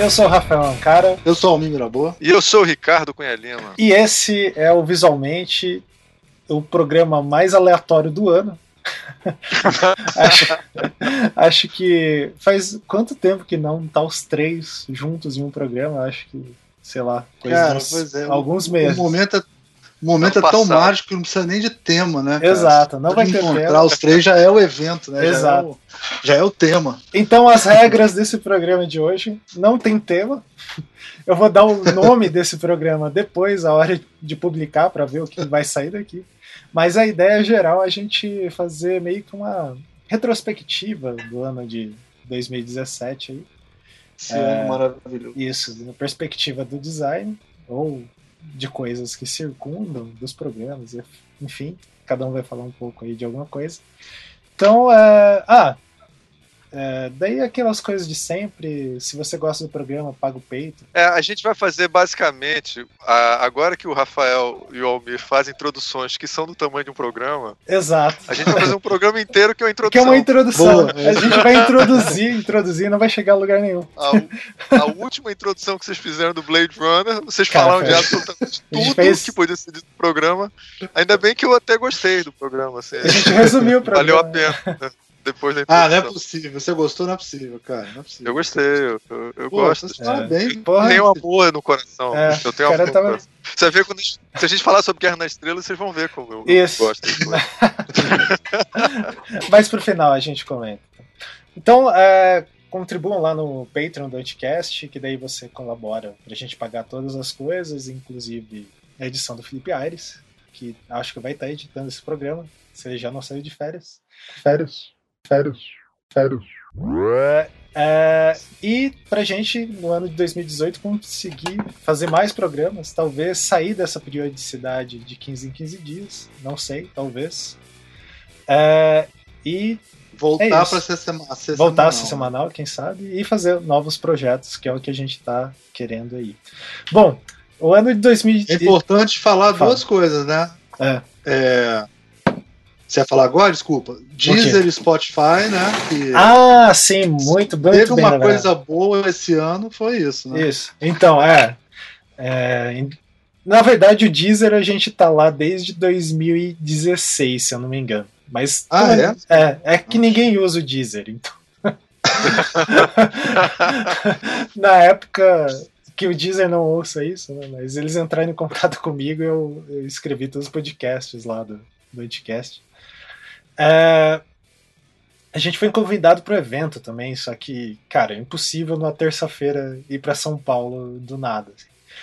Eu sou o Rafael Ancara. Eu sou o Almir Miraboa. E eu sou o Ricardo Cunha Lima. E esse é o Visualmente, o programa mais aleatório do ano. acho que faz quanto tempo que não tá os três juntos em um programa? Acho que, sei lá, alguns meses. O momento é tão mágico que não precisa nem de tema, né? Exato, não vai ter encontrar tema. Os três já é o evento, né? Exato. Já é o tema. Então as regras desse programa de hoje não tem tema. Eu vou dar o nome desse programa depois, a hora de publicar, para ver o que vai sair daqui. Mas a ideia geral é a gente fazer meio que uma retrospectiva do ano de 2017 aí. Esse ano maravilhoso. Isso, na perspectiva do design, ou de coisas que circundam dos programas, enfim, cada um vai falar um pouco aí de alguma coisa. Então, daí aquelas coisas de sempre, se você gosta do programa, paga o peito. A gente vai fazer basicamente, agora que o Rafael e o Almir fazem introduções que são do tamanho de um programa. Exato. A gente vai fazer um programa inteiro que é uma introdução. Que é uma introdução. Boa. A gente vai introduzir e não vai chegar a lugar nenhum. A última introdução que vocês fizeram do Blade Runner, vocês falaram de absolutamente tudo que podia ser dito no programa. Ainda bem que eu até gostei do programa. Assim, a gente resumiu o programa. Valeu a pena. Depois da introdução. Não é possível. Você gostou? Não é possível, cara. Não é possível. Eu gostei, eu gosto. Parabéns. Tenho amor no coração. Eu tenho amor no coração. Você vai ver se a gente falar sobre Guerra nas Estrelas, vocês vão ver como eu gosto. Mas pro final a gente comenta. Então, contribuam lá no Patreon do Anticast, que daí você colabora pra gente pagar todas as coisas, inclusive a edição do Felipe Aires, que acho que vai estar editando esse programa, se ele já não saiu de férias. E pra gente, no ano de 2018, conseguir fazer mais programas, talvez sair dessa periodicidade de 15 em 15 dias, não sei, talvez. E voltar para ser voltar a ser semanal, quem sabe, e fazer novos projetos, que é o que a gente tá querendo aí. Bom, o ano de 2018... É importante falar duas coisas, né? Você ia falar agora? Desculpa. Deezer e Spotify, né? Que sim, muito bem. Teve uma coisa boa esse ano, foi isso, né? Isso. Então, na verdade, o Deezer a gente tá lá desde 2016, se eu não me engano. Mas é que ninguém usa o Deezer, então. Na época que o Deezer não ouça isso, né? Mas eles entraram em contato comigo e eu escrevi todos os podcasts lá do Anticast. A gente foi convidado para o evento também, só que, cara, é impossível numa terça-feira ir para São Paulo do nada.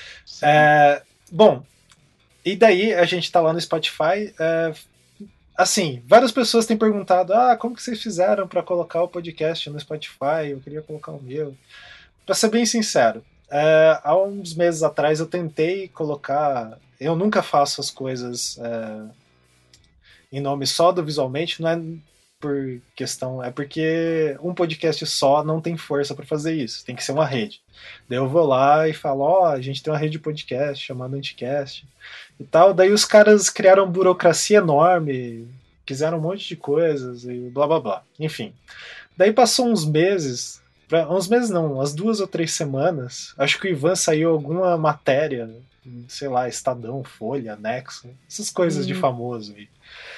Bom, e daí a gente tá lá no Spotify. Assim, várias pessoas têm perguntado: como que vocês fizeram para colocar o podcast no Spotify? Eu queria colocar o meu. Para ser bem sincero, há uns meses atrás eu tentei colocar. Eu nunca faço as coisas em nome só do Visualmente, não é por questão, é porque um podcast só não tem força para fazer isso, tem que ser uma rede. Daí eu vou lá e falo, a gente tem uma rede de podcast chamada Anticast e tal, daí os caras criaram burocracia enorme, quiseram um monte de coisas e blá blá blá, enfim. Daí passou uns meses não, umas 2 ou 3 semanas, acho que o Ivan saiu alguma matéria, sei lá, Estadão, Folha, Nexo, essas coisas de famoso aí.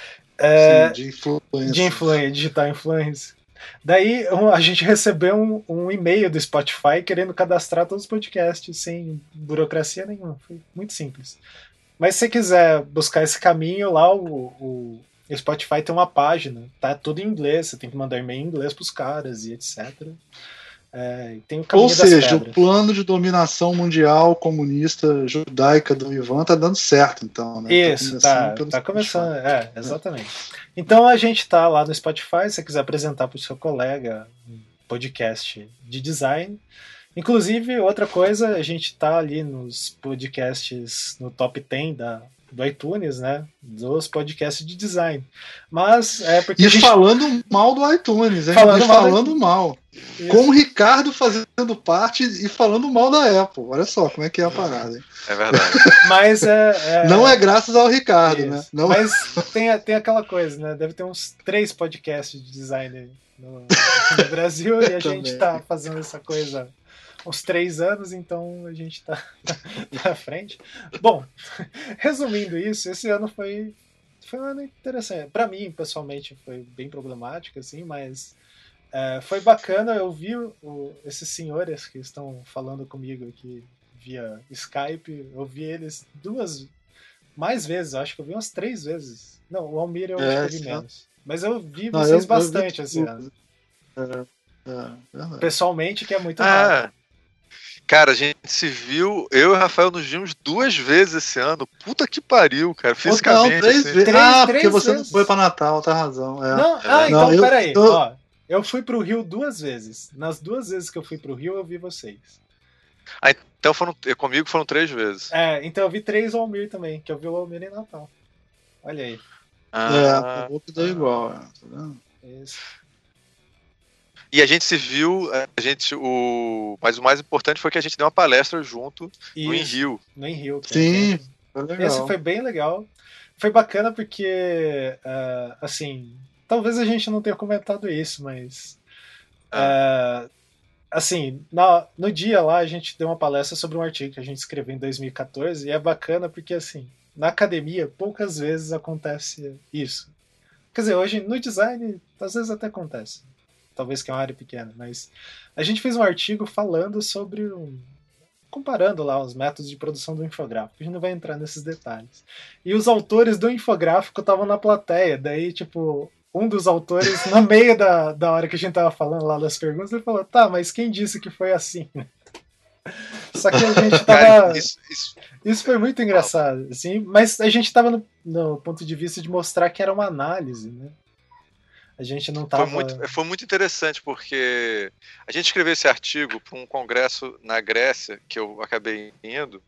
De influência, digital influencer. Daí a gente recebeu um e-mail do Spotify querendo cadastrar todos os podcasts sem burocracia nenhuma. Foi muito simples. Mas se você quiser buscar esse caminho lá, o Spotify tem uma página, tá tudo em inglês, você tem que mandar e-mail em inglês pros caras e etc. Tem o caminho Ou seja, das o plano de dominação mundial comunista judaica do Ivan tá dando certo, então, né? Isso, tá começando, exatamente. Então a gente tá lá no Spotify, se você quiser apresentar pro seu colega um podcast de design. Inclusive, outra coisa, a gente tá ali nos podcasts no top 10 do iTunes, né? Dos podcasts de design. Mas é porque. E falando mal do iTunes, hein? Falando mal. Isso. Com o Ricardo fazendo parte e falando mal da Apple. Olha só como é que é a parada, hein? É verdade. Mas não é graças ao Ricardo, isso. Né? Não... Mas tem aquela coisa, né? Deve ter uns 3 podcasts de design no Brasil e a gente tá fazendo essa coisa uns 3 anos, então a gente tá à frente. Bom, resumindo isso, esse ano foi um ano interessante. Para mim, pessoalmente, foi bem problemático, assim, mas foi bacana. Eu vi esses senhores que estão falando comigo aqui via Skype, eu vi eles mais vezes, acho que eu vi umas 3 vezes. Não, o Almir eu acho que eu vi menos. Mas eu vi vocês bastante esse ano. Pessoalmente, que é muito raro. Cara, a gente se viu, eu e o Rafael nos vimos 2 vezes esse ano. Puta que pariu, cara. Fisicamente. Não, 3 vezes. Porque você não foi pra Natal, tá razão. Então, peraí. Ó, eu fui pro Rio 2 vezes. Nas 2 vezes que eu fui pro Rio, eu vi vocês. Então comigo foram 3 vezes. Então eu vi 3 o Almir também, que eu vi o Almir em Natal. Olha aí. O Hulk deu igual, tá vendo? Isso. E a gente se viu, mas o mais importante foi que a gente deu uma palestra junto no Rio. No Rio. Sim, foi legal. Esse foi bem legal. Foi bacana porque, assim, talvez a gente não tenha comentado isso, mas assim, no dia lá a gente deu uma palestra sobre um artigo que a gente escreveu em 2014 e é bacana porque, assim, na academia poucas vezes acontece isso. Quer dizer, hoje no design às vezes até acontece. Talvez que é uma área pequena, mas a gente fez um artigo falando sobre comparando lá os métodos de produção do infográfico. A gente não vai entrar nesses detalhes. E os autores do infográfico estavam na plateia, daí, tipo, um dos autores, no meio da hora que a gente tava falando lá das perguntas, ele falou, tá, mas quem disse que foi assim? Só que a gente tava... Isso foi muito engraçado, assim, mas a gente tava no ponto de vista de mostrar que era uma análise, né? A gente não tava... Foi muito interessante, porque a gente escreveu esse artigo para um congresso na Grécia, que eu acabei indo,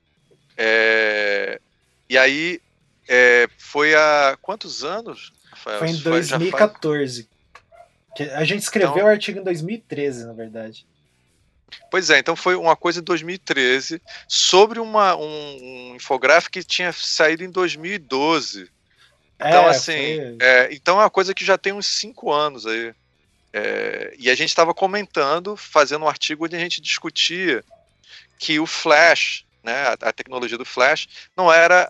e aí foi há quantos anos, Rafael? Foi em 2014. A gente escreveu o artigo em 2013, na verdade. Pois é, então foi uma coisa em 2013, sobre um infográfico que tinha saído em 2012. Então, então é uma coisa que já tem uns 5 anos aí. E a gente estava comentando, fazendo um artigo onde a gente discutia que o Flash, né, a tecnologia do Flash, não era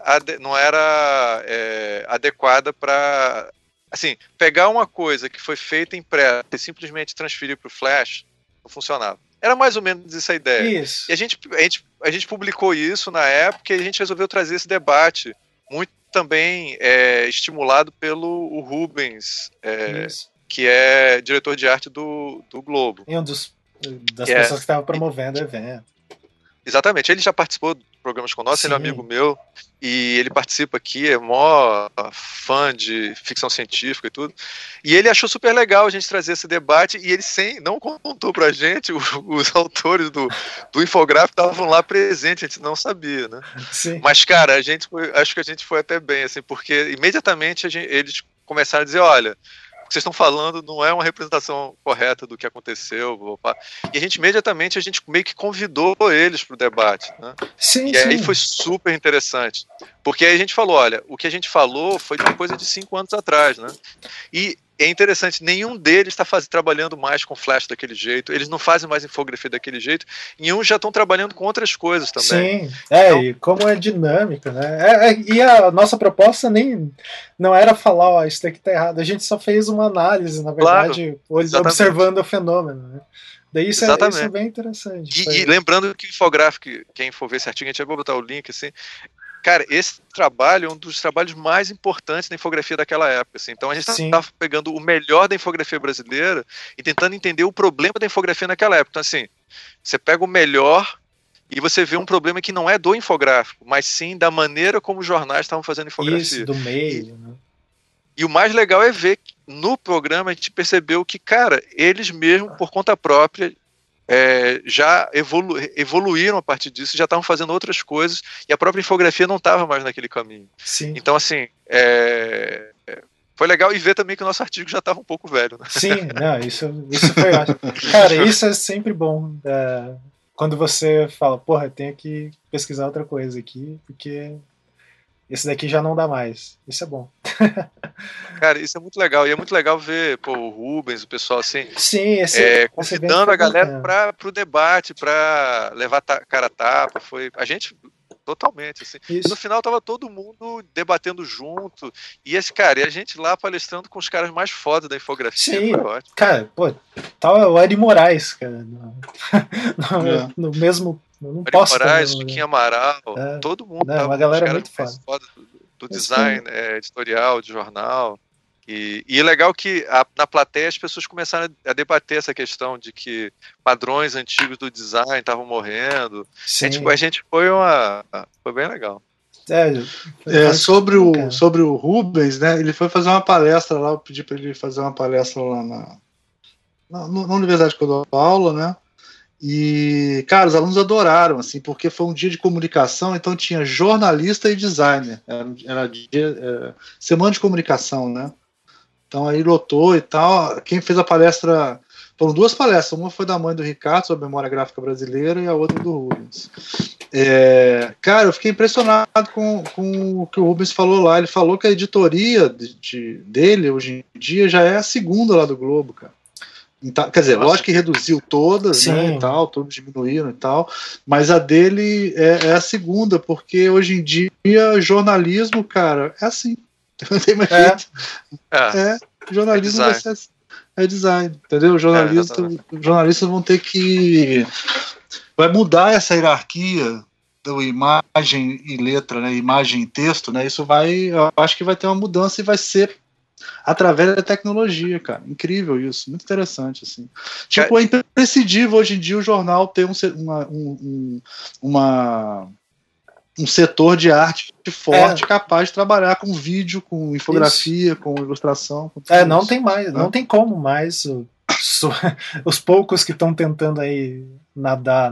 adequada para, assim, pegar uma coisa que foi feita em pré e simplesmente transferir para o Flash, não funcionava. Era mais ou menos essa a ideia. Isso. E a gente publicou isso na época e a gente resolveu trazer esse debate muito também estimulado pelo Rubens, que é diretor de arte do Globo. E das pessoas que estavam promovendo o evento. Exatamente, ele já participou de programas com nós, ele é um amigo meu, e ele participa aqui, é mó fã de ficção científica e tudo, e ele achou super legal a gente trazer esse debate, e ele não contou pra gente, os autores do infográfico estavam lá presentes, a gente não sabia, né? Sim. Mas, cara, acho que a gente foi até bem, assim, porque imediatamente eles começaram a dizer, olha, o que vocês estão falando não é uma representação correta do que aconteceu. E imediatamente a gente meio que convidou eles para o debate, né? Sim, aí foi super interessante, porque aí a gente falou, olha, o que a gente falou foi de uma coisa de 5 anos atrás, né? E é interessante, nenhum deles está trabalhando mais com Flash daquele jeito, eles não fazem mais infografia daquele jeito, e uns já estão trabalhando com outras coisas também. Sim, então, e como é dinâmico, né? E a nossa proposta não era falar, ó, isso daqui tá errado, a gente só fez uma análise, na verdade, observando o fenômeno, né? Daí isso é bem interessante. E lembrando que o infográfico, quem for ver esse artigo, a gente vai botar o link, assim. Cara, esse trabalho é um dos trabalhos mais importantes da infografia daquela época. Assim. Então a gente estava pegando o melhor da infografia brasileira e tentando entender o problema da infografia naquela época. Então, assim, você pega o melhor e você vê um problema que não é do infográfico, mas sim da maneira como os jornais estavam fazendo infografia. Isso, do meio, né? E o mais legal é ver que no programa a gente percebeu que, cara, eles mesmo, por conta própria, já evoluíram a partir disso, já estavam fazendo outras coisas e a própria infografia não estava mais naquele caminho. Sim. Então, assim, foi legal e ver também que o nosso artigo já estava um pouco velho. Né? Sim, não, isso foi ótimo. Cara, isso é sempre bom. Quando você fala, porra, eu tenho que pesquisar outra coisa aqui, porque esse daqui já não dá mais. Isso é bom. Cara, isso é muito legal. E é muito legal ver o Rubens, o pessoal assim, sim, convidando a galera para o debate, para levar cara a tapa. A gente totalmente assim. E no final tava todo mundo debatendo junto. E a gente lá palestrando com os caras mais fodas da infografia. Sim, foi ótimo. Cara, tava o Ari Moraes, cara. No mesmo. Não Ari Moraes, Chiquinho Amaral, todo mundo. Uma galera muito foda. Do design editorial, de jornal. E é legal que na plateia as pessoas começaram a debater essa questão de que padrões antigos do design estavam morrendo. A gente foi bem legal. Sobre o Rubens, né? Ele foi fazer uma palestra lá, eu pedi para ele fazer uma palestra lá na universidade que eu dou aula, né? E, cara, os alunos adoraram, assim, porque foi um dia de comunicação, então tinha jornalista e designer. Era semana de comunicação, né? Então aí lotou e tal. Quem fez a palestra... Foram duas palestras. Uma foi da mãe do Ricardo, sobre a memória gráfica brasileira, e a outra do Rubens. Cara, eu fiquei impressionado com o que o Rubens falou lá. Ele falou que a editoria dele, hoje em dia, já é a segunda lá do Globo, cara. Então, quer dizer, lógico que reduziu todas, né, e tal, todos diminuíram e tal, mas a dele é a segunda, porque hoje em dia jornalismo, cara, é assim. Não tem mais jeito. Jornalismo vai ser assim. É design, entendeu? Jornalistas vão ter que... Vai mudar essa hierarquia da imagem e letra, né? Imagem e texto, né? Isso eu acho que vai ter uma mudança e vai ser através da tecnologia, cara. Incrível isso, muito interessante, assim. Tipo, é imprescindível hoje em dia o jornal ter um setor de arte forte, capaz de trabalhar com vídeo, com infografia, com ilustração. Com não isso. Tem mais, não tem como mais os poucos que estão tentando aí nadar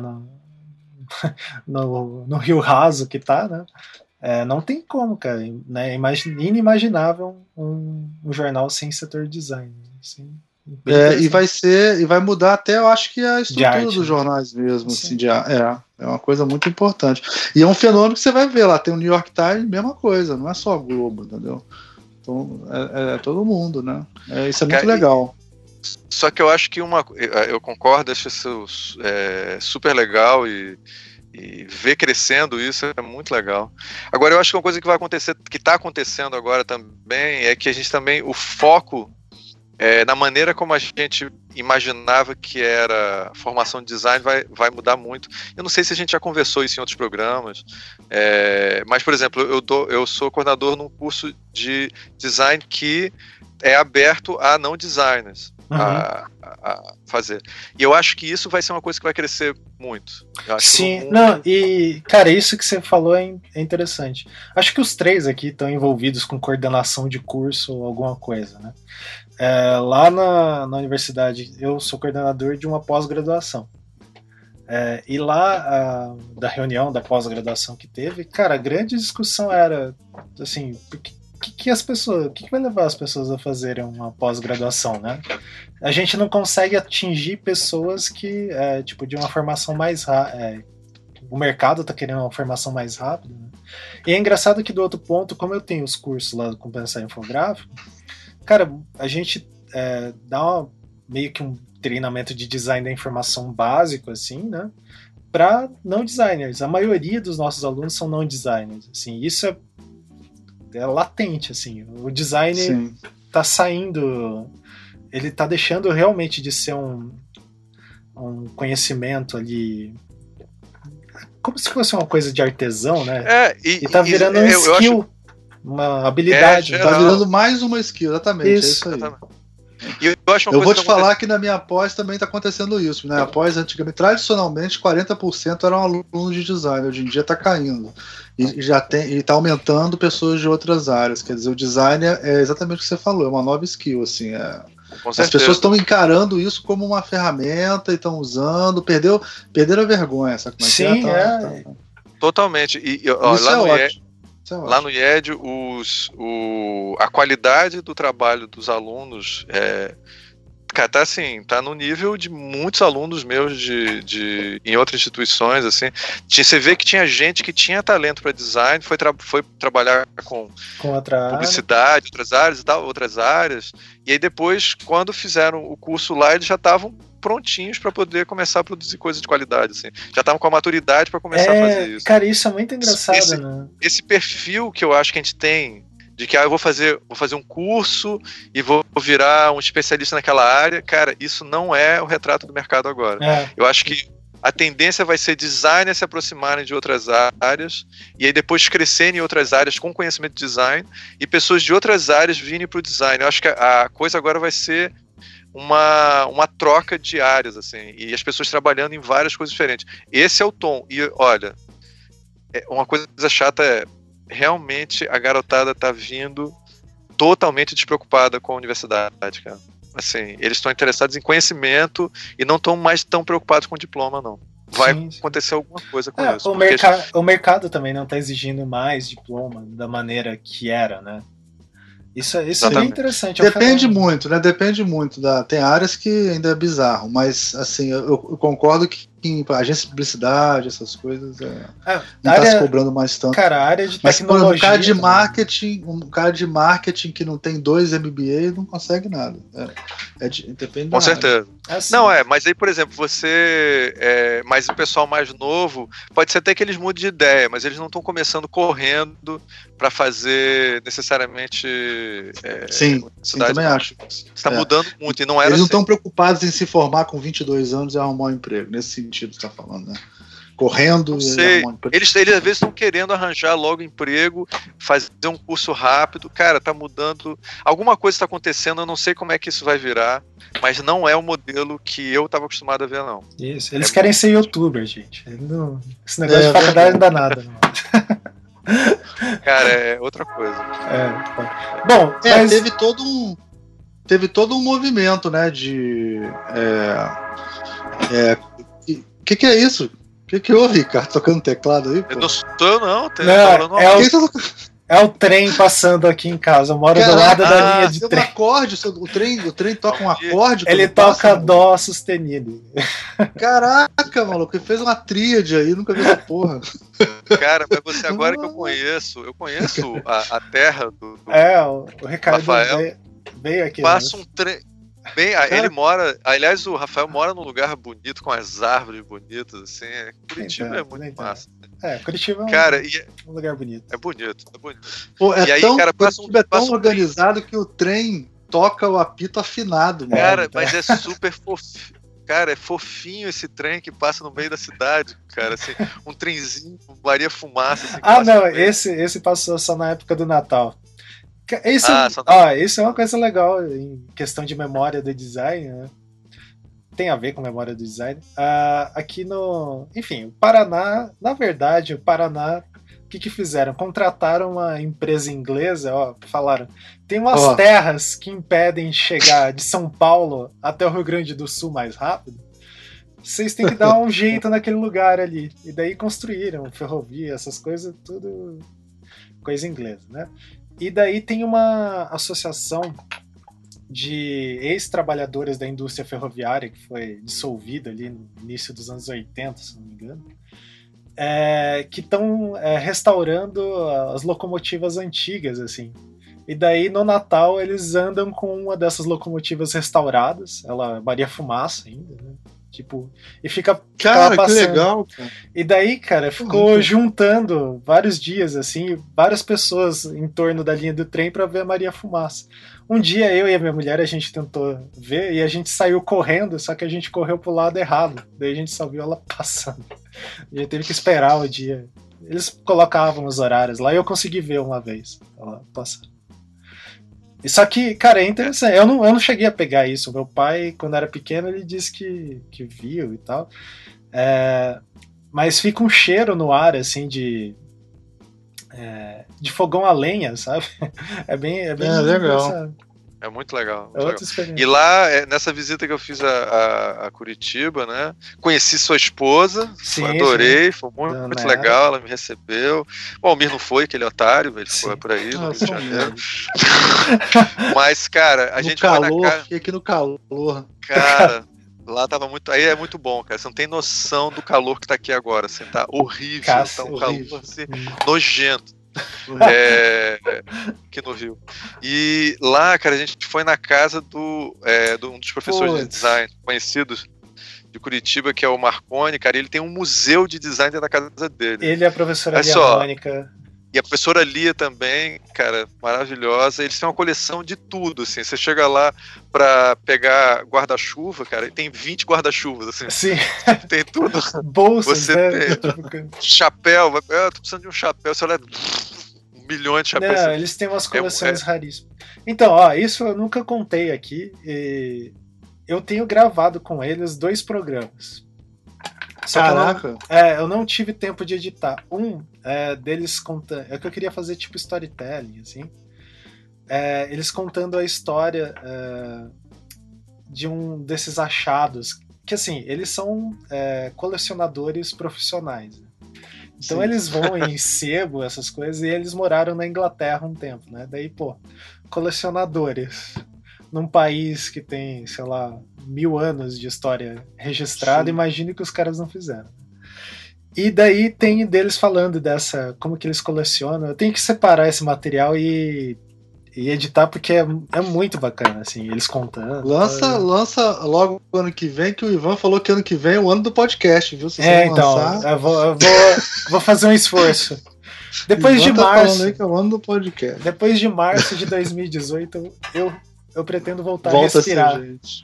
no rio raso que tá, né? Não tem como, cara, né? Inimaginável um jornal sem setor de design, assim. E vai mudar até, eu acho que a estrutura dos jornais mesmo, assim, é uma coisa muito importante. E é um fenômeno que você vai ver lá, tem o New York Times, mesma coisa, não é só o Globo, entendeu? Então, é todo mundo, né? Isso é muito legal. Só que eu acho que eu concordo, acho isso super legal e ver crescendo isso é muito legal. Agora, eu acho que uma coisa que vai acontecer, que está acontecendo agora também, é que a gente também, o foco na maneira como a gente imaginava que era formação de design vai mudar muito. Eu não sei se a gente já conversou isso em outros programas, mas, por exemplo, eu sou coordenador num curso de design que é aberto a não designers a fazer. E eu acho que isso vai ser uma coisa que vai crescer muito. Sim, e, cara, isso que você falou é interessante. Acho que os três aqui estão envolvidos com coordenação de curso ou alguma coisa, né? Lá na universidade, eu sou coordenador de uma pós-graduação. E lá, da reunião da pós-graduação que teve, cara, a grande discussão era, assim, o que vai levar as pessoas a fazerem uma pós-graduação, né? A gente não consegue atingir pessoas que, tipo, de uma formação mais rápida. O mercado tá querendo uma formação mais rápida, né? E é engraçado que, do outro ponto, como eu tenho os cursos lá do Compensar Infográfico, cara, a gente dá meio que um treinamento de design da informação básico, assim, né? Para não designers. A maioria dos nossos alunos são não designers, assim. Isso é latente, assim. O design tá saindo, ele tá deixando realmente de ser um conhecimento ali, como se fosse uma coisa de artesão, né? E tá virando um skill, uma habilidade. Tá virando mais uma skill, exatamente. Isso aí. Eu vou te falar que na minha pós também está acontecendo isso. Na pós, antigamente, tradicionalmente, 40% eram alunos de design. Hoje em dia está caindo. E está aumentando pessoas de outras áreas. Quer dizer, o design é exatamente o que você falou, é uma nova skill. Assim, as pessoas estão encarando isso como uma ferramenta e estão usando. Perderam a vergonha, sabe como é que é? Totalmente. Lá no IED, a qualidade do trabalho dos alunos Cara, tá assim, tá no nível de muitos alunos meus em outras instituições, assim. Você vê que tinha gente que tinha talento para design, foi trabalhar com outra publicidade, outras áreas, e aí depois, quando fizeram o curso lá, eles já estavam prontinhos para poder começar a produzir coisas de qualidade, assim. Já estavam com a maturidade para começar a fazer isso. Cara, isso é muito engraçado, né? Esse perfil que eu acho que a gente tem de que eu vou fazer um curso e vou virar um especialista naquela área, cara, isso não é o retrato do mercado agora. Eu acho que a tendência vai ser designers se aproximarem de outras áreas e aí depois crescerem em outras áreas com conhecimento de design e pessoas de outras áreas virem para o design. Eu acho que a coisa agora vai ser uma troca de áreas, assim, e as pessoas trabalhando em várias coisas diferentes. Esse é o tom. E olha, uma coisa chata realmente a garotada tá vindo totalmente despreocupada com a universidade, cara. Assim, eles estão interessados em conhecimento e não estão mais tão preocupados com o diploma, não. Vai acontecer alguma coisa com isso. O mercado também não tá exigindo mais diploma da maneira que era, né? Isso é bem interessante. Depende muito, né? Depende muito. Tem áreas que ainda é bizarro, mas assim, eu concordo que em agência de publicidade, essas coisas, não está se cobrando mais tanto. Cara, a área de tecnologia. Mas um cara de marketing que não tem 2 MBA não consegue nada. Depende da Com certeza. Assim. Não, mas aí, por exemplo, mas o pessoal mais novo, pode ser até que eles mudem de ideia, mas eles não estão começando correndo para fazer necessariamente. Sim, também acho. Está mudando muito e não era. Eles não estão preocupados em se formar com 22 anos e arrumar um emprego. Nesse sentido, você está falando, né? Correndo. Não sei. Eles às vezes estão querendo arranjar logo emprego, fazer um curso rápido. Cara, tá mudando. Alguma coisa está acontecendo, eu não sei como é que isso vai virar, mas não é o modelo que eu estava acostumado a ver, não. Isso, eles querem ser youtuber, gente. Esse negócio de faculdade não dá nada, não. Cara, é outra coisa. Bom, mas... teve todo um movimento, né, O que é isso? O que houve, cara? Tocando teclado aí? Pô? Eu não sou, não. É o trem passando aqui em casa. Eu moro do lado da linha de trem. Um acorde, o trem toca um acorde. Ele toca dó sustenido. Caraca, maluco, ele fez uma tríade aí, nunca vi essa porra. Cara, mas você agora que eu conheço a terra do o Ricardo Rafael veio aqui. Passa um trem. Ele mora. Aliás, o Rafael mora num lugar bonito, com as árvores bonitas, assim. Curitiba é muito massa. Curitiba é um lugar bonito. É bonito. Pô, Curitiba é tão organizado que o trem toca o apito afinado, mano. Cara, mas é super fofinho. Cara, é fofinho esse trem que passa no meio da cidade, cara. Assim, um trenzinho, Maria Fumaça. Assim, esse passou só na época do Natal. Isso é uma coisa legal em questão de memória do design, né? Tem a ver com memória do design. Aqui enfim, o Paraná, na verdade, o que fizeram? Contrataram uma empresa inglesa, falaram, tem umas terras que impedem chegar de São Paulo até o Rio Grande do Sul mais rápido. Vocês têm que dar um jeito naquele lugar ali. E daí construíram ferrovia, essas coisas, tudo coisa inglesa, né? E daí tem uma associação de ex-trabalhadores da indústria ferroviária que foi dissolvida ali no início dos anos 80, se não me engano, que estão restaurando as locomotivas antigas, assim. E daí no Natal eles andam com uma dessas locomotivas restauradas, ela Maria Fumaça ainda, né? Tipo, e fica cara, passando. Que legal, cara. E daí, cara, ficou juntando vários dias, assim, várias pessoas em torno da linha do trem pra ver a Maria Fumaça. Um dia eu e a minha mulher, a gente tentou ver e a gente saiu correndo, só que a gente correu pro lado errado. Daí a gente só viu ela passando. A gente teve que esperar o dia. Eles colocavam os horários lá e eu consegui ver uma vez ela passando. Só que, cara, é interessante. Eu não cheguei a pegar isso. Meu pai, quando era pequeno, ele disse que viu e tal. Mas fica um cheiro no ar, assim, de fogão a lenha, sabe? É bem legal. É muito legal. É outra experiência. E lá, nessa visita que eu fiz a Curitiba, né? Conheci sua esposa, adorei, foi muito legal, ela me recebeu. Bom, o Almir não foi, aquele otário, ele foi por aí, no Rio de Janeiro. Mas, cara, a gente calor, foi na casa. Fiquei aqui no calor. Cara, lá tava muito. Aí é muito bom, cara. Você não tem noção do calor que tá aqui agora. Você tá horrível, tá um calor assim, nojento. Aqui no Rio. E lá, cara, a gente foi na casa de um dos professores de design conhecidos de Curitiba, que é o Marconi, cara. Ele tem um museu de design dentro da casa dele. Ele é a professora Mônica. E a professora Lia também, cara, maravilhosa. Eles têm uma coleção de tudo, assim. Você chega lá pra pegar guarda-chuva, cara, e tem 20 guarda-chuvas, assim. Sim. Tem tudo. Bolsa, você tem chapéu, eu tô precisando de um chapéu, você olha, milhões de chapéus. Não, eles têm umas coleções raríssimas. Então, ó, isso eu nunca contei aqui. Eu tenho gravado com eles 2 programas. Caraca! Eu não tive tempo de editar. Deles contando. É que eu queria fazer tipo storytelling, assim. Eles contando a história de um desses achados. Que assim, eles são colecionadores profissionais. Né? Então Sim. Eles vão em sebo, essas coisas, e eles moraram na Inglaterra um tempo, né? Daí, colecionadores. Num país que tem, sei lá, 1000 anos de história registrada, Sim. Imagine que os caras não fizeram. E daí tem deles falando como que eles colecionam. Eu tenho que separar esse material e editar, porque é muito bacana, assim, eles contando. Lança logo o ano que vem, que o Ivan falou que ano que vem é o ano do podcast, viu? Se então, lançar... eu vou fazer um esforço. Depois de março. Aí que é o ano do podcast. Depois de março de 2018, eu pretendo voltar a respirar.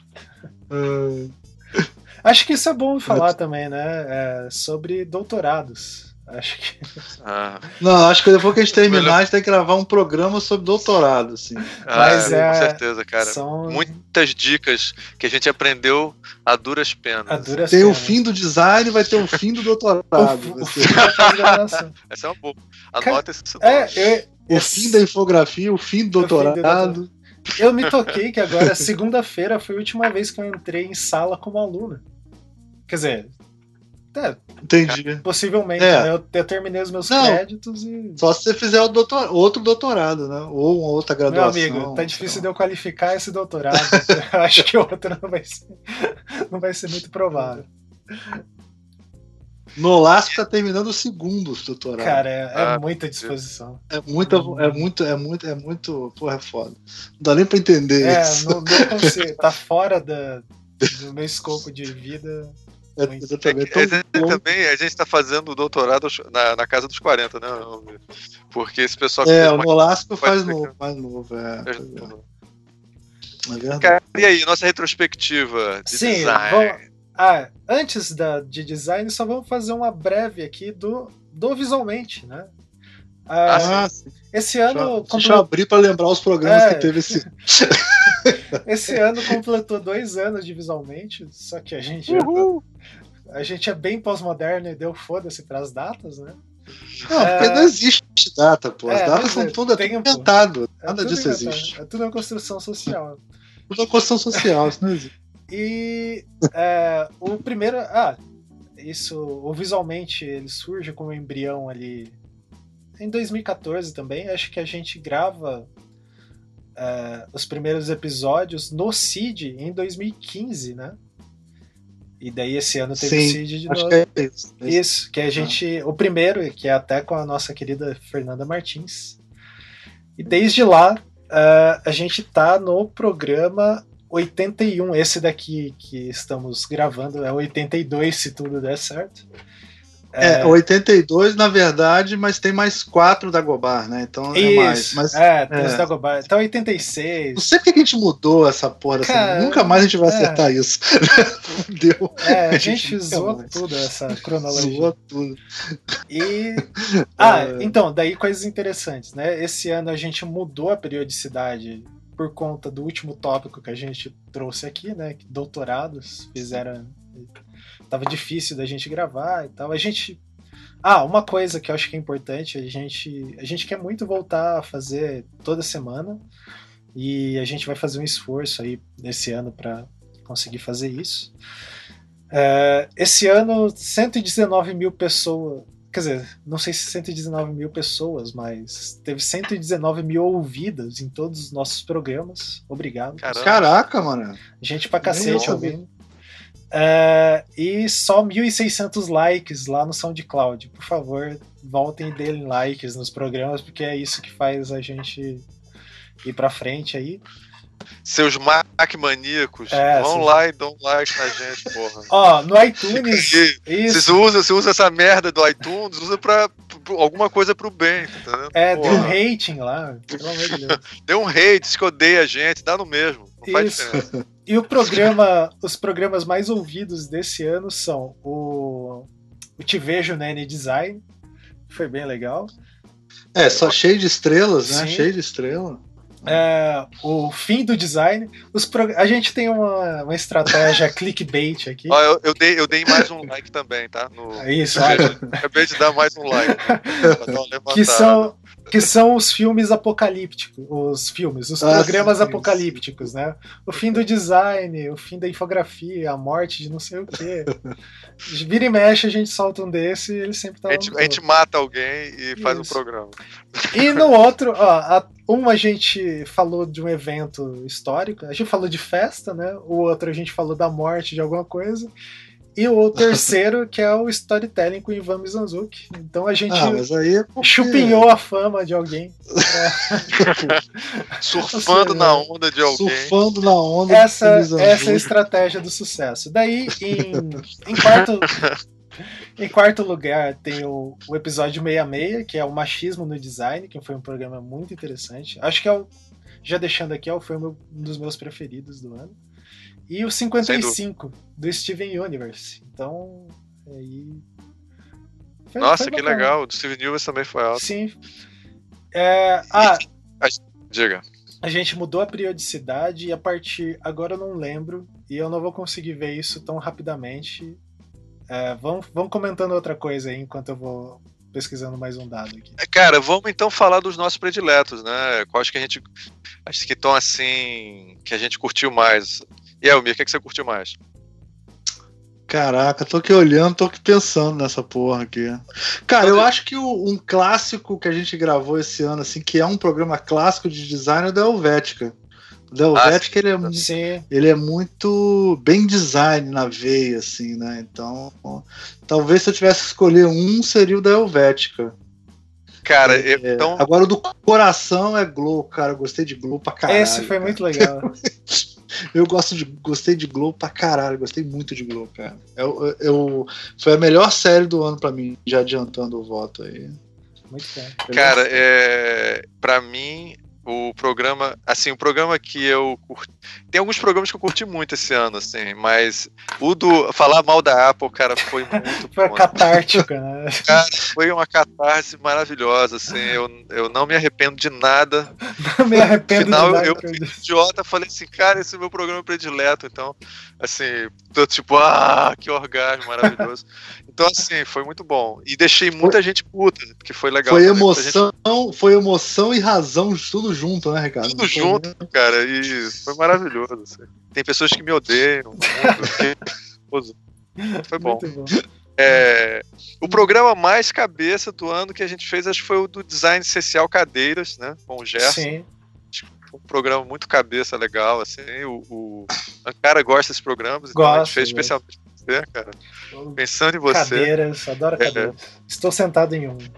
Acho que isso é bom falar também, né? Sobre doutorados. Acho que. Não, acho que depois que a gente terminar, a gente tem que gravar um programa sobre doutorado, assim. Mas com certeza, cara. Muitas dicas que a gente aprendeu a duras penas. Tem o fim do design, vai ter o fim do doutorado. Essa é uma boa. Anota esse o fim da infografia, o fim do doutorado. Eu me toquei que agora, segunda-feira, foi a última vez que eu entrei em sala como aluno. Quer dizer, entendi. Possivelmente, né? Eu terminei os meus créditos e. Só se você fizer outro doutorado, né? Ou uma outra graduação. Meu amigo, tá difícil de eu qualificar esse doutorado. Eu acho que o outro não vai ser muito provável. Nolasco tá terminando o segundo doutorado. Cara, é muita disposição. É muito. Porra, é foda. Não dá nem pra entender isso. Não consigo. Tá fora do meu escopo de vida. Também a gente tá fazendo o doutorado na casa dos 40, né? Porque esse pessoal. O Nolasco faz mais novo. É verdade. Cara, e aí, nossa retrospectiva de design? Antes de design, só vamos fazer uma breve aqui do visualmente, né? Esse ano. Deixa eu abrir para lembrar os programas que teve esse. Esse ano completou 2 anos de visualmente, só que a gente é bem pós-moderno e deu foda-se para as datas, né? Não, porque não existe data, pô. As datas são tudo inventado. Nada disso existe. É tudo uma construção social. Tudo uma construção social, isso não existe. E o primeiro. O visualmente ele surge como um embrião ali em 2014 também. Acho que a gente grava os primeiros episódios no CID em 2015, né? E daí esse ano teve o CID de novo. Que é isso, que a gente. O primeiro, que é até com a nossa querida Fernanda Martins. E desde lá a gente tá no programa 81, esse daqui que estamos gravando é 82, se tudo der certo. 82 na verdade, mas tem mais 4 da Gobar, né? Então isso, mais. Tem os da Gobar. Então 86. Não sei porque que a gente mudou essa porra. Cara, nunca mais a gente vai acertar isso. Deu. A gente zoou tudo essa cronologia. Zoou tudo. E. Então, daí coisas interessantes, né? Esse ano a gente mudou a periodicidade por conta do último tópico que a gente trouxe aqui, né? Que doutorados fizeram. Tava difícil da gente gravar e tal. A gente. Uma coisa que eu acho que é importante, a gente quer muito voltar a fazer toda semana. e a gente vai fazer um esforço aí esse ano para conseguir fazer isso. Esse ano, 119 mil pessoas, quer dizer, não sei se 119 mil pessoas, mas teve 119 mil ouvidas em todos os nossos programas. Obrigado. Caraca, mano. Gente pra cacete ouvindo. E só 1.600 likes lá no SoundCloud. Por favor, voltem e deem likes nos programas, porque é isso que faz a gente ir pra frente aí. Seus Mac maníacos, vão lá e dão like na gente, porra. Ó, no iTunes. Você usa essa merda do iTunes, usa pra alguma coisa pro bem, tá entendendo? Dê um rating lá, pelo amor de Deus. Dê um hate, diz que odeia a gente, dá no mesmo. Não faz diferença. E os programas mais ouvidos desse ano são o Te Vejo na N-Design, foi bem legal. Só cheio de estrelas, né? Sim. Cheio de estrela. O Fim do Design. A gente tem uma estratégia clickbait aqui. Eu dei mais um like também, tá? Isso, acabei de dar mais um like. Né? Que são os filmes apocalípticos. Os programas apocalípticos, né? O Fim do Design, o Fim da Infografia, a morte de não sei o quê. Vira e mexe, a gente solta um desse e ele sempre tá a gente mata alguém e faz um programa. E no outro, a gente falou de um evento histórico, a gente falou de festa, né? O outro a gente falou da morte de alguma coisa. E o terceiro, que é o storytelling com Ivan Mizanzuki. Então a gente chupinhou a fama de alguém. Surfando na onda de alguém. Surfando na onda essa é a estratégia do sucesso. Daí, em quarto lugar, tem o episódio 66, que é o Machismo no Design, que foi um programa muito interessante. Acho que já deixando aqui, foi um dos meus preferidos do ano. E o 55, do Steven Universe. Então, aí... Nossa, que legal. O do Steven Universe também foi alto. Sim. Diga. A gente mudou a periodicidade e a partir... Agora eu não lembro e eu não vou conseguir ver isso tão rapidamente. Vamos comentando outra coisa aí enquanto eu vou pesquisando mais um dado aqui. Cara, vamos então falar dos nossos prediletos, né? Quais que acho que estão assim... que a gente curtiu mais... E Elmir, o que você curtiu mais? Caraca, tô aqui olhando, tô aqui pensando nessa porra aqui. Cara, eu acho que um clássico que a gente gravou esse ano, assim, que é um programa clássico de design, é o da Helvética. O da Helvética, ele é muito bem design na veia, assim, né? Então, talvez se eu tivesse que escolher seria o da Helvética. Cara, então... Agora o do coração é Glow, cara, eu gostei de Glow pra caralho. Esse foi muito legal. Eu gostei de Glow pra caralho, gostei muito de Glow, cara. Foi a melhor série do ano pra mim, já adiantando o voto aí. Muito bom. Cara, pra mim, o programa que eu curti... Tem alguns programas que eu curti muito esse ano, assim, mas o do falar mal da Apple, cara, foi muito foi catártico, né? Cara, foi uma catarse maravilhosa, assim, eu não me arrependo de nada. Não me arrependo de nada. No final, de eu fui idiota, falei assim, cara, esse é o meu programa predileto, então, assim, tô tipo, que orgasmo maravilhoso. Então, assim, foi muito bom. E deixei muita gente puta, que foi legal. Foi emoção e razão, tudo junto, né, Ricardo? Tudo junto, cara, e foi maravilhoso. Assim. Tem pessoas que me odeiam. Foi bom. O programa mais cabeça do ano que a gente fez, acho que foi o do Design Essencial Cadeiras, né? Com o Gerson. Sim. Foi um programa muito cabeça, legal, assim. O cara gosta desses programas, então a gente fez especialmente pra você, cara. Pensando em você. Cadeiras, adoro cadeiras. Estou sentado em um.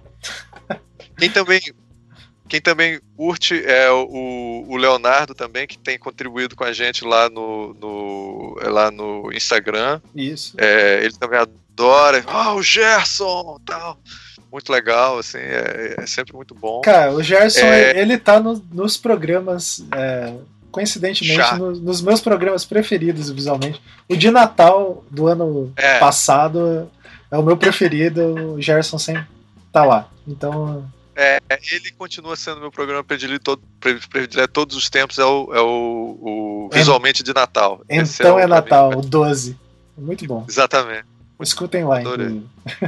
Quem também curte é o Leonardo também, que tem contribuído com a gente lá no Instagram. Isso. Ele também adora. O Gerson! Tal. Muito legal, assim, é sempre muito bom. Cara, o Gerson, ele tá nos programas, coincidentemente, nos meus programas preferidos visualmente. O de Natal do ano passado é o meu preferido, o Gerson sempre tá lá. Então... ele continua sendo meu programa predileto todos os tempos, é o Visualmente de Natal. Então é Natal, o 12. Muito bom. Exatamente. Escutem lá, inclusive.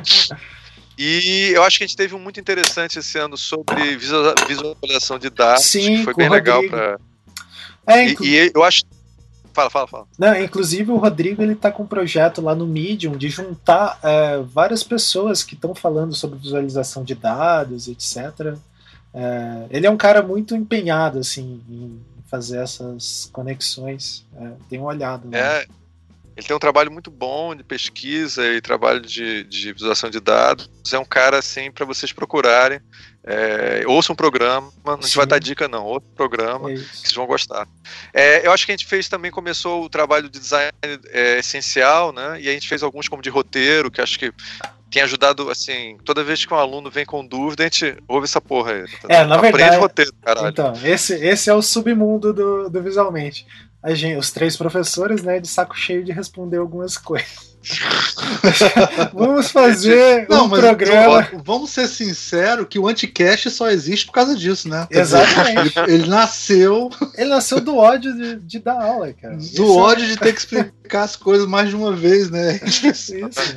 E eu acho que a gente teve um muito interessante esse ano sobre visualização de dados. Sim, que foi bem legal para E eu acho... Fala. Não, inclusive o Rodrigo, ele tá com um projeto lá no Medium de juntar várias pessoas que estão falando sobre visualização de dados, etc. Ele é um cara muito empenhado, assim, em fazer essas conexões. Tem uma olhada. Né? Ele tem um trabalho muito bom de pesquisa e trabalho de visualização de dados. É um cara, assim, para vocês procurarem. Ouça um programa, não te vai dar dica não, outro programa que vocês vão gostar. Eu acho que a gente começou o trabalho de design essencial, né? E a gente fez alguns como de roteiro, que acho que tem ajudado, assim, toda vez que um aluno vem com dúvida, a gente ouve essa porra aí. Na verdade, aprende roteiro, caralho. Então, esse é o submundo do Visualmente. Os 3 professores, né, de saco cheio de responder algumas coisas. Vamos fazer programa. Vamos ser sinceros que o Anticast só existe por causa disso, né? Exatamente. Ele nasceu do ódio de dar aula, cara. Do ódio de ter que explicar as coisas mais de uma vez, né? Isso.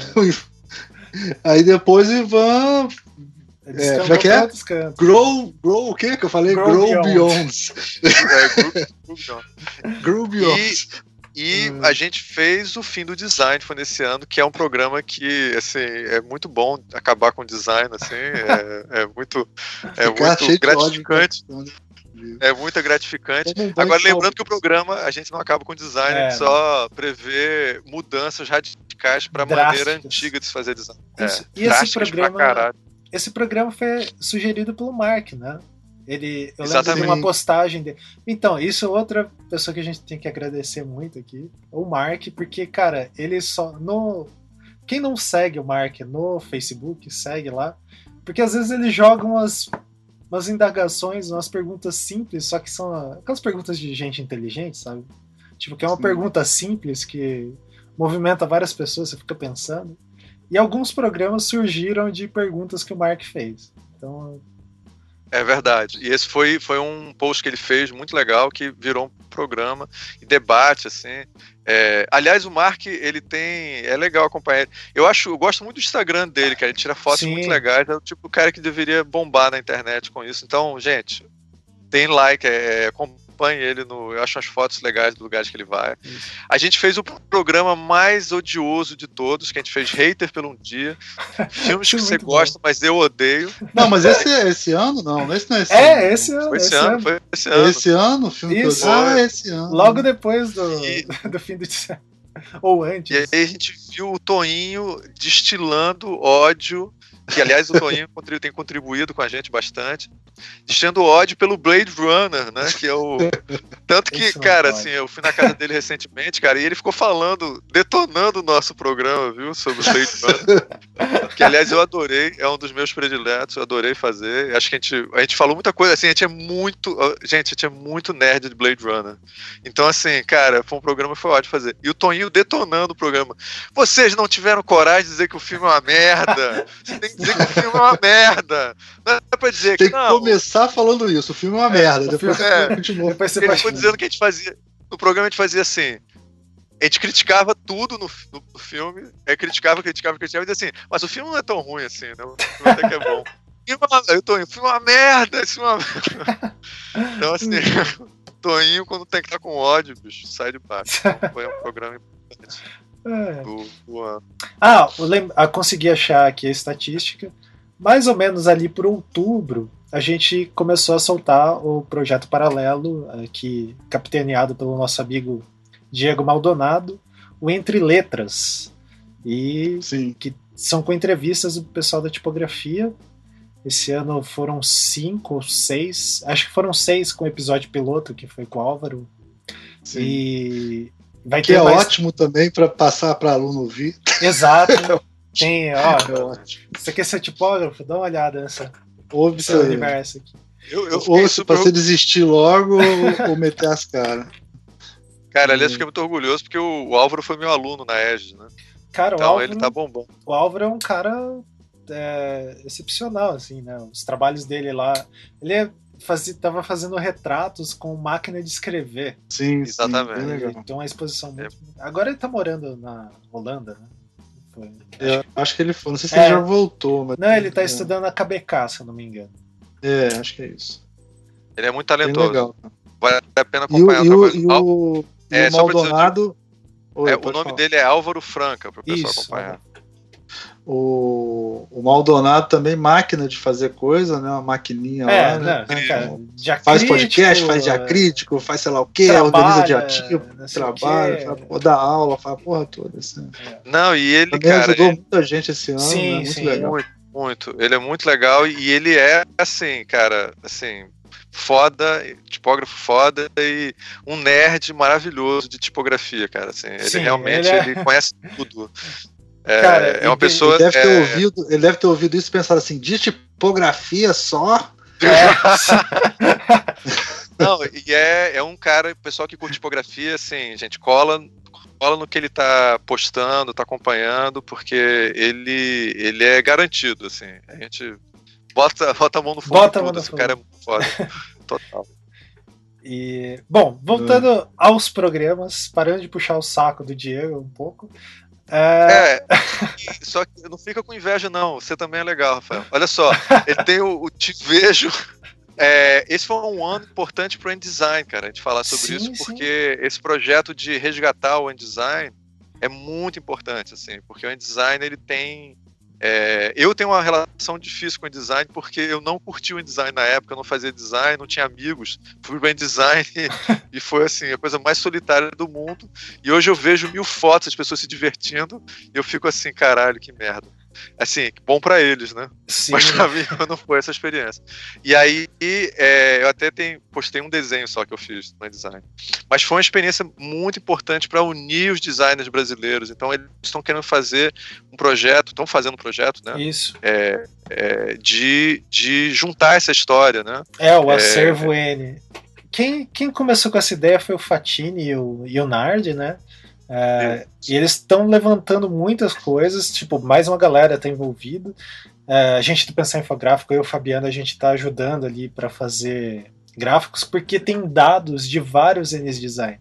Aí depois o Ivan... como é que é? Grow o quê que eu falei? Grow Beyond. Grow Beyond. E a gente fez o Fim do Design, foi nesse ano, que é um programa que, assim, é muito bom acabar com o design, assim, é muito gratificante. É muito gratificante. Agora, lembrando que o programa, a gente não acaba com o design, a gente só prevê mudanças radicais para a maneira antiga de se fazer design. E esse programa foi sugerido pelo Mark, né? Eu lembro de uma postagem dele. Então, isso é outra pessoa que a gente tem que agradecer muito aqui, o Mark, porque, cara, ele quem não segue o Mark no Facebook, segue lá, porque às vezes ele joga umas indagações, umas perguntas simples, só que são aquelas perguntas de gente inteligente, sabe? Tipo, que é uma pergunta simples que movimenta várias pessoas, você fica pensando. E alguns programas surgiram de perguntas que o Mark fez. Então... É verdade. E esse foi um post que ele fez muito legal, que virou um programa e debate, assim. Aliás, o Mark, ele tem... É legal acompanhar ele. Eu gosto muito do Instagram dele, cara. Ele tira fotos muito legais. É o tipo de cara que deveria bombar na internet com isso. Então, gente, tem like, acompanhe ele eu acho umas fotos legais do lugar que ele vai. Isso. A gente fez o programa mais odioso de todos, que a gente fez Hater pelo um Dia. Filmes que você gosta, mas eu odeio. Não, mas esse ano não. Esse não é esse ano. Esse ano. Foi esse ano. Esse ano, o filme Isso. que eu esse ano. Logo depois do fim do dia. Ou antes. E aí a gente viu o Toinho destilando ódio, que aliás o Toinho tem contribuído com a gente bastante, destilando ódio pelo Blade Runner, né, que é o... Tanto que, cara, assim, eu fui na casa dele recentemente, cara, e ele ficou detonando o nosso programa, viu, sobre o Blade Runner, que aliás eu adorei, é um dos meus prediletos, eu adorei fazer, acho que a gente falou muita coisa, assim, a gente é muito nerd de Blade Runner, então assim, cara, foi um programa que foi ótimo fazer, e o Toinho detonando o programa, vocês não tiveram coragem de dizer que o filme é uma merda, você tem que dizer que o filme é uma merda, não é pra dizer tem que começar falando isso, o filme é uma merda, depois ele foi dizendo que a gente fazia, no programa a gente fazia assim, a gente criticava tudo no filme, criticava e dizia assim, mas o filme não é tão ruim assim, né? O filme até que é bom. O Toinho, uma merda, isso é uma merda. Então, assim, Toinho, quando tem que estar com ódio, bicho, sai de baixo. Então, foi um programa importante do ano. Consegui achar aqui a estatística. Mais ou menos ali por outubro, a gente começou a soltar o projeto paralelo, que capitaneado pelo nosso amigo Diego Maldonado, o Entre Letras, e que são com entrevistas do pessoal da tipografia. Esse ano foram 5 ou 6, acho que foram 6 com o episódio piloto, que foi com o Álvaro. Sim. E vai que é ótimo também para passar para aluno ouvir. Exato. Tem, você quer ser tipógrafo? Dá uma olhada nessa. Ouve esse universo aqui. Ouça pra você desistir logo ou meter as caras. Cara, aliás, fiquei muito orgulhoso porque o Álvaro foi meu aluno na EGES, né? Cara, então ele tá bombando. O Álvaro é um cara excepcional, assim, né? Os trabalhos dele lá. Ele tava fazendo retratos com máquina de escrever. Sim, exatamente. Então a exposição muito. Agora ele tá morando na Holanda, né? Acho que ele foi, não sei se ele já voltou. Mas... Não, ele tá estudando na KBK, se eu não me engano. Acho que é isso. Ele é muito talentoso. Legal. Vale a pena acompanhar o Maldonado... o nome dele é Álvaro Franca, para o pessoal acompanhar. O Maldonado também, máquina de fazer coisa, né? Uma maquininha lá, né? Faz podcast, faz diacrítico, faz sei lá o quê, organiza diativo, trabalha, dá aula, faz a porra toda. Assim. Não, e ele, também cara... ajudou muita gente esse ano, sim, né? Muito legal. Muito. Ele é muito legal e ele é, assim, cara, assim... foda, tipógrafo foda e um nerd maravilhoso de tipografia, cara. Assim, ele realmente ele conhece tudo. Cara, é uma pessoa. Ele deve ter ouvido isso e pensado assim: de tipografia só? Não, e é um cara, pessoal que curte tipografia, assim, gente, cola no que ele tá postando, tá acompanhando, porque ele é garantido, assim. A gente bota a mão no fogo tudo, esse cara é muito foda. Total. E, bom, voltando aos programas, parando de puxar o saco do Diego um pouco. Só que não fica com inveja, não. Você também é legal, Rafael. Olha só, ele tem o Te Vejo. Esse foi um ano importante para o InDesign, cara, a gente falar sobre isso, porque esse projeto de resgatar o InDesign é muito importante, assim, porque o InDesign ele tem. Eu tenho uma relação difícil com o InDesign porque eu não curti o InDesign na época, eu não fazia design, não tinha amigos, fui para o InDesign e foi assim, a coisa mais solitária do mundo. E hoje eu vejo 1000 fotos, as pessoas se divertindo, e eu fico assim, caralho, que merda. Assim, bom pra eles, né? Sim. Mas pra mim não foi essa experiência. E aí, eu até postei um desenho só que eu fiz no InDesign. Mas foi uma experiência muito importante para unir os designers brasileiros. Então, eles estão querendo fazer um projeto, estão fazendo um projeto, né? Isso. De juntar essa história, né? O Acervo N. Quem começou com essa ideia foi o Fatini e o Nard, né? E eles estão levantando muitas coisas, tipo, mais uma galera está envolvida. A gente do Pensar Infográfico, eu e o Fabiano, a gente está ajudando ali para fazer gráficos, porque tem dados de vários N's Design.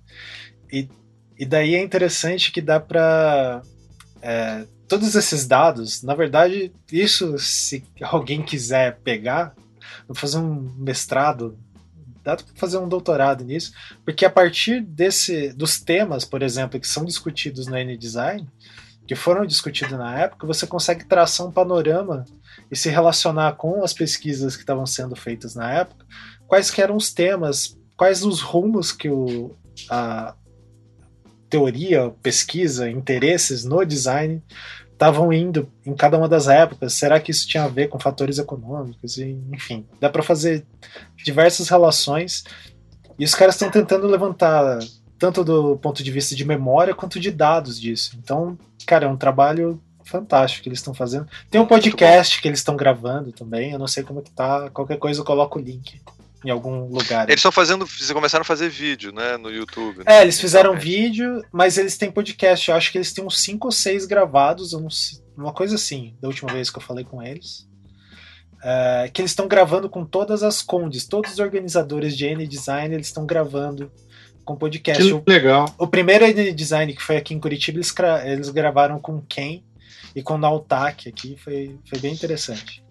E daí é interessante que dá para... todos esses dados, na verdade, isso, se alguém quiser pegar, vou fazer um mestrado, dá para fazer um doutorado nisso, porque a partir dos temas, por exemplo, que são discutidos no InDesign, que foram discutidos na época, você consegue traçar um panorama e se relacionar com as pesquisas que estavam sendo feitas na época, quais que eram os temas, quais os rumos que a teoria, pesquisa, interesses no design estavam indo em cada uma das épocas. Será que isso tinha a ver com fatores econômicos? Enfim, dá para fazer diversas relações e os caras estão tentando levantar tanto do ponto de vista de memória quanto de dados disso. Então, cara, é um trabalho fantástico que eles estão fazendo. Tem um podcast que eles estão gravando também, eu não sei como é que tá, qualquer coisa eu coloco o link em algum lugar. Eles começaram a fazer vídeo, né, no YouTube. Né? Eles fizeram vídeo, mas eles têm podcast. Eu acho que eles têm uns 5 ou 6 gravados, uma coisa assim, da última vez que eu falei com eles. Que eles estão gravando com todas as condes, todos os organizadores de InDesign, eles estão gravando com podcast. Que legal. O primeiro InDesign, que foi aqui em Curitiba, eles gravaram com o Ken e com o Nautaki aqui, foi bem interessante.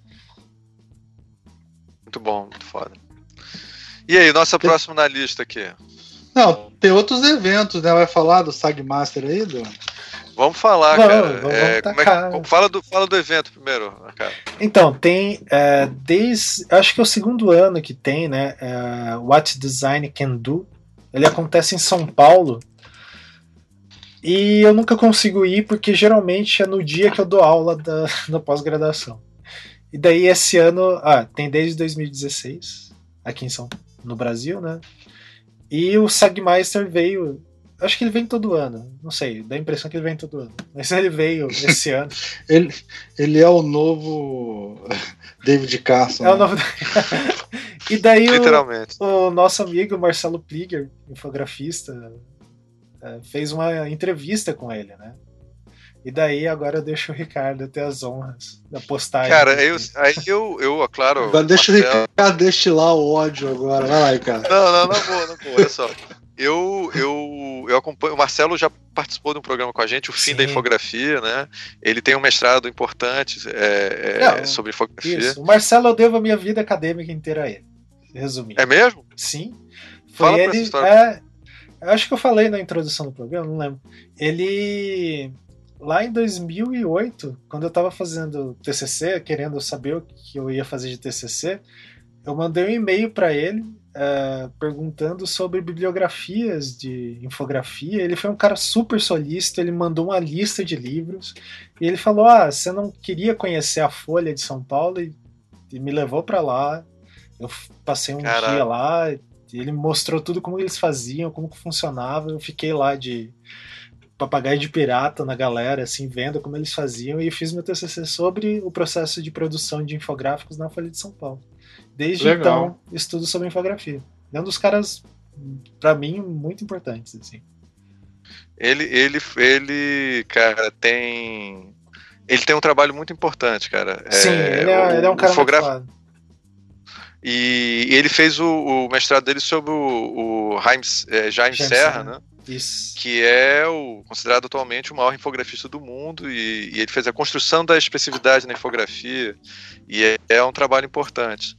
Muito bom, muito foda. E aí, nossa próxima na lista aqui? Não, tem outros eventos, né? Vai falar do SAGmaster aí, Vamos falar, cara. Fala do evento primeiro, cara. Então, tem acho que é o segundo ano que tem, né? What Design Can Do. Ele acontece em São Paulo. E eu nunca consigo ir porque geralmente é no dia que eu dou aula da pós-graduação. E daí esse ano, tem desde 2016 aqui no Brasil, né? E o SAGmeister veio, acho que ele vem todo ano, não sei, dá a impressão que ele vem todo ano, mas ele veio esse ano. ele é o novo David Carson. É o novo. E daí literalmente. O nosso amigo Marcelo Pliger, infografista, fez uma entrevista com ele, né? E daí agora eu deixo o Ricardo ter as honras da postagem. Cara, eu claro. Agora deixa o Ricardo destilar o ódio agora. Vai lá, Ricardo. Não boa, olha só. Eu acompanho. O Marcelo já participou de um programa com a gente, o Fim da Infografia, né? Ele tem um mestrado importante sobre infografia. Isso. O Marcelo, eu devo a minha vida acadêmica inteira a ele. resumir. É mesmo? Sim. Fala pra essa história. Eu acho que eu falei na introdução do programa, não lembro. Ele, lá em 2008, quando eu estava fazendo TCC, querendo saber o que eu ia fazer de TCC, eu mandei um e-mail para ele perguntando sobre bibliografias de infografia. Ele foi um cara super solícito, ele mandou uma lista de livros e ele falou: você não queria conhecer a Folha de São Paulo? E me levou para lá. Eu passei um dia lá. Ele mostrou tudo como eles faziam, como que funcionava. Eu fiquei lá de papagaio de pirata na galera, assim, vendo como eles faziam, e fiz meu TCC sobre o processo de produção de infográficos na Folha de São Paulo. Desde então, estudo sobre infografia. É um dos caras, pra mim, muito importantes, assim. Ele, cara, tem um trabalho muito importante, cara. Sim, ele é um cara muito foda. E ele fez o mestrado dele sobre o Jaime Serra, né? Isso. Que é considerado atualmente o maior infografista do mundo, e ele fez a construção da expressividade na infografia, e é um trabalho importante.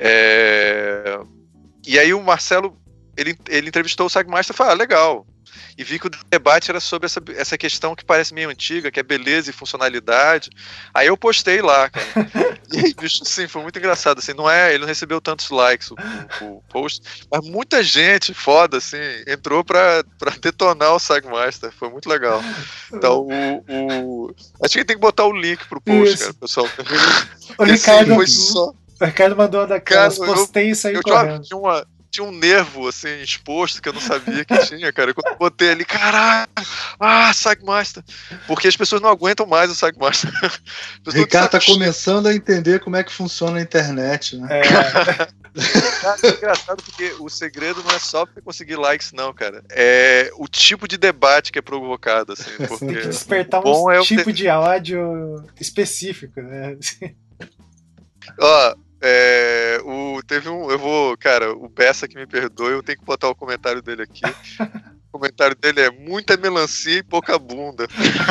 E aí o Marcelo, ele entrevistou o SAGMaster e falou: legal. E vi que o debate era sobre essa questão que parece meio antiga, que é beleza e funcionalidade. Aí eu postei lá, cara. E aí, bicho, sim, foi muito engraçado. Assim, ele não recebeu tantos likes o post, mas muita gente foda, assim, entrou pra detonar o SAGMaster. Foi muito legal. Então, acho que tem que botar o link pro post, cara, pessoal. O Ricardo, o Ricardo mandou daquelas, postei isso aí correndo. Tinha um nervo, assim, exposto, que eu não sabia que tinha, cara. Quando eu botei ali, caralho, SAGMaster. Porque as pessoas não aguentam mais o SAGMaster. O Ricardo tá começando a entender como é que funciona a internet, né? É engraçado, porque o segredo não é só pra conseguir likes, não, cara. É o tipo de debate que é provocado, assim. Porque tem que despertar tipo de áudio específico, né? Ó, cara, o Bessa que me perdoe, eu tenho que botar o comentário dele aqui. O comentário dele é: muita melancia e pouca bunda.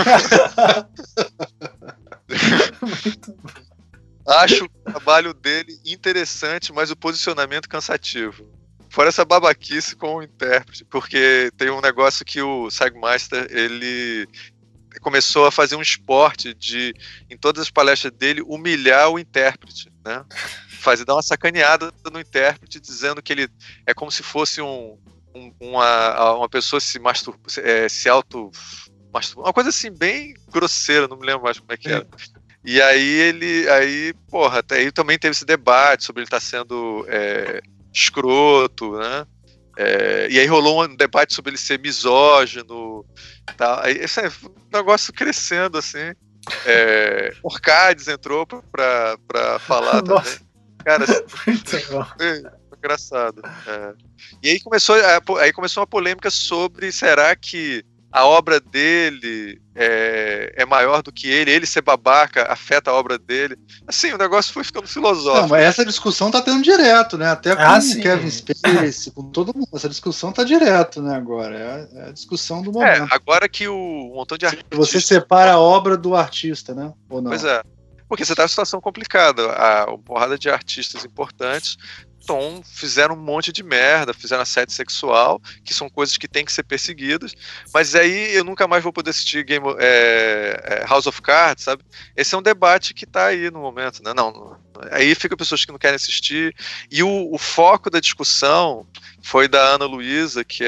Acho o trabalho dele interessante, mas o posicionamento cansativo. Fora essa babaquice com o intérprete, porque tem um negócio que o SAGMaster, ele começou a fazer um esporte de, em todas as palestras dele, humilhar o intérprete, né? Dar uma sacaneada no intérprete, dizendo que ele é como se fosse uma pessoa se auto masturba, uma coisa assim bem grosseira, não me lembro mais como é que era. E aí porra, até aí também teve esse debate sobre ele estar sendo escroto, né? E aí rolou um debate sobre ele ser misógino, tá? Aí esse um negócio crescendo, assim. Orcades entrou pra falar também. Cara, foi engraçado. E aí começou uma polêmica sobre: será que a obra dele é maior do que ele ser babaca afeta a obra dele? Assim, o negócio foi ficando filosófico. Não, mas essa discussão tá tendo direto, né? Até com o Kevin Spacey, com todo mundo. Essa discussão tá direto, né? Agora é a discussão do momento. Agora que um montão de artistas... Você separa a obra do artista, né? Ou não? Pois é. Porque você tá em uma situação complicada. Uma porrada de artistas importantes fizeram um monte de merda, fizeram assédio sexual, que são coisas que têm que ser perseguidas, mas aí eu nunca mais vou poder assistir House of Cards, sabe? Esse é um debate que tá aí no momento, né? Aí fica pessoas que não querem assistir, e o foco da discussão foi da Ana Luísa, que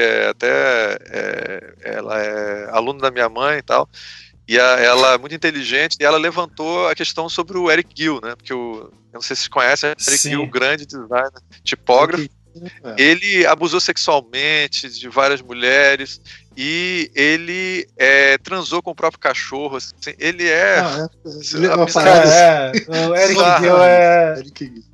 ela é aluna da minha mãe e tal, e ela é muito inteligente, e ela levantou a questão sobre o Eric Gill, né? Porque eu não sei se vocês conhecem, Eric Gill, grande designer, tipógrafo. Ele abusou sexualmente de várias mulheres, e ele transou com o próprio cachorro. Assim, ele o Eric Gill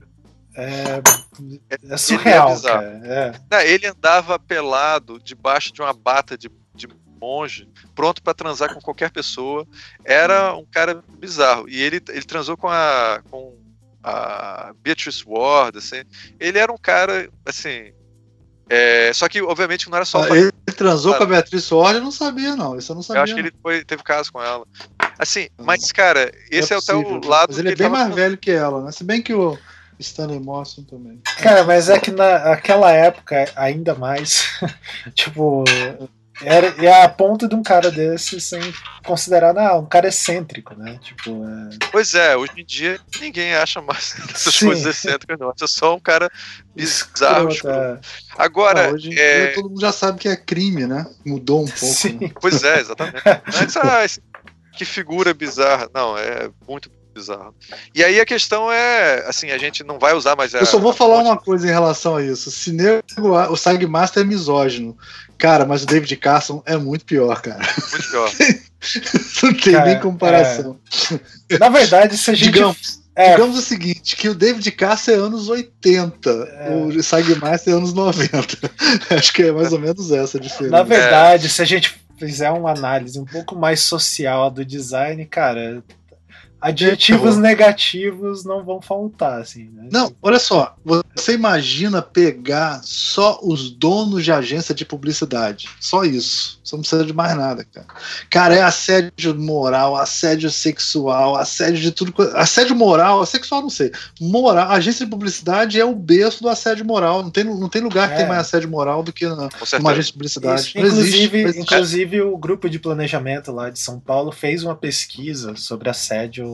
é surreal, cara. Ele andava pelado debaixo de uma bata de monge, pronto pra transar com qualquer pessoa. Era um cara bizarro. E ele transou com a Beatrice Ward, assim. Ele era um cara, assim... só que, obviamente, não era só... Ele transou com a Beatrice Ward? Eu não sabia, não. Isso eu não sabia. Eu acho que ele teve caso com ela. Assim, mas, cara, esse é até o lado... Mas ele é bem mais velho que ela, né? Se bem que o Stanley Morrison também. Cara, mas é que naquela época, ainda mais, tipo, era a ponto de um cara desse sem considerar, um cara excêntrico, né? Tipo, Pois é, hoje em dia ninguém acha mais essas coisas excêntricas, não. É só um cara bizarro. Agora, hoje em dia todo mundo já sabe que é crime, né? Mudou um pouco. Sim. Né? Pois é, exatamente. Que figura bizarra. Não, é muito bizarro. E aí a questão é, assim, a gente não vai usar mais... Eu só vou falar uma coisa em relação a isso. O Sagmaster é misógino. Cara, mas o David Carson é muito pior, cara. Muito pior. Não tem nem comparação. Na verdade, se a gente... Digamos o seguinte, que o David Carson é anos 80, o Sagmaster é anos 90. Acho que é mais ou menos essa a diferença. Na verdade, se a gente fizer uma análise um pouco mais social do design, cara... Adjetivos negativos não vão faltar, assim, né? Não, olha só, você imagina pegar só os donos de agência de publicidade, só isso, você não precisa de mais nada, cara. Cara, é assédio moral, assédio sexual, assédio de tudo, assédio moral, sexual não sei, moral, agência de publicidade é o berço do assédio moral, não tem lugar que tem mais assédio moral do que uma agência de publicidade. Isso, inclusive o grupo de planejamento lá de São Paulo fez uma pesquisa sobre assédio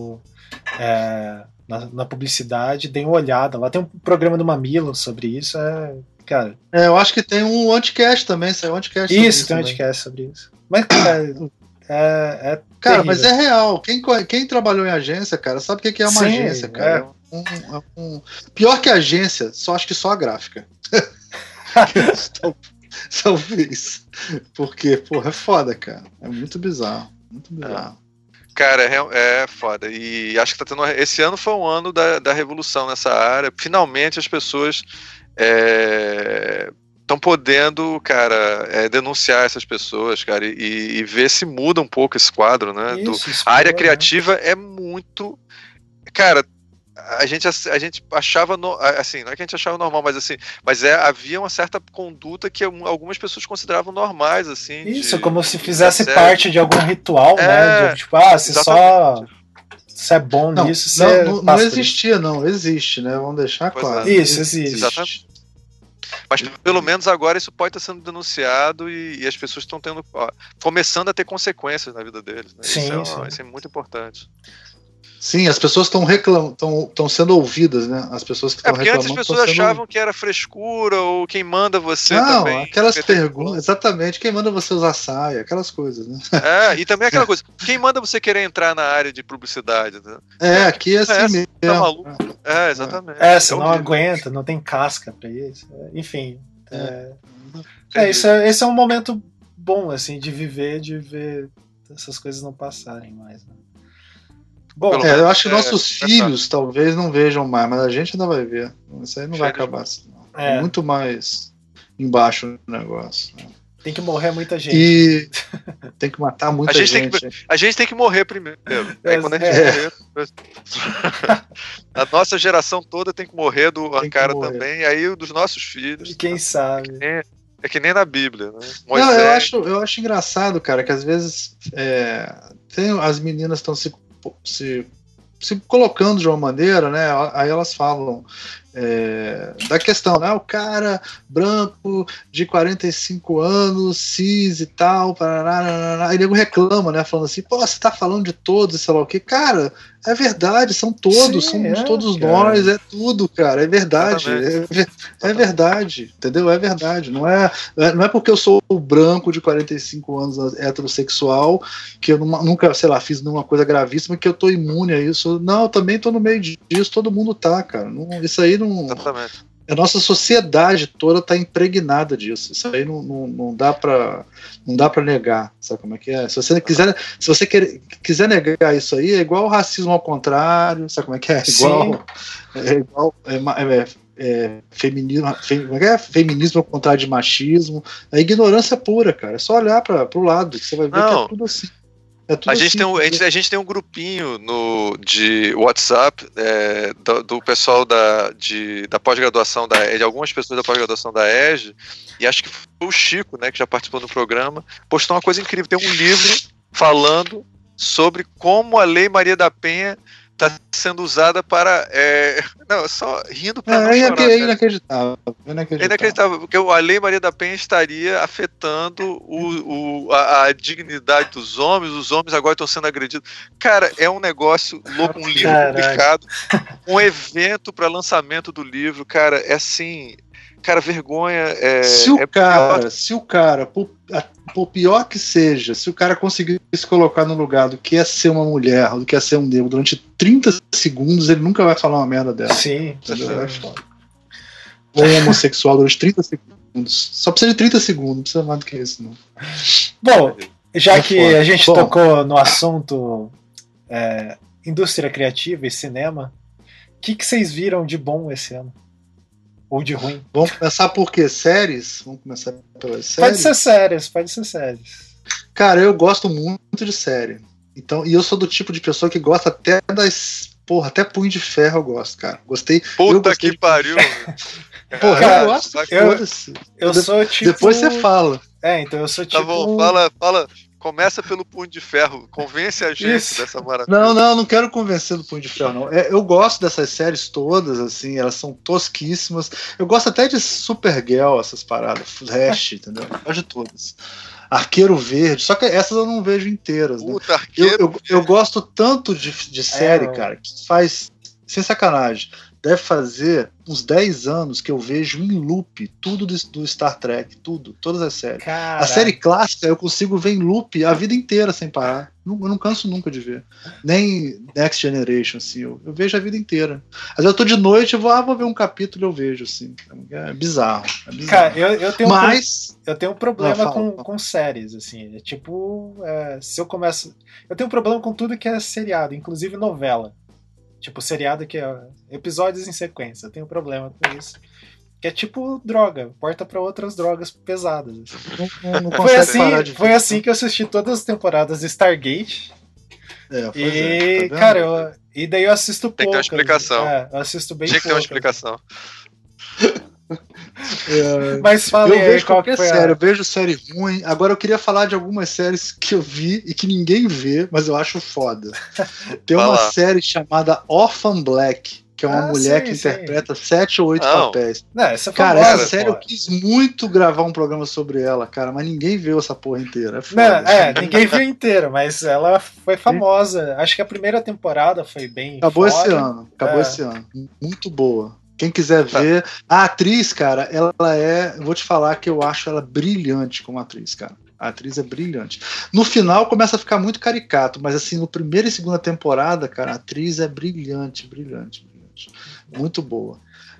na publicidade, dei uma olhada lá, tem um programa do Mamilo sobre isso, cara. Eu acho que tem um anticast também, saiu um anticast. Isso, tem um anticast sobre isso. Mas, cara, cara, mas é real. Quem trabalhou em agência, cara, sabe o que é uma agência, cara? Pior que agência, acho que só a gráfica. Talvez. Porque, porra, é foda, cara. É muito bizarro. Muito bizarro. Cara, é foda. E acho que tá tendo. Esse ano foi um ano da revolução nessa área. Finalmente as pessoas estão podendo, cara, denunciar essas pessoas, cara, e ver se muda um pouco esse quadro, né? A área criativa é muito. Cara, a gente achava, assim, não é que a gente achava normal, mas assim, havia uma certa conduta que algumas pessoas consideravam normais, assim. Isso, como se fizesse parte de algum ritual, né? Tipo, se é bom nisso, não existia, não, existe, né? Vamos deixar claro. Isso, existe. Exatamente. Mas pelo menos agora isso pode estar sendo denunciado e as pessoas estão começando a ter consequências na vida deles, né? Sim, isso é muito importante. Sim, as pessoas estão sendo ouvidas, né? As pessoas que estão reclamando. Porque antes as pessoas achavam que era frescura ou quem manda você também. Aquelas perguntas, exatamente, quem manda você usar saia, aquelas coisas, né? E também aquela coisa, quem manda você querer entrar na área de publicidade, né? Aqui é assim mesmo. Tá maluco? Exatamente. Você não aguenta, não tem casca pra isso. Enfim. Esse é um momento bom, assim, de ver essas coisas não passarem mais, né? Bom, eu acho que nossos filhos talvez não vejam mais, mas a gente ainda vai ver. Isso aí não vai acabar assim. É muito mais embaixo do negócio. Né? Tem que morrer muita gente. E tem que matar muita gente. A gente tem que morrer primeiro. Quando a gente morrer. A nossa geração toda tem que morrer do Ancara também, e aí dos nossos filhos. E quem sabe? É que nem na Bíblia, né? Moisés... Não, eu acho engraçado, cara, que às vezes as meninas estão se colocando de uma maneira, né? Aí elas falam da questão, né? O cara branco de 45 anos, cis e tal, aí o nego reclama, né? Falando assim, pô, você tá falando de todos, sei lá o que, cara. É verdade, são todos, somos todos nós, é tudo, cara, é verdade, é verdade, entendeu? É verdade, não é porque eu sou branco de 45 anos heterossexual, que eu nunca, sei lá, fiz nenhuma coisa gravíssima, que eu tô imune a isso. Não, eu também tô no meio disso, todo mundo tá, cara. Isso aí não... Exatamente. A nossa sociedade toda está impregnada disso. Isso aí não dá para negar. Sabe como é que é? Se você quiser negar isso aí, é igual o racismo ao contrário. Sabe como é que é? Feminismo ao contrário de machismo. É ignorância pura, cara. É só olhar para o lado que você vai ver que é tudo assim. A gente tem um grupinho de WhatsApp do pessoal da pós-graduação de algumas pessoas da pós-graduação da EG, e acho que foi o Chico, né, que já participou do programa, postou uma coisa incrível, tem um livro falando sobre como a Lei Maria da Penha está sendo usada para... não, só rindo para não chorar. É inacreditável. É inacreditável, porque a Lei Maria da Penha estaria afetando a dignidade dos homens, os homens agora estão sendo agredidos. Cara, é um negócio louco, um livro publicado, um evento para lançamento do livro, cara, é assim... Cara, vergonha... Se o cara, por pior que seja, se o cara conseguir se colocar no lugar do que é ser uma mulher, do que é ser um negro durante 30 segundos, ele nunca vai falar uma merda dessa. Sim. Ou homossexual durante 30 segundos. Só precisa de 30 segundos, não precisa mais do que isso, não. Bom, já que a gente tocou no assunto indústria criativa e cinema, o que vocês viram de bom esse ano? Ou de ruim? Vamos começar por quê? Séries? Vamos começar pelas séries? Pode ser séries. Cara, eu gosto muito de série. Então, e eu sou do tipo de pessoa que gosta até das... Porra, até Punho de Ferro eu gosto, cara. Gostei. Puta que pariu. Porra, cara, eu gosto. Eu sou tipo... Depois você fala. Então eu sou tipo... Tá bom, fala... Começa pelo Punho de Ferro, convence a gente dessa maravilha. Não quero convencer do Punho de Ferro, não. Eu gosto dessas séries todas, assim, elas são tosquíssimas. Eu gosto até de Supergirl, essas paradas, Flash, entendeu? Eu gosto de todas. Arqueiro Verde, só que essas eu não vejo inteiras, né? Puta, eu gosto tanto de série, cara, que faz, sem sacanagem, deve fazer uns 10 anos que eu vejo em loop tudo do Star Trek, todas as séries. Caraca. A série clássica eu consigo ver em loop a vida inteira sem parar. Eu não canso nunca de ver. Nem Next Generation, assim, eu vejo a vida inteira. Às vezes eu tô de noite, eu vou ver um capítulo e eu vejo, assim. É bizarro. Cara, eu tenho um problema com séries, assim. É tipo, se eu começo... Eu tenho um problema com tudo que é seriado, inclusive novela. Tipo, seriado que é episódios em sequência. Eu tenho problema com isso. Que é tipo droga, porta pra outras drogas pesadas. Assim. Foi assim que eu assisti todas as temporadas de Stargate. E, tá cara, e daí eu assisto pouco. Tem que ter uma explicação. Eu assisto bem pouco. Tinha que ter uma explicação. Mas fala aí qual que foi série. Eu vejo série ruim. Agora eu queria falar de algumas séries que eu vi e que ninguém vê, mas eu acho foda. Tem uma série chamada Orphan Black, que é uma mulher que interpreta 7 ou 8 papéis. Não, essa cara, essa série eu quis muito gravar um programa sobre ela, cara, mas ninguém viu essa porra inteira. É foda. Ninguém viu inteira, mas ela foi famosa. Acho que a primeira temporada foi bem Acabou esse ano. Muito boa. Quem quiser ver. A atriz, cara, ela eu vou te falar que eu acho ela brilhante como atriz, cara. A atriz é brilhante. No final começa a ficar muito caricato, mas assim, no primeira e segunda temporada, cara, a atriz é brilhante. Muito boa.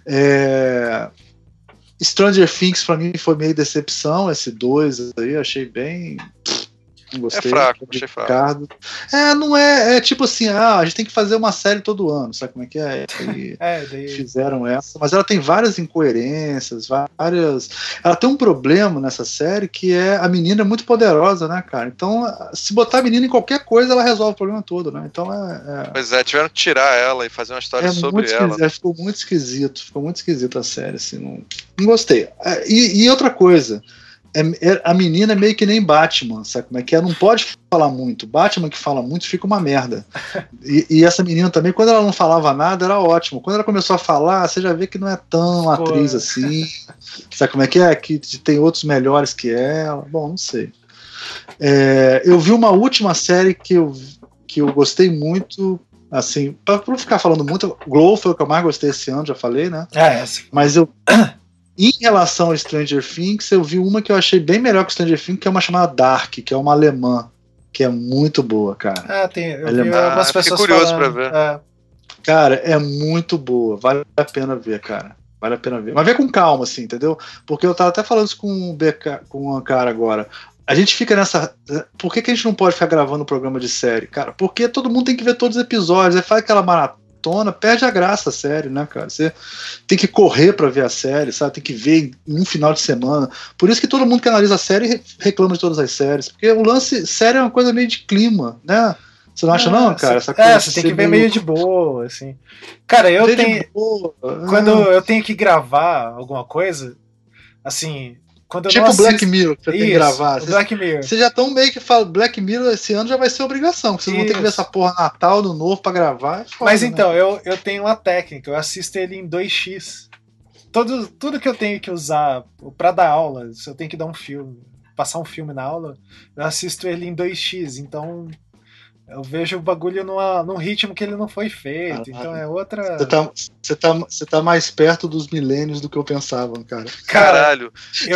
Stranger Things pra mim foi meio decepção, esse 2 aí, achei bem... Não gostei. Achei fraco. Não é tipo assim, a gente tem que fazer uma série todo ano, sabe como é que é? Daí... Fizeram essa, mas ela tem várias incoerências, ela tem um problema nessa série que a menina é muito poderosa, né, cara? Então, se botar a menina em qualquer coisa, ela resolve o problema todo, né? Então Pois tiveram que tirar ela e fazer uma história sobre ela. Ficou muito esquisito a série, assim, não gostei. E outra coisa, a menina é meio que nem Batman, sabe como é que é? Não pode falar muito. Batman que fala muito fica uma merda. E essa menina também, quando ela não falava nada, era ótimo. Quando ela começou a falar, você já vê que não é tão atriz assim. Sabe como é? Que tem outros melhores que ela. Bom, não sei. Eu vi uma última série que eu gostei muito, assim, pra não ficar falando muito, Glow foi o que eu mais gostei esse ano, já falei, né? Mas em relação a Stranger Things, eu vi uma que eu achei bem melhor que Stranger Things, que é uma chamada Dark, que é uma alemã, que é muito boa, cara. Eu vi algumas pessoas curioso falando. Pra ver. Cara, é muito boa, vale a pena ver, cara. Vale a pena ver. Mas vê com calma, assim, entendeu? Porque eu tava até falando isso com um cara agora. A gente fica nessa... Por que a gente não pode ficar gravando programa de série, cara? Porque todo mundo tem que ver todos os episódios, aí faz aquela maratona, perde a graça a série, né, cara? Você tem que correr pra ver a série, sabe? Tem que ver em um final de semana. Por isso que todo mundo que analisa a série reclama de todas as séries. Porque o lance, série é uma coisa meio de clima, né? Você não acha, não, cara? Essa coisa você tem que ver meio de boa, assim. Cara, quando eu tenho que gravar alguma coisa, assim, quando eu tipo não assisto... Black Mirror, que você tem que gravar. Black Mirror. Vocês já estão meio que falando, Black Mirror esse ano já vai ser obrigação, vocês vão ter que ver essa porra Natal, no Novo pra gravar. É foda, mas então, né? eu tenho uma técnica, eu assisto ele em 2x. Tudo que eu tenho que usar pra dar aula, se eu tenho que dar um filme, passar um filme na aula, eu assisto ele em 2x, então eu vejo o bagulho num ritmo que ele não foi feito. Caralho. Então é outra... Você tá mais perto dos milênios do que eu pensava, cara. Caralho.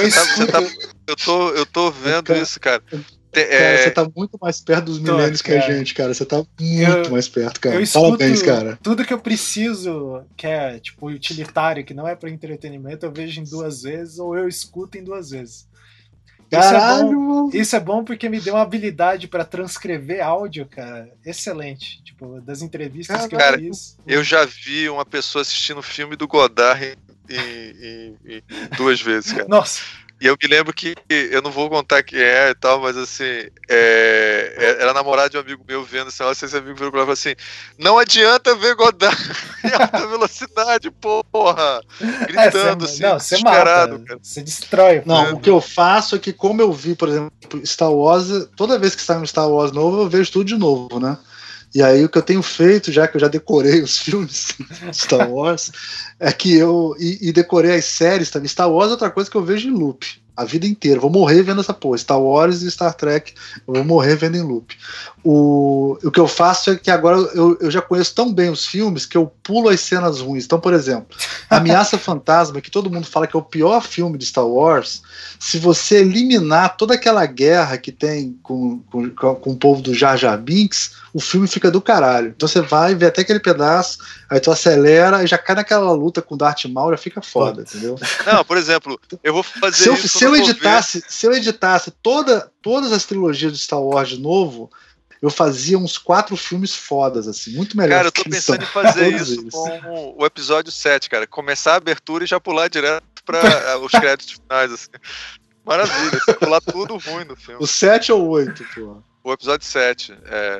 Eu tô vendo isso, cara. Você tá muito mais perto dos milênios que a gente, cara. Você tá muito mais perto, cara. Parabéns, cara. Tudo que eu preciso, que é tipo utilitário, que não é pra entretenimento, eu vejo em 2 vezes ou eu escuto em 2 vezes. Caralho! Isso é bom porque me deu uma habilidade pra transcrever áudio, cara, excelente. Tipo, das entrevistas que eu fiz. Eu já vi uma pessoa assistindo o filme do Godard em 2 vezes, cara. Nossa! E eu me lembro que, eu não vou contar quem é e tal, mas assim, era namorado de um amigo meu vendo assim, esse amigo virou pra ela e falou assim, não adianta ver Godard em alta velocidade, porra! Gritando assim, você mata, cara. Você destrói. Não, o que eu faço é que, como eu vi, por exemplo, Star Wars, toda vez que sai um Star Wars novo, eu vejo tudo de novo, né? E aí o que eu tenho feito, já que eu já decorei os filmes de Star Wars, é que e decorei as séries também. Star Wars é outra coisa que eu vejo em loop a vida inteira. Vou morrer vendo essa porra. Star Wars e Star Trek, eu vou morrer vendo em loop. O que eu faço é que agora eu já conheço tão bem os filmes que eu pulo as cenas ruins. Então, por exemplo, Ameaça Fantasma, que todo mundo fala que é o pior filme de Star Wars, se você eliminar toda aquela guerra que tem com o povo do Jar Jar Binks, o filme fica do caralho. Então você vai ver até aquele pedaço, aí tu acelera e já cai naquela luta com o Darth Maul, já fica foda, entendeu? Não, por exemplo, eu vou fazer se eu editasse todas as trilogias de Star Wars de novo, eu fazia uns 4 filmes fodas, assim, muito melhor. Cara, eu tô pensando em fazer isso com o episódio 7, cara. Começar a abertura e já pular direto pra os créditos finais, assim. Maravilha, você pular tudo ruim no filme. O 7 ou o 8, pô? O episódio 7.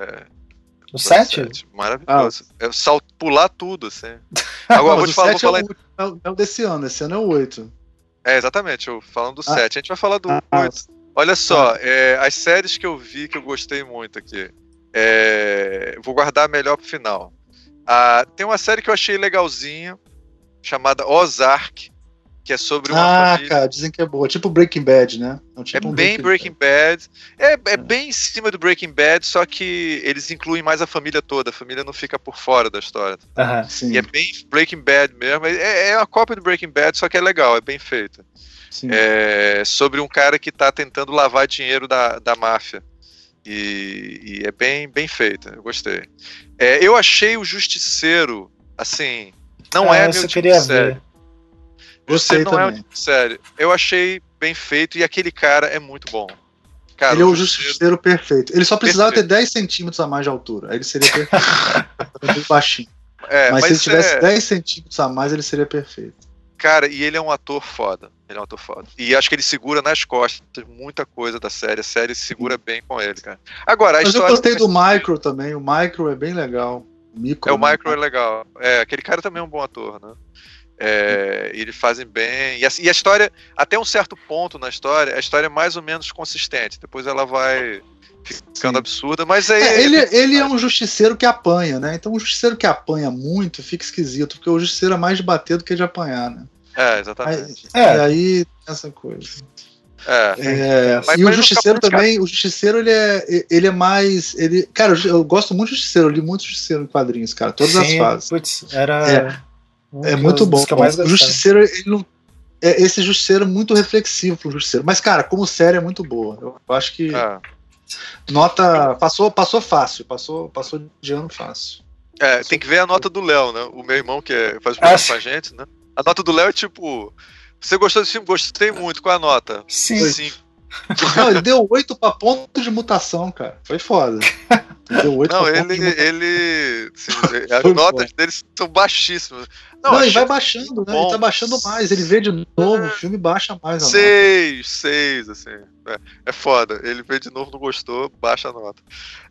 O 7? Maravilhoso. Pular tudo, assim. Agora, vou te falar. É o desse ano, esse ano é o 8. Exatamente, eu falando do 7. A gente vai falar do 8. Olha só, as séries que eu vi que eu gostei muito aqui. Vou guardar melhor pro final. Tem uma série que eu achei legalzinha, chamada Ozark, que é sobre uma família... cara, dizem que é boa. Tipo Breaking Bad, né? É bem Breaking Bad. É bem em cima do Breaking Bad, só que eles incluem mais a família toda. A família não fica por fora da história. Sim. E é bem Breaking Bad mesmo. É uma cópia do Breaking Bad, só que é legal, é bem feita. Sobre um cara que tá tentando lavar dinheiro da máfia. E é bem feita, eu gostei. Eu achei o Justiceiro, assim, não é meu tipo de série. Gostei não também. É um tipo de série. Eu achei bem feito e aquele cara é muito bom. Cara, ele é o Justiceiro perfeito. Ele só precisava ter 10 centímetros a mais de altura. Aí ele seria perfeito. Muito baixinho. Mas se ele tivesse 10 centímetros a mais, ele seria perfeito. Cara, e ele é um ator foda. E acho que ele segura nas costas muita coisa da série. A série segura bem com ele, cara. Agora, Mas eu gostei do Micro também. O Micro é bem legal. O Micro é legal. Aquele cara também é um bom ator, né? Eles fazem bem. E a história, até um certo ponto na história, a história é mais ou menos consistente. Depois ela vai ficando absurda, mas aí... Ele é um justiceiro que apanha, né? Então um justiceiro que apanha muito fica esquisito, porque o justiceiro é mais de bater do que de apanhar, né? Exatamente. E aí, essa coisa. E o Justiceiro também, o Justiceiro ele é mais. Cara, eu gosto muito do Justiceiro, eu li muito Justiceiro em quadrinhos, cara, todas as fases. Putz, era. É muito bom. O Justiceiro, ele não. Esse Justiceiro é muito reflexivo pro Justiceiro. Mas, cara, como série é muito boa. Eu acho que. Nota. Passou fácil. Passou de ano fácil. Tem que ver a nota do Léo, né? O meu irmão que faz o programa com a gente, né? A nota do Léo é tipo... Você gostou desse filme? Gostei muito. Qual a nota? 5. Não, ele deu 8 pra ponto de mutação, cara. Foi foda. Ele deu 8 não, as notas dele são baixíssimas. Não, ele vai baixando, né? Ele tá baixando mais. Ele vê de novo, o filme baixa mais a nota. 6, assim. É foda. Ele vê de novo, não gostou, baixa a nota.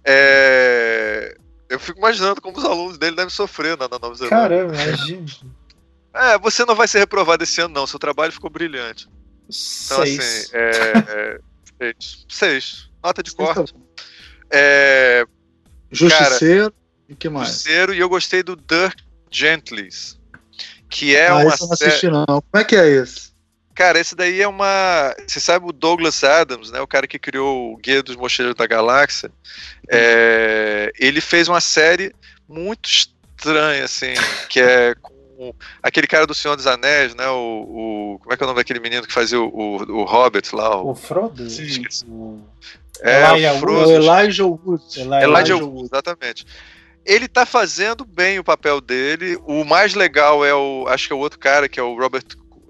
Eu fico imaginando como os alunos dele devem sofrer na Nova Zelândia. Caramba, imagina. Você não vai ser reprovado esse ano, não. Seu trabalho ficou brilhante. Então, 6. assim, 6. Nota de corte. Justiceiro, e que mais? Justiceiro, e eu gostei do Dirk Gently's, que é uma esse eu não assisti, não. Como é que é esse? Cara, esse daí é uma... Você sabe o Douglas Adams, né? O cara que criou o Guia dos Mochileiros da Galáxia. Ele fez uma série muito estranha, assim, que é com aquele cara do Senhor dos Anéis, né? Como é que é o nome daquele menino que fazia o Hobbit lá? O Frodo? Sim. O Frodo. Elijah Wood. Elijah Wood, exatamente. Ele tá fazendo bem o papel dele. O mais legal acho que é o outro cara, que é o Robert...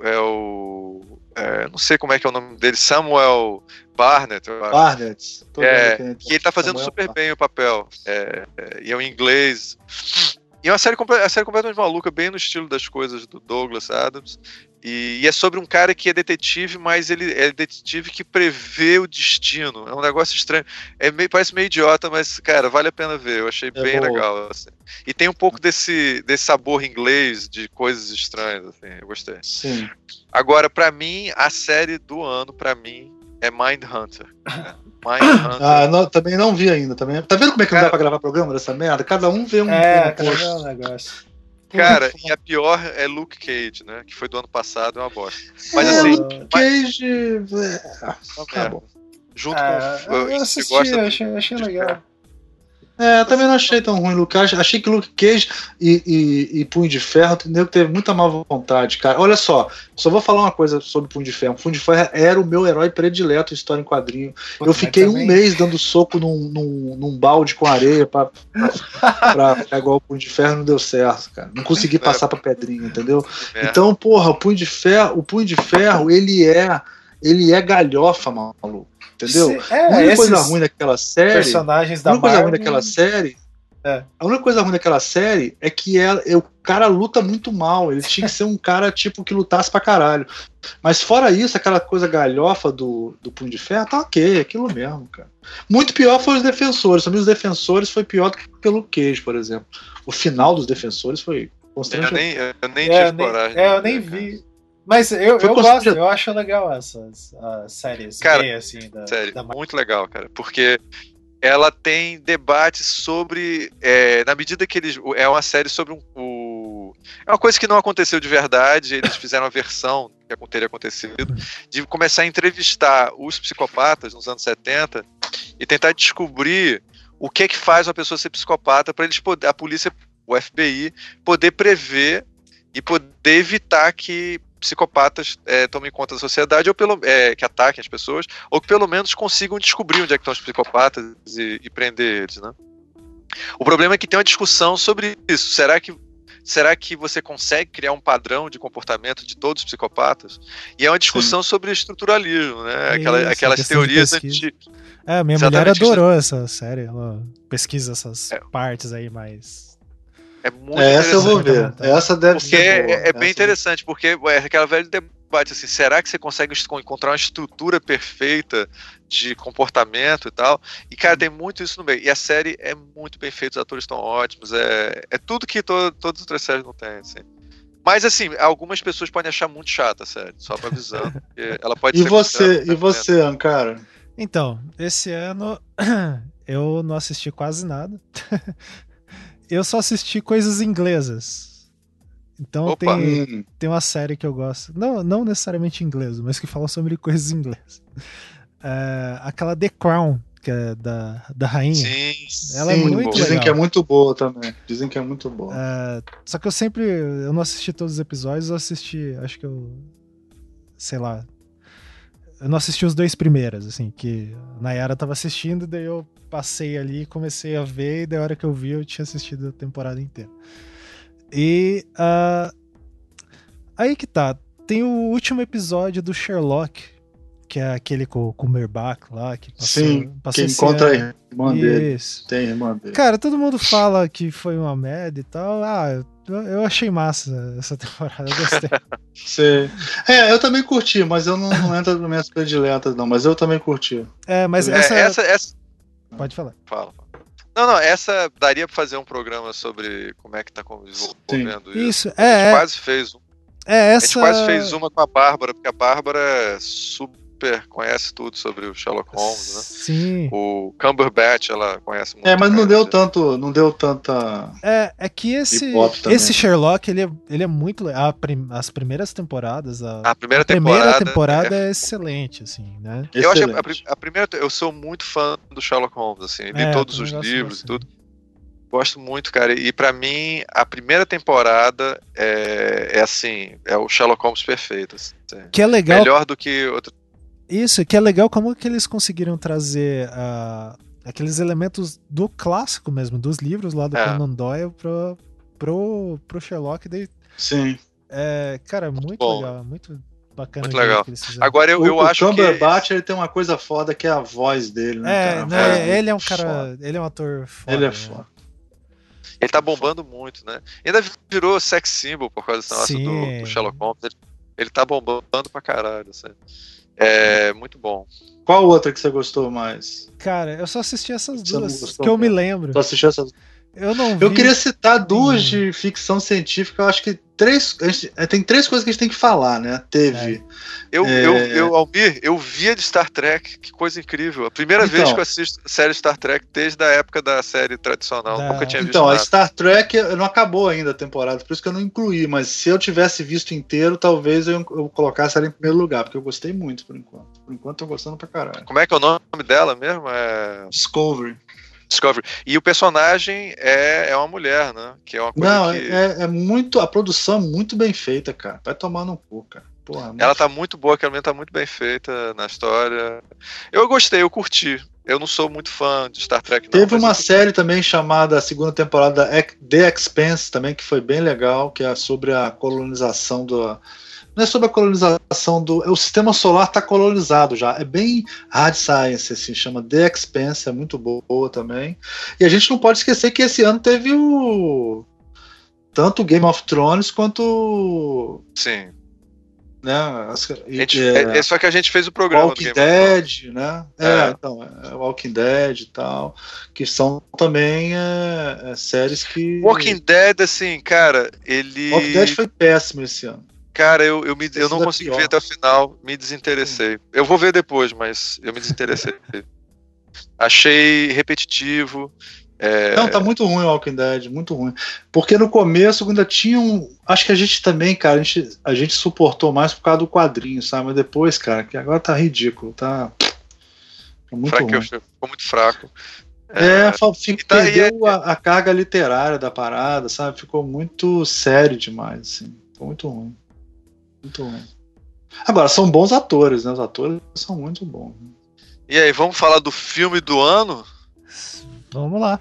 não sei como é que é o nome dele, Samuel Barnett. Barnett. Que ele tá fazendo super bem o papel. E é o inglês. E é uma série completamente maluca, bem no estilo das coisas do Douglas Adams. E é sobre um cara que é detetive, mas ele é detetive que prevê o destino. É um negócio estranho. Parece meio idiota, mas, cara, vale a pena ver. Eu achei bem legal. Assim. E tem um pouco desse sabor inglês de coisas estranhas. Assim, eu gostei. Sim. Agora, pra mim, a série do ano, pra mim, é Mindhunter. Mindhunter. Também não vi ainda. Também. Tá vendo como é que não dá pra gravar programa dessa merda? Cada um vê um negócio. Cara, e a pior é Luke Cage, né? Que foi do ano passado, é uma bosta. Mas assim. Luke Cage. Tá bom. Junto com. Eu assisti, achei legal. Eu também não achei tão ruim, Luke Cage. Achei que Luke Cage e Punho de Ferro teve muita má vontade, cara. Olha só vou falar uma coisa sobre Punho de Ferro. Punho de Ferro era o meu herói predileto em história em quadrinho. Eu fiquei um mês dando soco num balde com areia pra pegar o Punho de Ferro, não deu certo, cara. Não consegui passar pra pedrinha, entendeu? Então, porra, o Punho de Ferro, ele é galhofa, maluco. Entendeu? A única coisa ruim daquela série. Personagens da Marvel. A única coisa ruim daquela série é que o cara luta muito mal. Ele tinha que ser um cara tipo que lutasse pra caralho. Mas fora isso, aquela coisa galhofa do Punho de Ferro, tá ok, aquilo mesmo, cara. Muito pior foi os Defensores. Também os Defensores foi pior do que o Luke Cage, por exemplo. O final dos Defensores foi constrangedor. Eu nem tive coragem. Eu nem vi. Mas eu gosto, eu acho legal essas séries, cara, assim, série, muito legal, cara, porque ela tem debates sobre, na medida que é uma série sobre é uma coisa que não aconteceu de verdade, eles fizeram uma versão que teria acontecido, de começar a entrevistar os psicopatas nos anos 70 e tentar descobrir o que é que faz uma pessoa ser psicopata para eles a polícia, o FBI, poder prever e poder evitar que psicopatas tomem conta da sociedade, ou que ataquem as pessoas, ou que pelo menos consigam descobrir onde é que estão os psicopatas e prender eles, né? O problema é que tem uma discussão sobre isso. Será que você consegue criar um padrão de comportamento de todos os psicopatas? E é uma discussão sobre estruturalismo, né? Aquelas teorias antigas. Minha mulher adorou essa série, ela pesquisa essas partes aí mais... É muito essa eu vou ver. Essa deve ser boa. É bem interessante, porque aquela velha debate assim, será que você consegue encontrar uma estrutura perfeita de comportamento e tal? E, cara, tem muito isso no meio. E a série é muito bem feita, os atores estão ótimos, é tudo que todas as outras séries não têm, assim. Mas, assim, algumas pessoas podem achar muito chata a série, só pra avisando. Ela pode ser E você, Ankara? Então, esse ano eu não assisti quase nada. Eu só assisti coisas inglesas. Então tem uma série que eu gosto. Não necessariamente inglesa, mas que fala sobre coisas inglesas. Aquela The Crown, que é da rainha. Sim, ela é muito legal. Dizem que é muito boa também. Dizem que é muito boa. Só que eu não assisti todos os episódios, eu assisti, acho que sei lá, eu não assisti os 2 primeiros, assim, que a Nayara tava assistindo, daí eu passei ali, comecei a ver, e da hora que eu vi, eu tinha assistido a temporada inteira. E aí que tá, tem o último episódio do Sherlock, que é aquele com o Cumberbatch lá, que passou que encontra a irmã dele. Tem a irmã dele. Cara, todo mundo fala que foi uma merda e tal. Eu achei massa essa temporada, eu gostei. Sim. Eu também curti, mas eu não entro nas minhas prediletas, não. Mas eu também curti. Mas essa... Pode falar. Fala. Não, essa daria pra fazer um programa sobre como é que tá desenvolvendo isso. Isso, a gente quase fez um. A gente quase fez uma com a Bárbara, porque a Bárbara é super conhece tudo sobre o Sherlock Holmes, né? Sim. O Cumberbatch, ela conhece muito. Mas não deu tanta. É que esse Sherlock, ele é muito. As primeiras temporadas. A primeira temporada é excelente, assim, né? Eu acho a primeira. Eu sou muito fã do Sherlock Holmes, assim. Li todos os livros e tudo. Gosto muito, cara. E pra mim, a primeira temporada é assim, é o Sherlock Holmes perfeito. Assim. Que é legal. Melhor do que outro. Isso, que é legal como que eles conseguiram trazer aqueles elementos do clássico mesmo, dos livros lá do Conan Doyle pro Sherlock. Daí, sim. Cara, muito legal, muito bacana. Muito legal. Agora eu acho que... O Cumberbatch, ele tem uma coisa foda que é a voz dele, né, cara? Ele é um cara... Ele é um ator foda. Ele é foda. Ele tá bombando muito, né? Ainda virou sex symbol por causa desse negócio do Sherlock Holmes. Ele tá bombando pra caralho, assim. É muito bom. Qual outra que você gostou mais? Cara, eu só assisti essas duas que eu me lembro. Só assisti essas. Eu não vi. Eu queria citar duas de ficção científica. Eu acho que tem 3 coisas que a gente tem que falar, né? Teve. Almir, eu via de Star Trek, que coisa incrível. A primeira vez que eu assisto série Star Trek desde a época da série tradicional. Nunca tinha visto nada. A Star Trek não acabou ainda a temporada, por isso que eu não incluí, mas se eu tivesse visto inteiro, talvez eu colocasse ela em primeiro lugar, porque eu gostei muito por enquanto. Por enquanto eu tô gostando pra caralho. Como é que é o nome dela mesmo? Discovery. E o personagem é uma mulher, né? Que é uma coisa é muito. A produção é muito bem feita, cara. Vai tomar no cu, cara. Porra, ela tá muito boa, aquela menina tá muito bem feita na história. Eu gostei, eu curti. Eu não sou muito fã de Star Trek, não. Teve uma série também chamada a segunda temporada The Expanse também, que foi bem legal, que é sobre a colonização do... Não é sobre a colonização do... O sistema solar está colonizado já. É bem hard science, assim, chama The Expanse, é muito boa também. E a gente não pode esquecer que esse ano teve tanto Game of Thrones quanto... Sim. Né? Só que a gente fez o programa Walking Dead, né? Então, Walking Dead e tal, que são também séries que... Walking Dead, assim, cara, Walking Dead foi péssimo esse ano. Cara, eu não consegui ver até o final, me desinteressei. Eu vou ver depois, mas eu me desinteressei. Achei repetitivo. Não, tá muito ruim o Walking Dead, muito ruim. Porque no começo ainda tinha acho que a gente também, cara, a gente suportou mais por causa do quadrinho, sabe? Mas depois, cara, que agora tá ridículo, tá muito ruim. Ficou muito fraco. Perdeu a carga literária da parada, sabe? Ficou muito sério demais, assim. Ficou muito ruim. Muito ruim. Agora, são bons atores, né? Os atores são muito bons. Né? E aí, vamos falar do filme do ano? Vamos lá.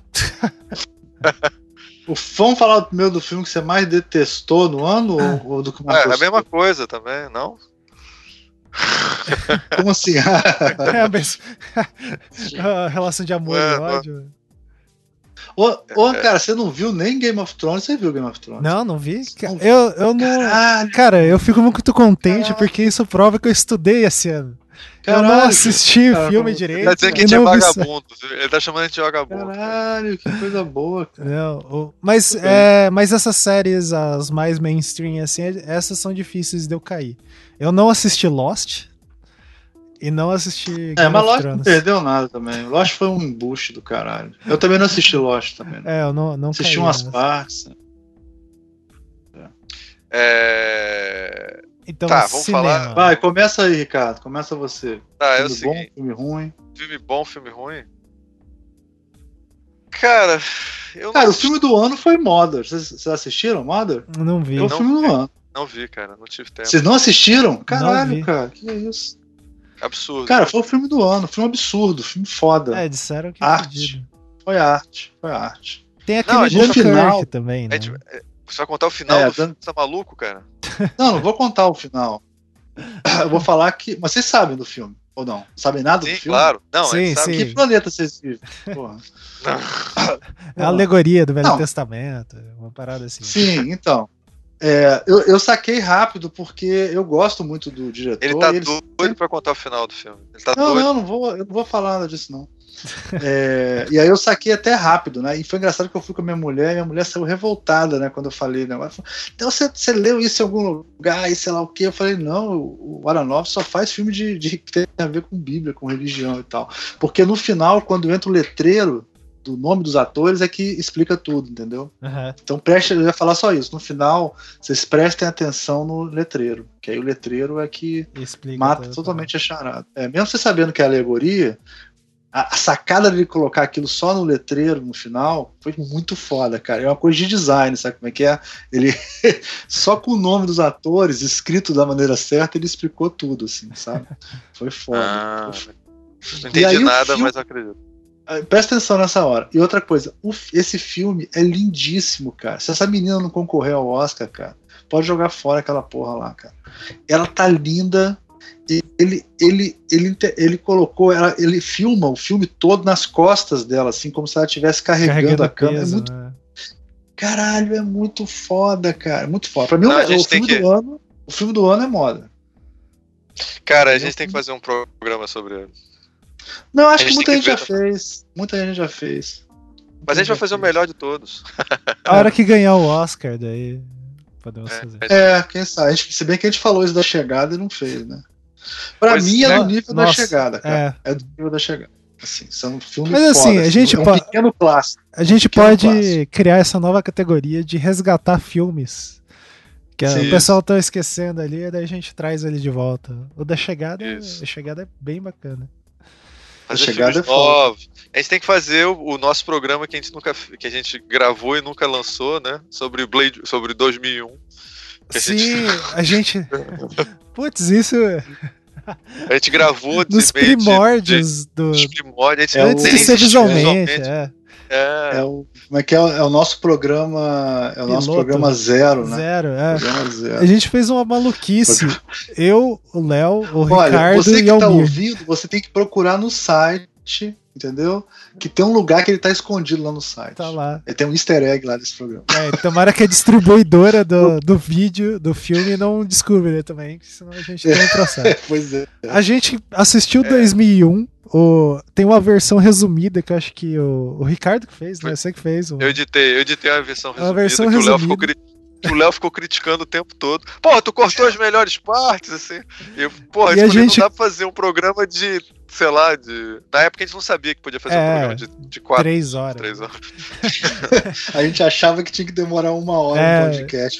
Vamos falar primeiro do filme que você mais detestou no ano ou do que mais gostou? É a mesma coisa também, não? Como assim? A relação de amor e ódio. Cara, você não viu nem Game of Thrones? Você viu Game of Thrones? Não vi. Eu não. Caralho. Cara, eu fico muito contente porque isso prova que eu estudei esse ano. Eu não assisti o filme direito. Ele tá dizendo que a gente é vagabundo. Ele tá chamando a gente de vagabundo. Caralho, que coisa boa, cara. Não, mas essas séries, as mais mainstream, assim, essas são difíceis de eu cair. Eu não assisti Lost e não assisti Game mas of Lost Thrones. Não perdeu nada também. Lost foi um embuste do caralho. Eu também não assisti Lost também. Né? Eu não assisti caí, umas partes. Então, tá, vamos falar. Vai, começa aí, Ricardo. Começa você. Tá, filme bom, filme ruim. Filme bom, filme ruim? Cara, o filme do ano foi Mother. Vocês assistiram Mother? Não vi. É o filme do ano. Não vi, cara. Não tive tempo. Vocês não assistiram? Caralho, cara. Que é isso? Absurdo. Cara, foi o filme do ano. Filme absurdo. Filme foda. Disseram que arte. Foi arte. Tem aquele no final também, né? Você vai contar o final do filme? Você tá maluco, cara? Não vou contar o final. Eu vou falar que... Mas vocês sabem do filme, ou não? Sabem nada do filme? Claro. Não, sim. Que planeta vocês vivem? Porra. É a alegoria do Velho Testamento, uma parada assim. Sim, então. Eu saquei rápido porque eu gosto muito do diretor. Ele tá doido pra contar o final do filme. Ele tá doido. Eu não vou falar nada disso, não. E aí eu saquei até rápido, né? E foi engraçado que eu fui com a minha mulher saiu revoltada, né? Quando eu falei, né? Ela falou, então você leu isso em algum lugar e sei lá o que? Eu falei, não, o Aronofsky só faz filme que tem a ver com Bíblia, com religião e tal. Porque no final, quando entra o letreiro do nome dos atores, é que explica tudo, entendeu? Uhum. Então eu ia falar só isso. No final, vocês prestem atenção no letreiro, que aí o letreiro é que explica mata totalmente a charada. Mesmo você sabendo que é alegoria, a sacada de colocar aquilo só no letreiro no final foi muito foda, cara. É uma coisa de design, sabe como é que é? Ele só com o nome dos atores escrito da maneira certa, ele explicou tudo, assim, sabe? Foi foda. Não entendi nada, mas eu acredito. Presta atenção nessa hora. E outra coisa, esse filme é lindíssimo, cara. Se essa menina não concorrer ao Oscar, cara, pode jogar fora aquela porra lá, cara. Ela tá linda. Ele colocou ele filma o filme todo nas costas dela, assim, como se ela estivesse carregando a câmera. Peso, é muito... né? Caralho, é muito foda, cara. Muito foda. Pra mim, o filme do ano é moda. Cara, a gente tem que fazer um programa sobre ele. Não, acho que muita gente já fez. Muita gente já fez. Mas a gente vai fazer o melhor de todos. A hora que ganhar o Oscar, daí podemos fazer. Quem sabe. Se bem que a gente falou isso da Chegada e não fez, né? Pra mim é do nível da Chegada, cara. É do nível da Chegada. Assim, são filmes Mas assim, foda, a gente um pequeno clássico. A gente pode criar essa nova categoria de resgatar filmes que o pessoal tá esquecendo ali, e daí a gente traz ele de volta. O da Chegada, a Chegada é bem bacana. Fazer filmes novos. A gente tem que fazer o nosso programa que a gente gravou e nunca lançou, né? Sobre 2001. Sim, a gente... Putz, isso... A gente gravou nos primórdios dos primórdios. Antes de ser visualmente. Como é que é? É o nosso programa. É o nosso programa zero, né? Programa zero. A gente fez uma maluquice. Eu, o Léo, o Ricardo você que e o tá ouvindo, você tem que procurar no site, entendeu? Que tem um lugar que ele tá escondido lá no site. Tá lá. Tem um easter egg lá desse programa. Tomara que a distribuidora do vídeo, do filme, não descubra, né, também, senão a gente tem um processo. Pois é. A gente assistiu 2001. Tem uma versão resumida que eu acho que o Ricardo que fez, né? Você que fez. Eu editei a versão resumida. O Léo ficou criticando o tempo todo. Pô, tu cortou as melhores partes, assim. Não dá pra fazer um programa de, sei lá, na época a gente não sabia que podia fazer um programa de 3 horas. 3 horas. A gente achava que tinha que demorar 1 hora no podcast.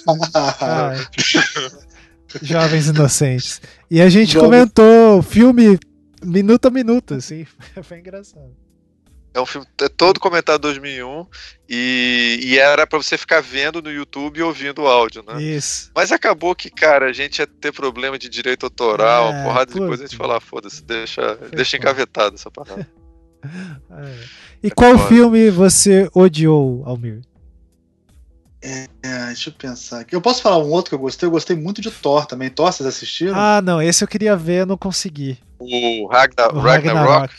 Jovens inocentes. E a gente comentou o filme minuto a minuto, assim. Foi engraçado. É um filme todo comentado 2001 e era pra você ficar vendo no YouTube e ouvindo o áudio, né? Isso. Mas acabou que, cara, a gente ia ter problema de direito autoral, uma porrada de coisa, a gente falou, foda-se, deixa engavetado essa parada. E qual filme você odiou, Almir? Deixa eu pensar aqui. Eu posso falar um outro que eu gostei? Eu gostei muito de Thor também. Thor, vocês assistiram? Ah, não, esse eu queria ver, não consegui. O Ragnarok.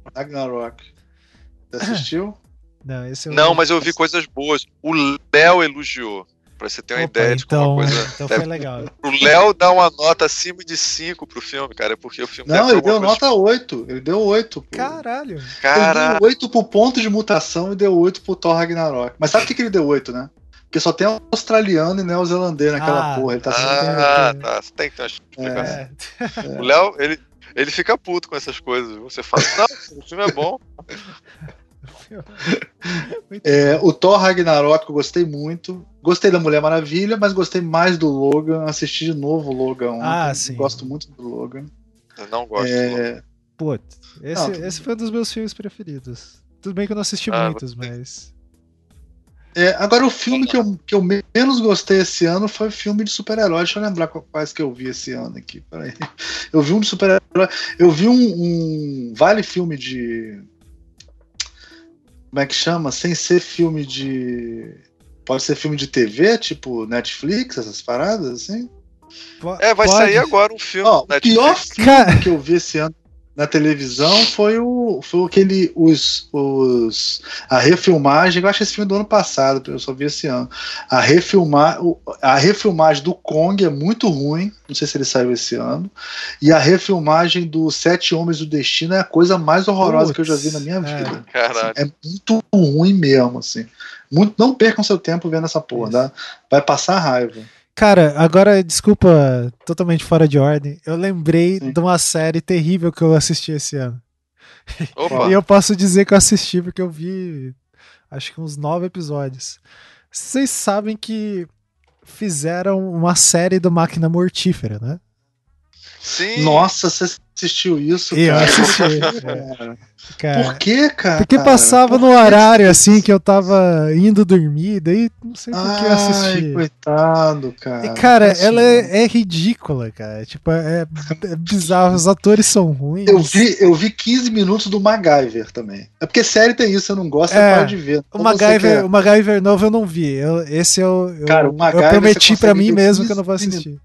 Você assistiu? Não, esse mas eu vi coisas boas. O Léo elogiou, pra você ter uma ideia de como a coisa. Então foi legal. O Léo dá uma nota acima de 5 pro filme, cara, porque o filme. Não, ele deu nota 8. Ele deu 8. Caralho. Ele deu 8 pro ponto de mutação e deu 8 pro Thor Ragnarok. Mas sabe por que ele deu 8, né? Porque só tem australiano e neozelandês naquela porra. Ele tá tá. Você tem que ter uma explicação. O Léo, ele fica puto com essas coisas. Você fala, não, o filme é bom. O Thor Ragnarok eu gostei muito. Gostei da Mulher Maravilha, mas gostei mais do Logan. Assisti de novo o Logan ontem. Sim. Gosto muito do Logan. Eu não gosto do Logan. Putz, esse foi um dos meus filmes preferidos. Tudo bem que eu não assisti muitos, mas... Agora o filme que eu menos gostei esse ano foi o filme de super-herói. Deixa eu lembrar quais que eu vi esse ano aqui. Peraí. Eu vi um de super-herói. Eu vi um vale filme de... Como é que chama? Sem ser filme de... Pode ser filme de TV, tipo Netflix, essas paradas, assim? Vai sair agora um filme. O pior filme que eu vi esse ano. na televisão foi aquele a refilmagem. Eu acho esse filme do ano passado, eu só vi esse ano. A refilmagem do Kong é muito ruim, não sei se ele saiu esse ano. E a refilmagem do Sete Homens do Destino é a coisa mais horrorosa que eu já vi na minha vida. Caralho. Assim, é muito ruim mesmo, assim. Não percam seu tempo vendo essa porra, tá? Vai passar raiva. Cara, agora, desculpa, totalmente fora de ordem, eu lembrei de uma série terrível que eu assisti esse ano. Opa. E eu posso dizer que eu assisti porque eu vi, acho que uns 9 episódios. Vocês sabem que fizeram uma série do Máquina Mortífera, né? Sim. Nossa, você assistiu isso, Eu cara? assisti. Cara, Por que, cara? porque passava no horário assim que eu tava indo dormir, daí não sei por que eu assisti. Coitado, cara. E, cara, ela é ridícula, cara. Tipo, é bizarro. Os atores são ruins. Eu vi 15 minutos do MacGyver também. É porque série tem isso, eu não gosto, você pode ver. O MacGyver novo eu não vi. Esse eu prometi pra mim mesmo que eu não vou assistir.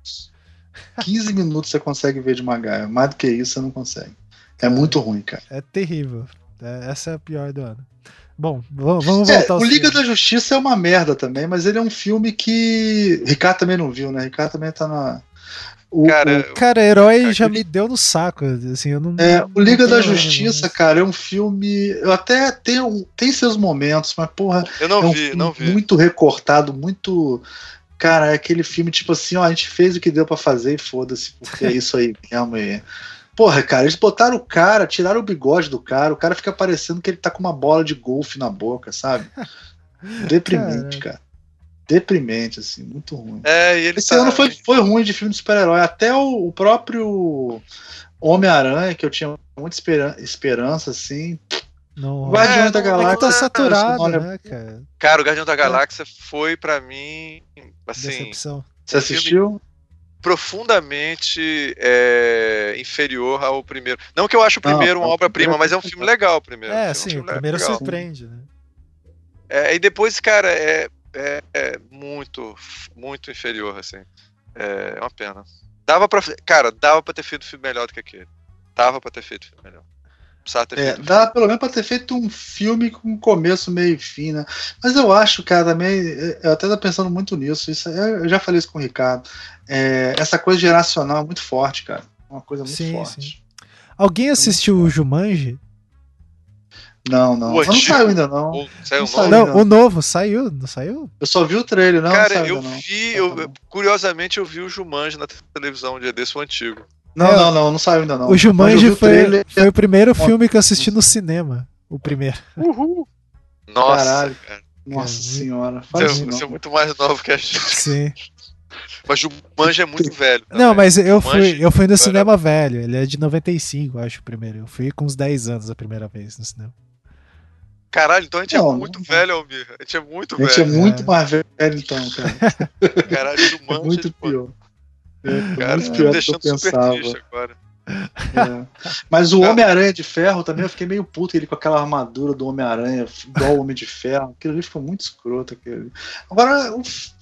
15 minutos você consegue ver de MacGyver. Mais do que isso, você não consegue. É muito ruim, cara. É terrível. Essa é a pior do ano. Bom, vamos voltar ao O Liga da Justiça é uma merda também, mas ele é um filme que Ricardo também não viu, né? Ricardo também tá na... Cara, Herói já me deu no saco, assim, eu não... o Liga da Justiça, cara, é um filme... Eu até tem seus momentos, mas, porra... Eu não vi. Muito recortado, muito... Cara, é aquele filme tipo assim, ó, a gente fez o que deu pra fazer e foda-se, porque é isso aí mesmo. Porra, cara, eles botaram o cara, tiraram o bigode do cara, o cara fica parecendo que ele tá com uma bola de golfe na boca, sabe? Deprimente, cara. Deprimente, assim, muito ruim. Esse ano foi ruim de filme de super-herói. Até o próprio Homem-Aranha, que eu tinha muita esperança, assim. Não, Guardiões da Galáxia tá saturado, né, cara? Cara, o Guardião da Galáxia foi pra mim, assim... Decepção. Você assistiu? Profundamente inferior ao primeiro. Não que eu acho o primeiro uma obra-prima, mas é um filme legal o primeiro. Sim, o primeiro legal. Surpreende, né? E depois, cara, é muito, muito inferior, assim. É uma pena. Dava pra ter feito um filme melhor do que aquele. Dava pra ter feito um filme melhor. Dá pelo menos pra ter feito um filme com começo, meio e fim, né? Mas eu acho, cara, também, eu até tô pensando muito nisso, eu já falei isso com o Ricardo, essa coisa geracional é muito forte, cara, uma coisa muito forte. Sim. Alguém assistiu o Jumanji? Não. Não saiu ainda, não. O novo saiu, não saiu? Eu só vi o trailer, não. Cara, não saiu, curiosamente eu vi o Jumanji na televisão um dia desse, o antigo. Não saiu ainda não. O Jumanji foi o primeiro filme que eu assisti no cinema. O primeiro. Uhul. Nossa, caralho. Cara. Nossa senhora. Você é muito mais novo que a gente. Sim. Mas o Jumanji é muito velho. Não, mas eu fui no cinema velho. Ele é de 95, eu acho, o primeiro. Eu fui com uns 10 anos a primeira vez no cinema. Caralho, então a gente é muito velho, Almir. A gente é muito velho. A gente é muito mais velho, então, cara. Caralho, o Jumanji. Muito pior. Cara, me deixando super triste agora. Mas o Homem-Aranha de Ferro também eu fiquei meio puto, ele com aquela armadura do Homem-Aranha, igual o Homem de Ferro. Aquilo ali ficou muito escroto. Agora,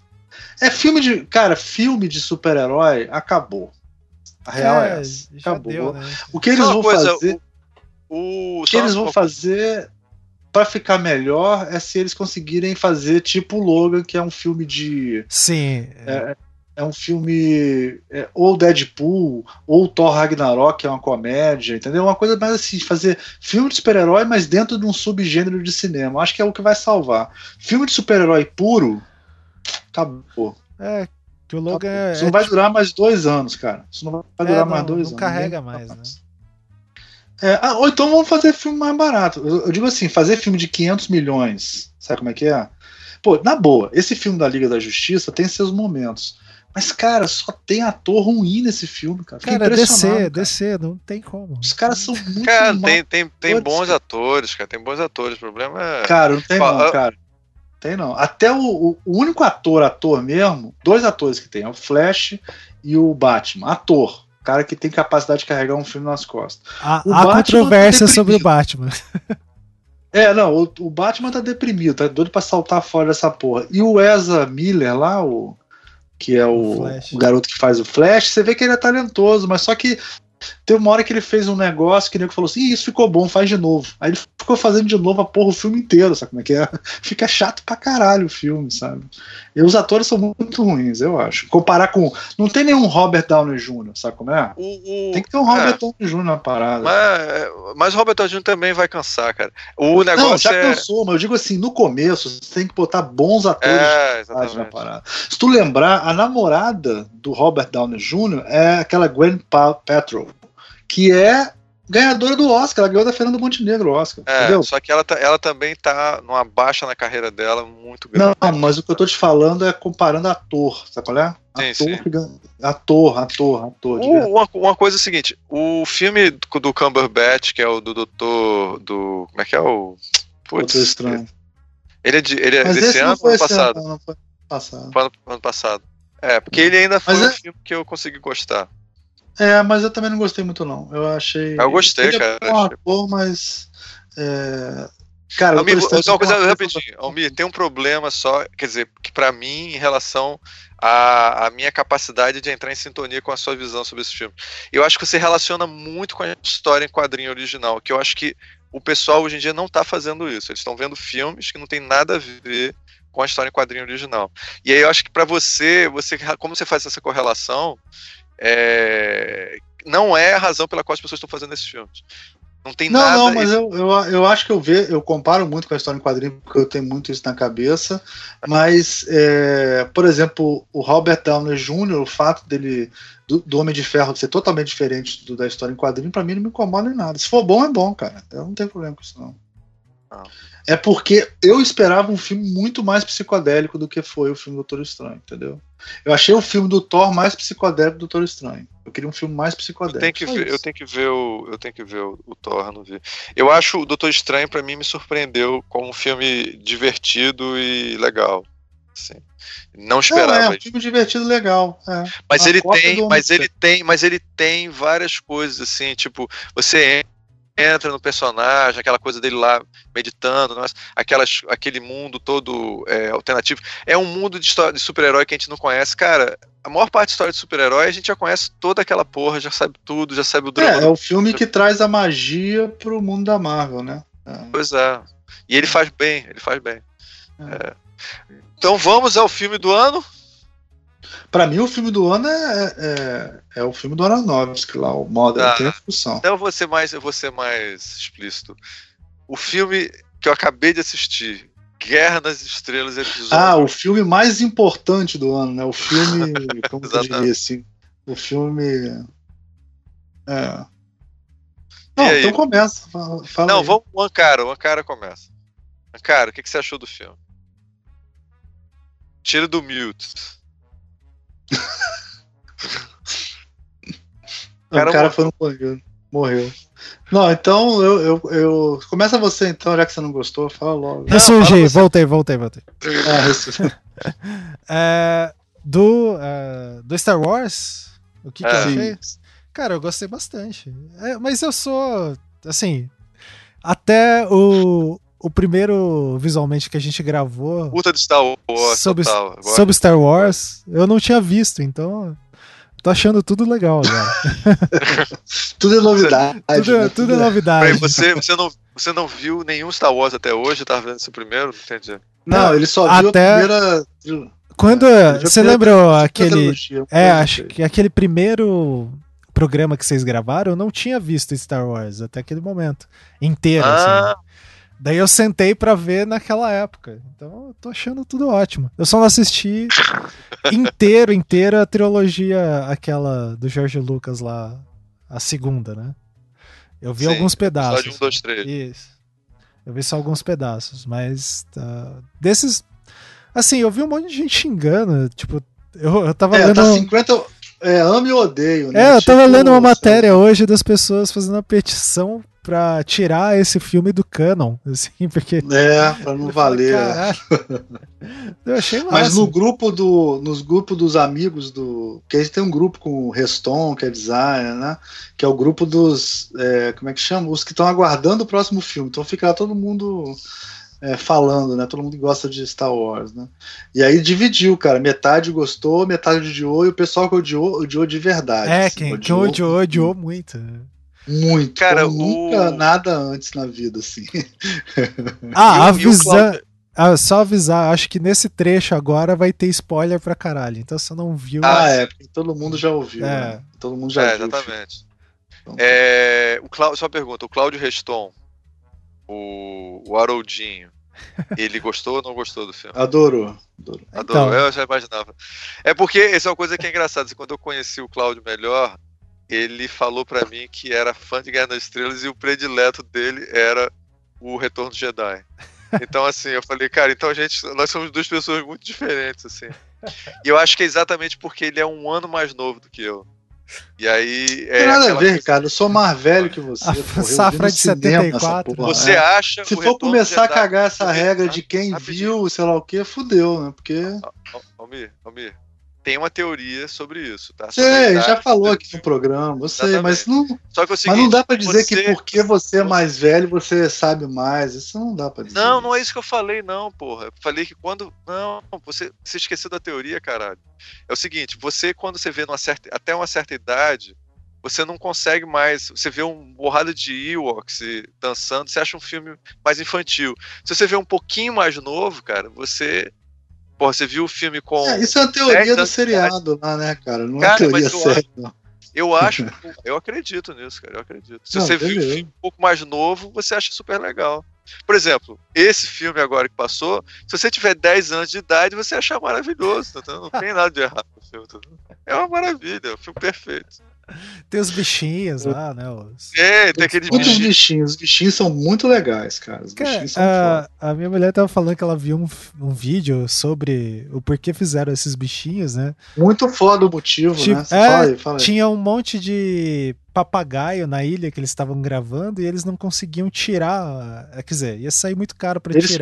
filme de super-herói acabou. A real é essa. Acabou. Deu, né? O que eles vão fazer. O que eles vão fazer pra ficar melhor é se eles conseguirem fazer tipo o Logan, que é um filme de. Sim. É um filme ou Deadpool, ou Thor Ragnarok, que é uma comédia, entendeu? Uma coisa mais assim, fazer filme de super-herói, mas dentro de um subgênero de cinema. Acho que é o que vai salvar. Filme de super-herói puro, acabou. Que o Logan Isso não vai durar mais 2 anos, cara. Isso não vai durar mais 2 anos. Não carrega mais, né? Ou então vamos fazer filme mais barato. Eu digo assim, fazer filme de 500 milhões, sabe como é que é? Pô, na boa, esse filme da Liga da Justiça tem seus momentos. Mas, cara, só tem ator ruim nesse filme, cara. Cara, DC, não tem como. Os caras são muito tem bons atores, cara. Tem bons atores. O problema é... Cara, não tem não, cara. Tem não. Até o único ator mesmo, 2 atores que tem, é o Flash e o Batman. Ator. Cara que tem capacidade de carregar um filme nas costas. Há controvérsia sobre o Batman. O Batman tá deprimido, tá doido pra saltar fora dessa porra. E o Ezra Miller lá, que é o garoto que faz o Flash, você vê que ele é talentoso, mas só que Teve uma hora que ele fez um negócio que o nego falou assim, isso ficou bom, faz de novo. Aí ele ficou fazendo de novo a porra o filme inteiro, sabe como é que é? Fica chato pra caralho o filme, sabe? E os atores são muito ruins, eu acho. Comparar com... Não tem nenhum Robert Downey Jr., sabe como é? Tem que ter um Robert Downey Jr. na parada. Mas o Robert Downey Jr. também vai cansar, cara. O negócio não, já cansou, mas eu digo assim, no começo você tem que botar bons atores na parada. Se tu lembrar, a namorada do Robert Downey Jr. é aquela Gwyneth Paltrow, que é ganhadora do Oscar, ela ganhou da Fernanda Montenegro o Oscar, entendeu? Só que ela também tá numa baixa na carreira dela muito grande. Não, mas o que eu tô te falando é comparando ator, sabe qual é? Ator. Uma coisa é a seguinte, o filme do Cumberbatch, que é o do Doutor, como é que é o... Putz, Doutor Estranho. Ele é desse ano ou ano passado? Não foi passado. Foi ano passado. Porque ele ainda foi um filme que eu consegui gostar. Mas eu também não gostei muito, não. Eu achei... Eu gostei, cara. É um ator, mas... Cara, Almir, uma coisa rapidinho. Almir, tem um problema só, quer dizer, que pra mim, em relação à minha capacidade de entrar em sintonia com a sua visão sobre esse filme. Eu acho que você relaciona muito com a história em quadrinho original, que eu acho que o pessoal hoje em dia não tá fazendo isso. Eles estão vendo filmes que não tem nada a ver com a história em quadrinho original. E aí eu acho que pra você como você faz essa correlação, não é a razão pela qual as pessoas estão fazendo esses filmes. Não tem nada. Não, mas eu acho que eu comparo muito com a história em quadrinho, porque eu tenho muito isso na cabeça. Mas, por exemplo, o Robert Downey Jr., o fato dele, do Homem de Ferro, ser totalmente diferente da história em quadrinho, pra mim não me incomoda em nada. Se for bom, é bom, cara. Eu não tenho problema com isso, não. É porque eu esperava um filme muito mais psicodélico do que foi o filme do Doutor Estranho, entendeu? Eu achei o filme do Thor mais psicodélico do Doutor Estranho. Eu queria um filme mais psicodélico. Eu tenho que ver o Thor, não vi. Eu acho o Doutor Estranho, pra mim, me surpreendeu como um filme divertido e legal. Assim, não esperava. É um filme divertido e legal. Mas ele tem várias coisas assim, tipo, você entra no personagem, aquela coisa dele lá meditando, aquele mundo todo alternativo. É um mundo de super-herói que a gente não conhece. Cara, a maior parte da história de super-herói a gente já conhece toda aquela porra, já sabe tudo, já sabe o drama. É o filme que traz a magia pro mundo da Marvel, né? Pois é. E ele faz bem, Então vamos ao filme do ano? Pra mim, o filme do ano é o filme do Aronofsky lá, o Modern, tem a discussão. Então eu vou ser mais explícito. O filme que eu acabei de assistir, Guerra nas Estrelas, episódio... o filme mais importante do ano, né? O filme, como eu diria assim, o filme... Não, então começa. Fala Não, aí. vamos, o Ankara começa. Ankara, o que você achou do filme? Tira do mute. O cara foi no banheiro, morreu. Não, então eu começa você então, já que você não gostou, fala logo. Ressurgi, voltei. Do Star Wars, o que eu achei? Cara, eu gostei bastante. Mas eu sou, assim, até o primeiro visualmente que a gente gravou puta de Star Wars sobre Star Wars, eu não tinha visto, então tô achando tudo legal agora. Tudo é novidade. Tudo é novidade. Você não viu nenhum Star Wars até hoje? Tava vendo esse primeiro? Não entendi. Não, ele só viu até... a primeira... Quando você lembra aquele... acho que aquele primeiro programa que vocês gravaram, eu não tinha visto Star Wars até aquele momento. Inteiro, assim. Daí eu sentei pra ver naquela época. Então eu tô achando tudo ótimo. Eu só não assisti inteira a trilogia aquela do George Lucas lá, a segunda, né? Eu vi alguns pedaços. Só de 1, 2, 3. Isso. Eu vi só alguns pedaços, mas desses... Assim, eu vi um monte de gente xingando, tipo, eu tava lendo... Tá 50... amo e odeio, né? Eu tava lendo uma matéria hoje das pessoas fazendo uma petição pra tirar esse filme do canon, assim, porque... pra não valer. Eu achei massa. Mas nos grupos dos amigos que a gente tem um grupo com o Reston, que é designer, né? Que é o grupo dos... como é que chama? Os que estão aguardando o próximo filme. Então fica lá todo mundo falando, né? Todo mundo gosta de Star Wars, né? E aí dividiu, cara. Metade gostou, metade odiou, e o pessoal que odiou de verdade. Quem odiou muito. Muito. Cara, nunca nada antes na vida, assim. Só avisar, acho que nesse trecho agora vai ter spoiler pra caralho. Então se você não viu. Porque todo mundo já ouviu. Né? Todo mundo já viu. Exatamente. Só uma pergunta: o Cláudio Reston, o Haroldinho, ele gostou ou não gostou do filme? Adorou. Então, eu já imaginava. É porque essa é uma coisa que é engraçada. Quando eu conheci o Cláudio melhor, ele falou pra mim que era fã de Guerra nas Estrelas e o predileto dele era o Retorno do Jedi. Então, assim, eu falei, cara, então nós somos duas pessoas muito diferentes, assim. E eu acho que é exatamente porque ele é um ano mais novo do que eu. E aí. Não tem nada a ver, cara. Eu sou mais velho que você. A safra de 74. Você acha. Se for começar a cagar essa regra de quem viu, sei lá o que, fudeu, né? Porque. Almir, tem uma teoria sobre isso, tá? Já falou aqui no programa, eu sei, mas não. Só que é o seguinte, mas não dá pra dizer que porque você é mais velho, você sabe mais. Isso não dá pra dizer. Não é isso que eu falei, não, porra. Eu falei que quando. Não, você esqueceu da teoria, caralho. É o seguinte, quando você vê até uma certa idade, você não consegue mais. Você vê uma borrada de Ewoks dançando, você acha um filme mais infantil. Se você vê um pouquinho mais novo, cara, você viu o filme com. Isso é uma teoria do seriado lá, né, cara? Não é teoria séria, não. Eu acredito nisso, cara. Eu acredito. Se você viu um filme um pouco mais novo, você acha super legal. Por exemplo, esse filme agora que passou, se você tiver 10 anos de idade, você acha maravilhoso. Tá? Não tem nada de errado no filme. Tá? É uma maravilha, é um filme perfeito. Tem os bichinhos lá, né? Tem aqueles bichinhos. Os bichinhos são muito legais, cara. Os bichinhos são foda. A minha mulher tava falando que ela viu um vídeo sobre o porquê fizeram esses bichinhos, né? Muito foda o motivo, né? Fala aí. Tinha um monte de papagaio na ilha que eles estavam gravando e eles não conseguiam tirar. Quer dizer, ia sair muito caro pra tirar.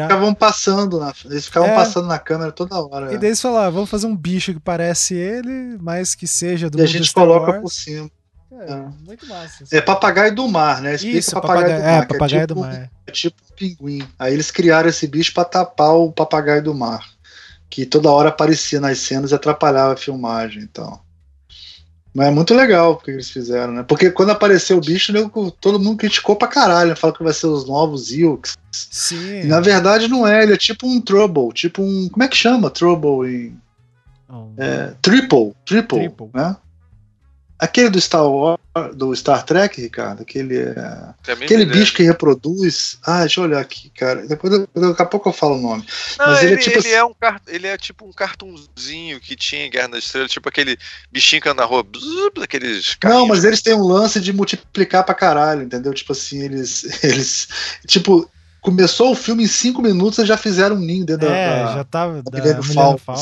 Eles ficavam passando na câmera toda hora. E daí eles falaram, vamos fazer um bicho que parece ele, mas que seja do mundo Star Wars. E a gente coloca por cima. Muito massa. Assim. Papagaio do mar, né? Isso, papagaio do mar. Papagaio do mar. É tipo um pinguim. Aí eles criaram esse bicho pra tapar o papagaio do mar, que toda hora aparecia nas cenas e atrapalhava a filmagem, então. Mas é muito legal o que eles fizeram, né? Porque quando apareceu o bicho, todo mundo criticou pra caralho, né? Fala que vai ser os novos Ewoks. Sim. E na verdade não é, ele é tipo um Trouble, tipo um... Como é que chama Trouble em... Triple, né? Aquele do Star Trek, Ricardo, aquele bicho que reproduz. Deixa eu olhar aqui, cara. Daqui a pouco eu falo o nome. Não, mas ele é tipo um cartunzinho que tinha em Guerra nas Estrelas, tipo aquele bichinho que anda na rua, aqueles carrinhos. Não, mas eles têm um lance de multiplicar pra caralho, entendeu? Tipo assim, eles tipo, começou o filme em 5 minutos e já fizeram um ninho dentro já tava da Millennium Falcon.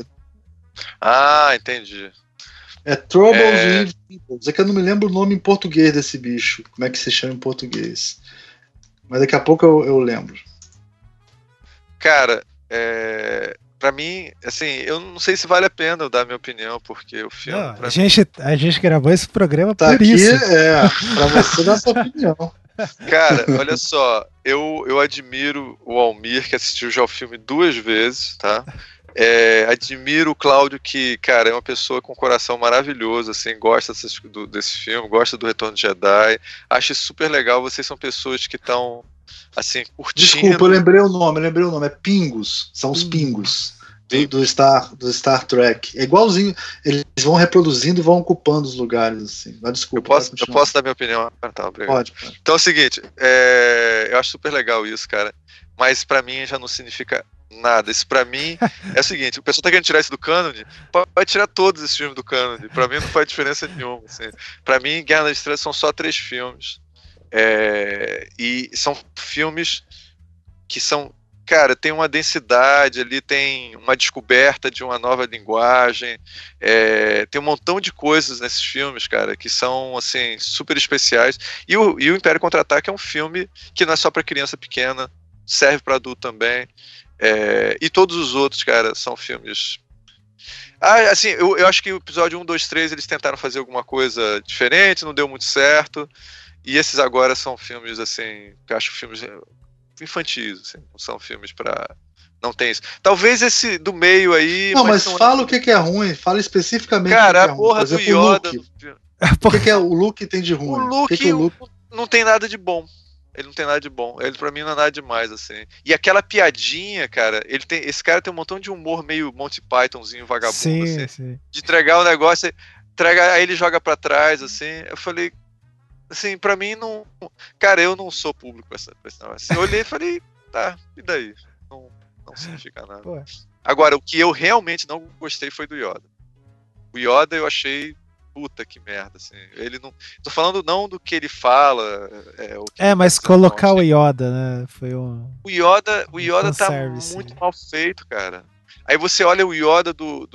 Entendi. Troubles e Invincibles. É que eu não me lembro o nome em português desse bicho. Como é que se chama em português? Mas daqui a pouco eu lembro. Cara, pra mim, assim, eu não sei se vale a pena eu dar minha opinião, porque o filme... A gente gravou esse programa por aqui, isso. Pra você dar sua opinião. Cara, olha só, eu admiro o Almir, que assistiu já o filme 2 vezes, tá? Admiro o Cláudio, que, cara, é uma pessoa com um coração maravilhoso, assim, gosta desse filme, gosta do Retorno de Jedi, acho super legal. Vocês são pessoas que estão, assim, curtindo. Desculpa, eu lembrei o nome, é Pingos, são os Pingos do Star Trek. É igualzinho, eles vão reproduzindo e vão ocupando os lugares, assim. Mas desculpa. Eu posso dar minha opinião? Tá, obrigado. Pode. Então é o seguinte, eu acho super legal isso, cara, mas pra mim já não significa nada. Isso pra mim é o seguinte: o pessoal tá querendo tirar isso do cânone, pode tirar todos esses filmes do cânone. Pra mim não faz diferença nenhuma. Assim. Pra mim, Guerra nas Estrelas são só 3 filmes. E são filmes que são, cara, tem uma densidade ali, tem uma descoberta de uma nova linguagem, tem um montão de coisas nesses filmes, cara, que são, assim, super especiais. E o Império Contra-Ataque é um filme que não é só pra criança pequena, serve pra adulto também. E todos os outros, cara, são filmes... assim, eu acho que o episódio 1, 2, 3 eles tentaram fazer alguma coisa diferente, não deu muito certo, e esses agora são filmes, assim, que eu acho filmes infantis, assim, não são filmes pra... Não tem isso. Talvez esse do meio aí... Não, mas fala o que é ruim, fala especificamente cara, o que é ruim. Cara, a porra do Yoda... O que é o Luke tem de ruim? O Luke não tem nada de bom. Ele não tem nada de bom. Ele, pra mim, não é nada demais, assim. E aquela piadinha, cara, esse cara tem um montão de humor meio Monty Pythonzinho vagabundo, sim, assim. Sim. De entregar o negócio, aí ele joga pra trás, assim. Eu falei, assim, pra mim não... Cara, eu não sou público pra esse negócio. Eu olhei e falei, tá, e daí? Não significa nada. Pô. Agora, o que eu realmente não gostei foi do Yoda. O Yoda eu achei... Puta que merda, assim. Ele não. Tô falando não do que ele fala. Mas colocar o Yoda, né? Foi um. O Yoda tá muito mal feito, cara. Aí você olha o Yoda do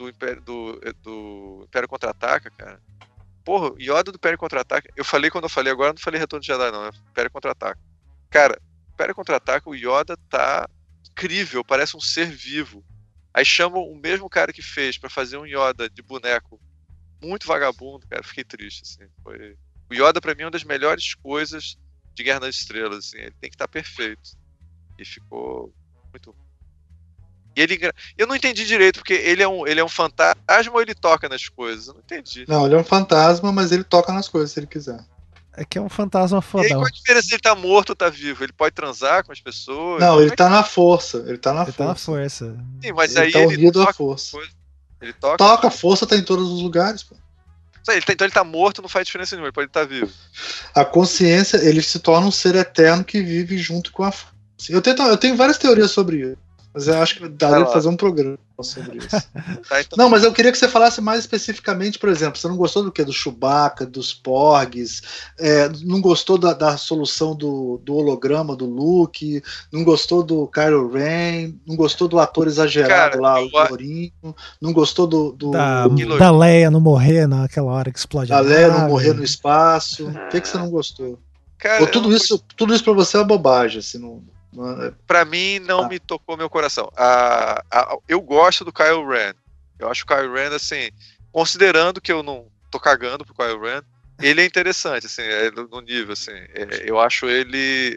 Império Contra-Ataca, cara. Porra, o Yoda do Império Contra-Ataca. Eu falei quando eu falei agora, não falei Retorno de Jedi, não. É Império Contra-Ataca. Cara, Império Contra-Ataca, o Yoda tá incrível, parece um ser vivo. Aí chamam o mesmo cara que fez pra fazer um Yoda de boneco muito vagabundo, cara, fiquei triste, assim. O Yoda, pra mim, é uma das melhores coisas de Guerra nas Estrelas, assim. Ele tem que estar perfeito. E ficou muito... E eu não entendi direito, porque ele é um fantasma ou ele toca nas coisas? Eu não entendi. Não, ele é um fantasma, mas ele toca nas coisas, se ele quiser. É que é um fantasma fodão. E aí, qual a diferença se ele tá morto ou tá vivo? Ele pode transar com as pessoas? Não, ele tá na força. Ele tá na força. Sim, mas ele aí tá unido à força. Ele toca? Toca, a força tá em todos os lugares, pô. Então ele tá morto, não faz diferença nenhuma, ele pode estar vivo. A consciência, ele se torna um ser eterno que vive junto com a força. Eu tenho várias teorias sobre isso, mas eu acho que daria pra fazer um programa sobre isso. Tá, então... Não, mas eu queria que você falasse mais especificamente, por exemplo, você não gostou do quê? Do Chewbacca, dos Porgs, não gostou da solução do holograma do Luke, não gostou do Kylo Ren, não gostou do ator exagerado, cara, lá, o Lourinho, não gostou da Leia não morrer naquela hora que explode a Leia não morrer no espaço. O que você não gostou? Cara, ou tudo isso pra você é bobagem, assim, não... Pra mim não me tocou meu coração. Eu gosto do Kylo Ren. Eu acho o Kylo Ren, assim, considerando que eu não tô cagando pro Kylo Ren, ele é interessante, assim, no nível, assim. Eu acho ele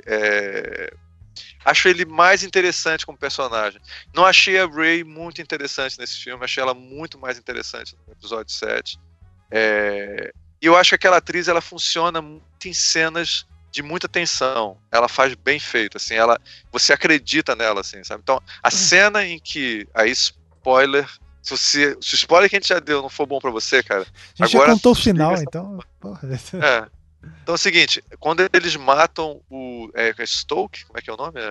mais interessante como personagem. Não achei a Rey muito interessante nesse filme, achei ela muito mais interessante no episódio 7. E eu acho que aquela atriz, ela funciona muito em cenas de muita tensão, ela faz bem feito, assim, você acredita nela, assim, sabe? Então, a cena em que, aí spoiler, se o spoiler que a gente já deu não for bom pra você, cara, a gente agora já contou o final, então, porra. Então é o seguinte, quando eles matam o Snoke, como é que é o nome?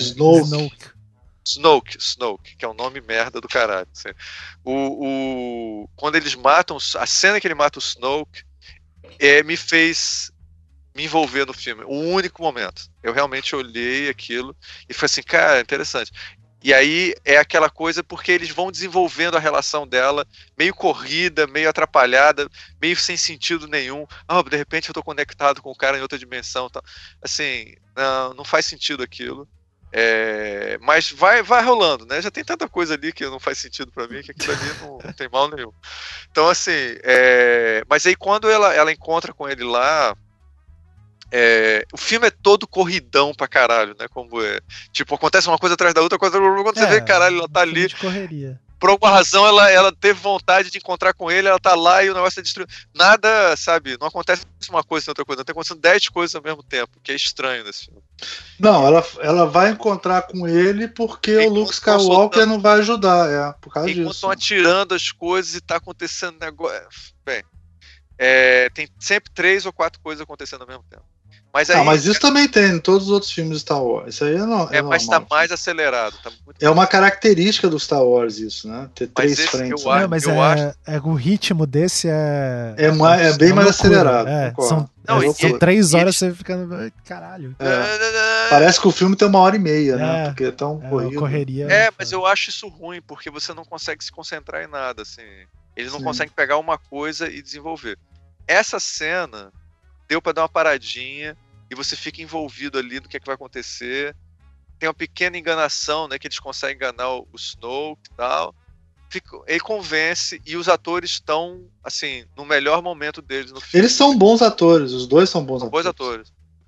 Snoke, que é um nome merda do caralho, assim. Quando eles matam, a cena que ele mata o Snoke me fez me envolver no filme, o único momento. Eu realmente olhei aquilo e falei assim, cara, interessante. E aí é aquela coisa porque eles vão desenvolvendo a relação dela, meio corrida, meio atrapalhada, meio sem sentido nenhum. De repente eu tô conectado com o cara em outra dimensão. Tá? Assim, não faz sentido aquilo. Mas vai rolando, né? Já tem tanta coisa ali que não faz sentido pra mim que aquilo ali não tem mal nenhum. Então, assim, mas aí quando ela encontra com ele lá, o filme é todo corridão pra caralho, né? Como tipo, acontece uma coisa atrás da outra, quando você vê, caralho, ela tá ali. De correria. Por alguma razão, ela teve vontade de encontrar com ele, ela tá lá e o negócio é destruído. Nada, sabe? Não acontece uma coisa sem outra coisa. Não tem acontecendo 10 coisas ao mesmo tempo, que é estranho nesse filme. Não, ela vai encontrar com ele porque o Luke Skywalker não vai ajudar, por causa disso. Enquanto estão atirando as coisas e tá acontecendo negócio. Bem, tem sempre 3 ou 4 coisas acontecendo ao mesmo tempo. Mas isso também tem em todos os outros filmes de Star Wars. Isso aí mas tá mais acelerado. Tá muito uma característica do Star Wars isso, né? Ter 3 frentes. Eu acho. O ritmo desse é bem mais acelerado. São 3 horas você ficando... Caralho. Parece que o filme tem 1h30, né? Porque é tão corrido. Correria. Mas eu acho isso ruim, porque você não consegue se concentrar em nada, assim. Eles não conseguem pegar uma coisa e desenvolver. Essa cena deu pra dar uma paradinha e você fica envolvido ali no que é que vai acontecer. Tem uma pequena enganação, né, que eles conseguem enganar o Snoke e tal. Ele convence e os atores estão, assim, no melhor momento deles no filme. Eles são bons atores, os dois são bons atores.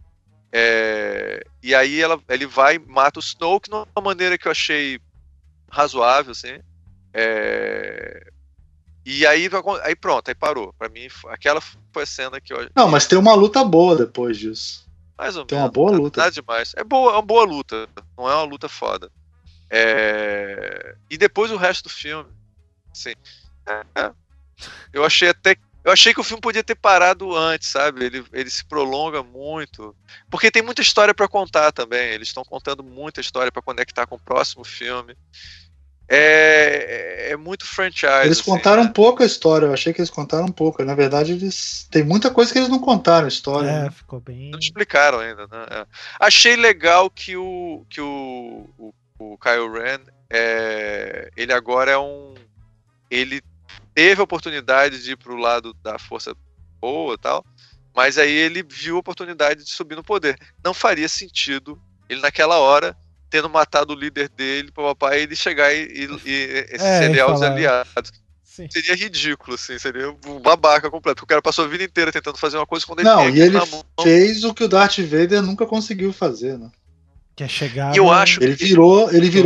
E aí ele vai e mata o Snoke de uma maneira que eu achei razoável, assim. E aí pronto, aí parou. Pra mim, aquela foi a cena que eu... Não, mas tem uma luta boa depois disso. Mais ou menos. Tem uma boa luta. Nada demais. É uma boa luta. Não é uma luta foda. E depois o resto do filme, assim, eu achei que o filme podia ter parado antes, sabe? Ele se prolonga muito, porque tem muita história para contar também. Eles estão contando muita história para conectar com o próximo filme. É muito franchise. Eles contaram pouco a história. Eu achei que eles contaram pouco. Na verdade, tem muita coisa que eles não contaram a história. Né? Ficou bem. Não explicaram ainda, né? Achei legal que o Kylo Ren, ele agora ele teve a oportunidade de ir pro lado da força boa e tal, mas aí ele viu a oportunidade de subir no poder. Não faria sentido ele naquela hora, tendo matado o líder dele, pro papai, ele chegar e se aliar aos aliados. Sim. Seria ridículo, assim, seria um babaca completo, porque o cara passou a vida inteira tentando fazer uma coisa quando ele não, e ele fez o que o Darth Vader nunca conseguiu fazer, né? Que é chegar. E eu acho ele virou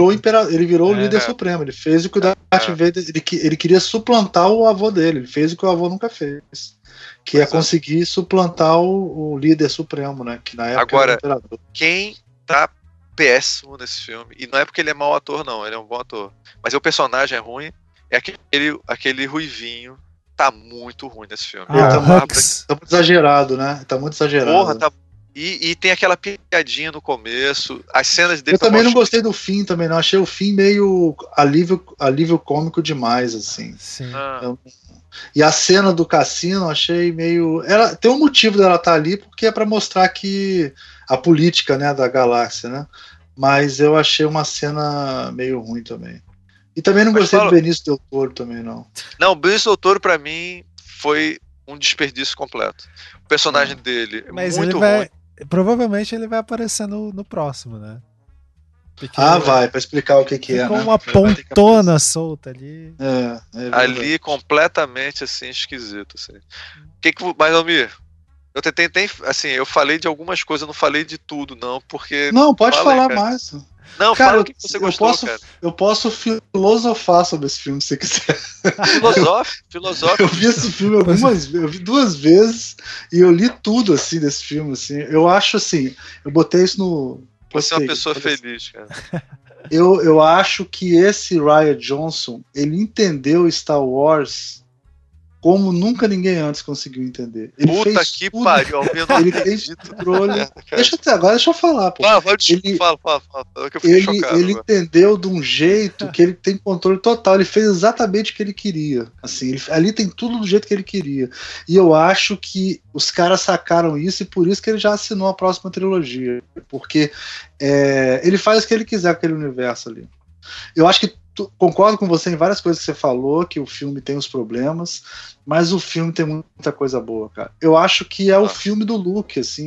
o líder supremo. Ele fez o que o Darth Vader. Ele queria suplantar o avô dele. Ele fez o que o avô nunca fez. Que é conseguir suplantar o líder supremo, né? Que na época agora, era o imperador. Quem tá péssimo nesse filme, e não é porque ele é mau ator, não, ele é um bom ator, mas o personagem é ruim, é aquele ruivinho. Tá muito ruim nesse filme. Tá muito exagerado, né? Tá muito exagerado. Porra, tá. E tem aquela piadinha no começo, as cenas dele... Eu também não gostei do fim, também não. Achei o fim meio alívio cômico demais, assim. Sim. E a cena do cassino, achei meio... Tem um motivo dela estar ali, porque é para mostrar que a política, né, da galáxia, né? Mas eu achei uma cena meio ruim também. E também não gostei do Benício Del Toro também, não. Não, o Benício Del Toro, pra mim, foi um desperdício completo. O personagem dele é muito ruim. Provavelmente ele vai aparecer no próximo, né? Porque vai, pra explicar o que é. Ficou uma pontona solta ali. Ali completamente assim, esquisito. Assim. Mas, Almir, eu tentei, assim, eu falei de algumas coisas, eu não falei de tudo, não, porque. Não, pode falar mais. Não, cara, fala o que você gostou, cara. Eu posso filosofar sobre esse filme, se você quiser. Filosofe. Eu vi esse filme eu vi 2 vezes e eu li tudo, assim, desse filme, assim. Eu acho, assim, eu botei isso no... Você é uma pessoa feliz, cara. Eu acho que esse Rian Johnson, ele entendeu Star Wars como nunca ninguém antes conseguiu entender. Ele Puta fez que tudo. pariu, ele fez controle. Deixa eu falar, pô. Fala. Que eu fiquei chocado. Ele entendeu de um jeito que ele tem controle total. Ele fez exatamente o que ele queria. Assim, ali tem tudo do jeito que ele queria. E eu acho que os caras sacaram isso e por isso que ele já assinou a próxima trilogia. Porque ele faz o que ele quiser com aquele universo ali. Eu acho que concordo com você em várias coisas que você falou, que o filme tem os problemas, mas o filme tem muita coisa boa, cara. Eu acho que é o filme do Luke, assim,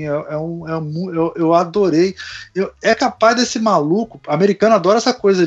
eu adorei. É capaz desse maluco, americano adora essa coisa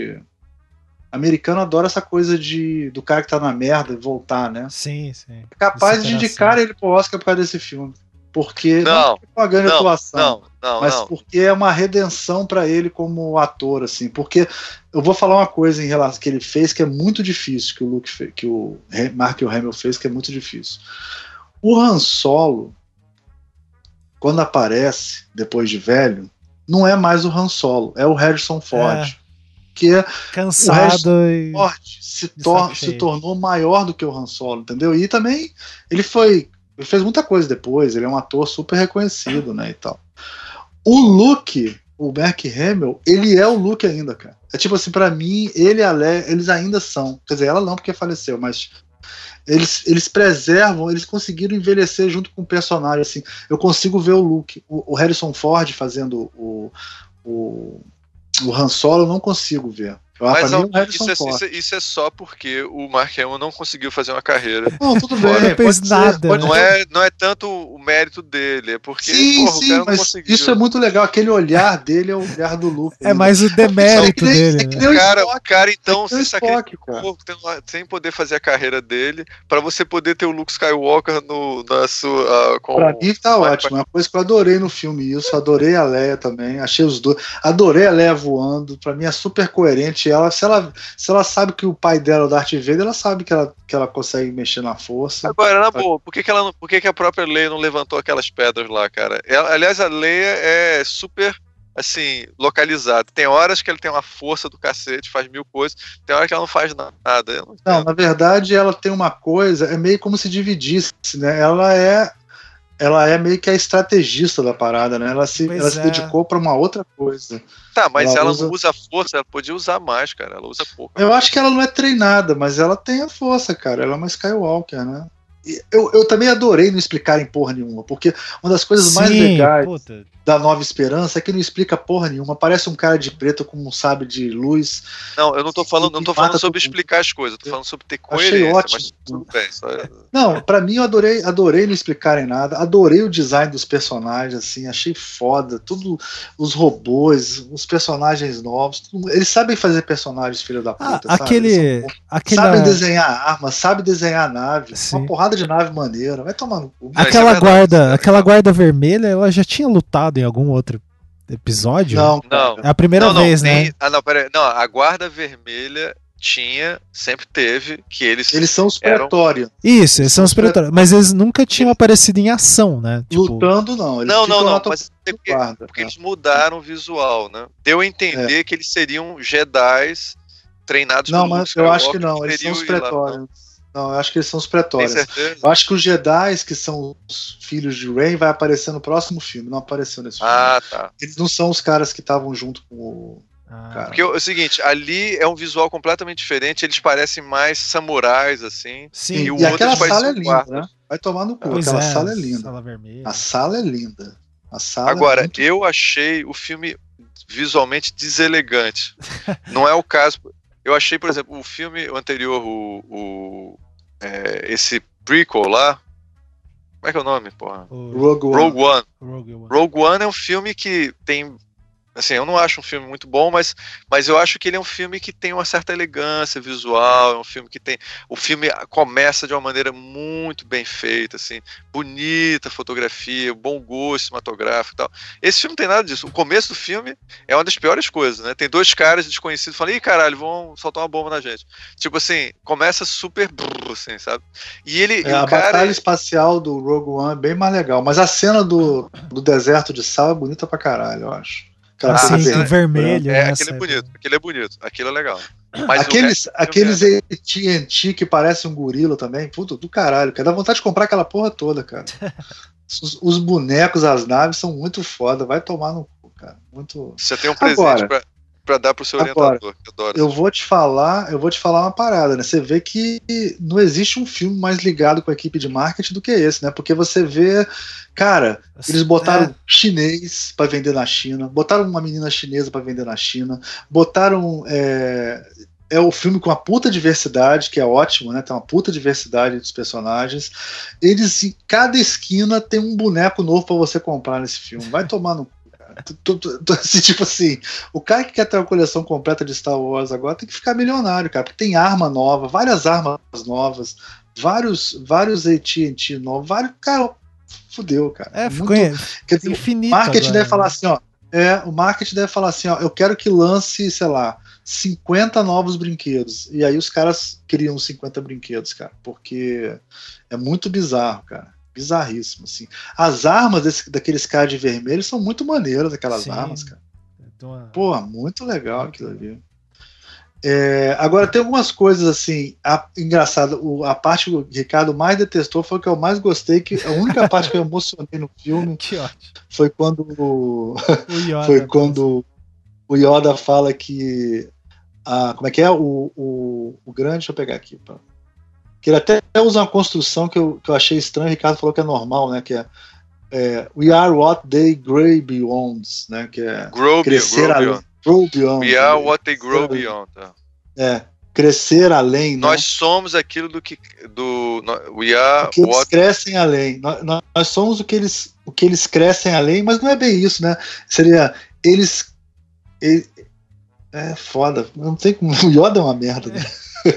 do cara que tá na merda e voltar, né? Sim. É capaz de indicar ele pro Oscar por causa desse filme. Porque não é uma grande atuação, mas porque é uma redenção para ele como ator, assim. Porque eu vou falar uma coisa em relação que ele fez que é muito difícil, que o Mark Hamill fez, que é muito difícil. O Han Solo, quando aparece depois de velho, não é mais o Han Solo, é o Harrison Ford. Que é cansado e Ford se tornou maior do que o Han Solo, entendeu? E também ele fez muita coisa depois, ele é um ator super reconhecido, né, e tal. O Luke, o Mark Hamill, ele é o Luke ainda, cara. É tipo assim, pra mim, ele e a Leia, eles ainda são. Quer dizer, ela não, porque faleceu, mas eles preservam, eles conseguiram envelhecer junto com o personagem, assim. Eu consigo ver o Luke, o Harrison Ford fazendo o Han Solo, eu não consigo ver. Mas não, isso é só porque o Mark Hamill não conseguiu fazer uma carreira. Não, tudo bem. Não fez nada. Não é tanto o mérito dele, é porque sim, o cara não conseguiu. Isso é muito legal. Aquele olhar dele é o olhar do Luke. É mais o demérito dele. O cara então se sacrificou sem poder fazer a carreira dele pra você poder ter o Luke Skywalker na sua... Pra mim tá ótimo. É uma coisa que eu adorei no filme isso. Adorei a Leia também. Achei os dois. Adorei a Leia voando. Pra mim é super coerente. Se ela sabe que o pai dela é o Darth Vader, ela sabe que ela consegue mexer na força. Agora, na boa, por que a própria Leia não levantou aquelas pedras lá, cara? Aliás, a Leia é super, assim, localizada. Tem horas que ela tem uma força do cacete, faz 1000 coisas, tem horas que ela não faz nada. Não, na verdade, ela tem uma coisa, é meio como se dividisse, né? Ela é meio que a estrategista da parada, né? Ela se dedicou pra uma outra coisa. Tá, mas ela não usa força, ela podia usar mais, cara. Ela usa pouco. Eu acho que ela não é treinada, mas ela tem a força, cara. Ela é uma Skywalker, né? Eu também adorei não explicarem porra nenhuma, porque uma das coisas mais legais da Nova Esperança é que não explica porra nenhuma. Parece um cara de preto com um sabre de luz. Não, eu não tô falando sobre explicar as coisas, eu tô falando sobre ter coerência. Achei ótimo. Mas tudo bem. Não, pra mim eu adorei não explicarem nada, adorei o design dos personagens, assim, achei foda, tudo, os robôs, os personagens novos, eles sabem fazer personagens filho da puta, sabem desenhar armas, sabem desenhar nave, uma porrada de nave maneira, vai tomar no cu. Aquela guarda vermelha, ela já tinha lutado em algum outro episódio? Não. É a primeira vez, né? Peraí. Não, a guarda vermelha sempre teve, que eles são os Pretórios. Isso, eles são os Pretórios. Mas eles nunca tinham aparecido em ação, né? Lutando, não. Eles não, mas porque eles mudaram o visual, né? Deu a entender que eles seriam Jedis treinados pelo Luke Skywalker. Não, mas eu acho que não, eles são os Pretórios. Não, eu acho que eles são os Pretórios. Eu acho que os Jedi, que são os filhos de Rey, vai aparecer no próximo filme. Não apareceu nesse filme. Tá. Eles não são os caras que estavam junto com o cara. Porque é o seguinte, ali é um visual completamente diferente. Eles parecem mais samurais, assim. Sim, e aquela sala é linda, né? Vai tomar no cu. Aquela sala é linda. Sala a sala é linda. Agora, eu achei o filme visualmente deselegante. Não é o caso... Eu achei, por exemplo, o filme anterior, esse prequel lá, como é que é o nome, porra? Rogue One é um filme que tem... Assim, eu não acho um filme muito bom, mas eu acho que ele é um filme que tem uma certa elegância visual, é um filme que tem... O filme começa de uma maneira muito bem feita, assim, bonita fotografia, bom gosto cinematográfico e tal. Esse filme não tem nada disso. O começo do filme é uma das piores coisas, né? Tem dois caras desconhecidos falando, ih, caralho, vão soltar uma bomba na gente. Tipo assim, começa super... assim, sabe? E a batalha espacial do Rogue One é bem mais legal, mas a cena do deserto de Sal é bonita pra caralho, eu acho. Assim, vermelho. Aquele é bonito, aquilo é legal. Mas aqueles TNT que parece um gorila também, puta do caralho, cara, dá vontade de comprar aquela porra toda, cara. Os bonecos, as naves são muito foda, vai tomar no cu, cara. Muito... Você tem um presente pra dar pro seu orientador, que adora. Eu vou te falar uma parada, né? Você vê que não existe um filme mais ligado com a equipe de marketing do que esse, né? Porque você vê, cara, eles botaram chinês pra vender na China, botaram uma menina chinesa pra vender na China, botaram o filme com uma puta diversidade, que é ótimo, né? Tem uma puta diversidade dos personagens. Eles, em cada esquina, tem um boneco novo pra você comprar nesse filme. Vai tomar no assim, tipo assim, o cara que quer ter uma coleção completa de Star Wars agora tem que ficar milionário, cara, porque tem arma nova, várias armas novas, vários AT&T novos, cara, fudeu, cara. Ficou infinito. O marketing deve falar assim, o marketing deve falar assim, eu quero que lance, sei lá, 50 novos brinquedos, e aí os caras criam 50 brinquedos, cara, porque é muito bizarro, cara. Bizarríssimo, assim. As armas daqueles caras de vermelho são muito maneiras, aquelas armas, cara. Pô, muito legal aquilo ali. Agora, tem algumas coisas, assim, engraçada. A parte que o Ricardo mais detestou foi o que eu mais gostei, que a única parte que eu emocionei no filme foi quando o Yoda fala que como é que é? O grande, deixa eu pegar aqui, que ele até usa uma construção que eu achei estranho, o Ricardo falou que é normal, né? Que é We are what they grow beyond, né? Que é crescer além. Grow beyond. We are what they grow beyond. Crescer além. Nós somos aquilo we are o que eles crescem além. Nós somos o que eles crescem além, mas não é bem isso, né? Seria eles é foda. Não tem como. O Yoda é uma merda, né?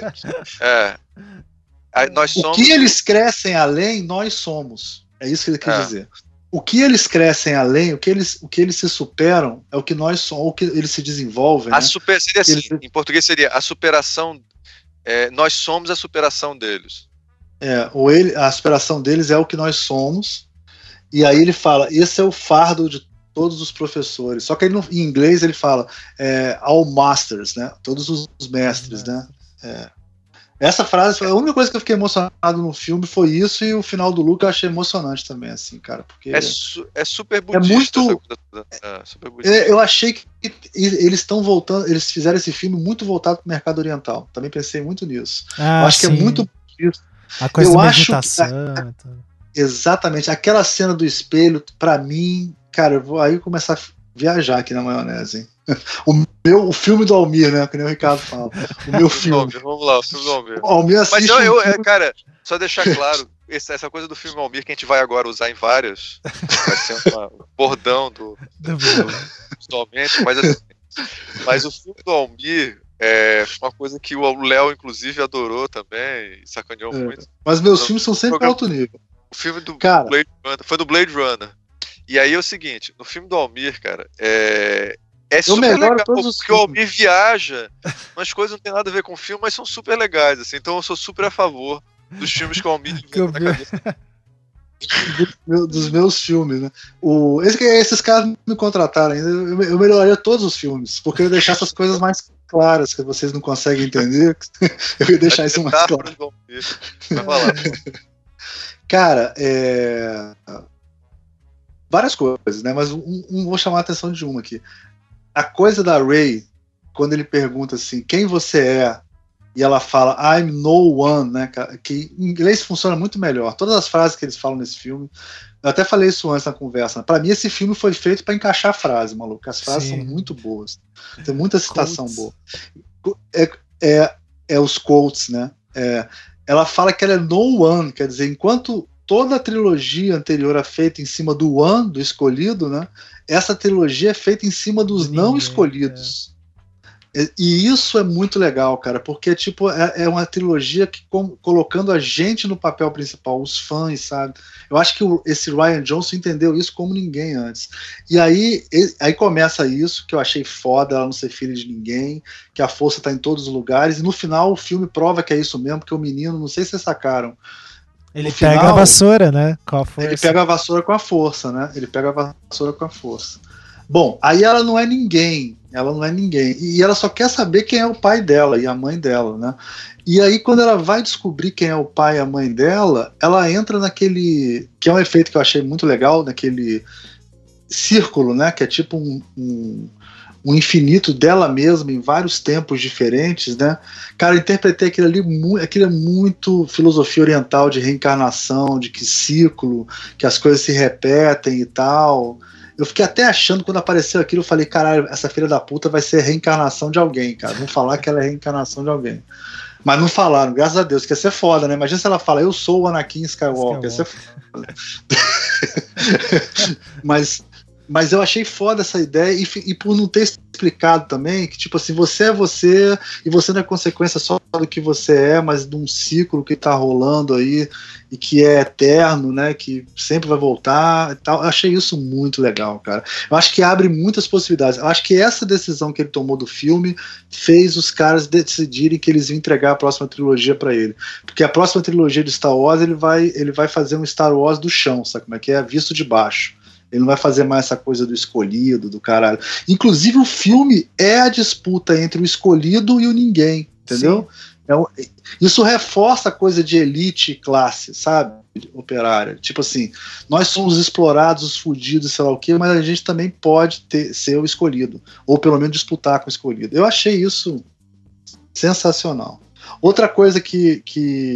Nós somos... O que eles crescem além, nós somos. É isso que ele quer dizer. O que eles crescem além, o que eles se superam, é o que nós somos, o que eles se desenvolvem. Seria assim, em português seria a superação. Nós somos a superação deles. A superação deles é o que nós somos. E aí ele fala: esse é o fardo de todos os professores. Só que ele, em inglês ele fala all masters, né? Todos os mestres, né? Essa frase, a única coisa que eu fiquei emocionado no filme foi isso, e o final do Luke eu achei emocionante também, assim, cara, porque é super budista. Super budista. Eu achei que eles estão voltando, eles fizeram esse filme muito voltado pro mercado oriental. Também pensei muito nisso. Eu acho que é muito budista. A coisa da meditação. Exatamente, aquela cena do espelho, pra mim, cara, eu vou aí começar a viajar aqui na maionese, hein? O filme do Almir, né? Que nem o Ricardo fala. O meu filme. Vamos lá, o filme do Almir. O Almir assiste. Mas cara, só deixar claro, essa coisa do filme Almir que a gente vai agora usar em várias. Vai ser um bordão atualmente, mas o filme do Almir é uma coisa que o Léo, inclusive, adorou também, e sacaneou muito. Mas meus filmes são sempre alto nível. O filme do Blade Runner, foi do Blade Runner. E aí é o seguinte, no filme do Almir, cara, é super legal, porque o Almir viaja, umas coisas não tem nada a ver com o filme, mas são super legais, assim, então eu sou super a favor dos filmes que o Almir inventa na cabeça. Dos meus filmes, né? Esses caras me contrataram ainda, eu melhoraria todos os filmes, porque eu ia deixar essas coisas mais claras, que vocês não conseguem entender, eu ia deixar isso mais claro. Vai falar. Cara, várias coisas, né? Mas vou chamar a atenção de uma aqui. A coisa da Rey, quando ele pergunta assim, quem você é? E ela fala, I'm no one, né? Que em inglês funciona muito melhor. Todas as frases que eles falam nesse filme, eu até falei isso antes na conversa. Pra mim, esse filme foi feito pra encaixar a frase, maluco. As frases são muito boas. Tem muita citação boa. Os quotes, né? Ela fala que ela é no one, quer dizer, enquanto toda a trilogia anterior é feita em cima do One, do escolhido, né? Essa trilogia é feita em cima dos não escolhidos. E isso é muito legal, cara, porque tipo, é uma trilogia que colocando a gente no papel principal, os fãs, sabe? Eu acho que esse Rian Johnson entendeu isso como ninguém antes. E aí começa isso, que eu achei foda, ela não ser filha de ninguém, que a força tá em todos os lugares, e no final o filme prova que é isso mesmo, porque o menino, não sei se vocês sacaram, ele pega a vassoura, né? Com a força. Ele pega a vassoura com a força, né? Ele pega a vassoura com a força. Bom, aí ela não é ninguém. Ela não é ninguém. E ela só quer saber quem é o pai dela e a mãe dela, né? E aí, quando ela vai descobrir quem é o pai e a mãe dela, ela entra naquele... que é um efeito que eu achei muito legal, naquele círculo, né? Que é tipo um infinito dela mesma em vários tempos diferentes, né? Cara, eu interpretei aquilo ali, aquilo é muito filosofia oriental de reencarnação, de que ciclo, que as coisas se repetem e tal. Eu fiquei até achando, quando apareceu aquilo, eu falei, caralho, essa filha da puta vai ser reencarnação de alguém, cara. Vão falar que ela é reencarnação de alguém. Mas não falaram, graças a Deus, que ia ser foda, né? Imagina se ela fala, eu sou o Anakin Skywalker. Ia ser foda. Mas eu achei foda essa ideia, e por não ter explicado também, que tipo assim, você é você, e você não é consequência só do que você é, mas de um ciclo que tá rolando aí, e que é eterno, né, que sempre vai voltar e tal. Eu achei isso muito legal, cara. Eu acho que abre muitas possibilidades. Eu acho que essa decisão que ele tomou do filme fez os caras decidirem que eles iam entregar a próxima trilogia pra ele. Porque a próxima trilogia de Star Wars, ele vai fazer um Star Wars do chão, sabe como é que é? Visto de baixo. Ele não vai fazer mais essa coisa do escolhido, do caralho. Inclusive, o filme é a disputa entre o escolhido e o ninguém, entendeu? Isso reforça a coisa de elite e classe, sabe? Operária. Tipo assim, nós somos explorados, os fudidos, sei lá o quê, mas a gente também pode ser o escolhido. Ou pelo menos disputar com o escolhido. Eu achei isso sensacional. Outra coisa que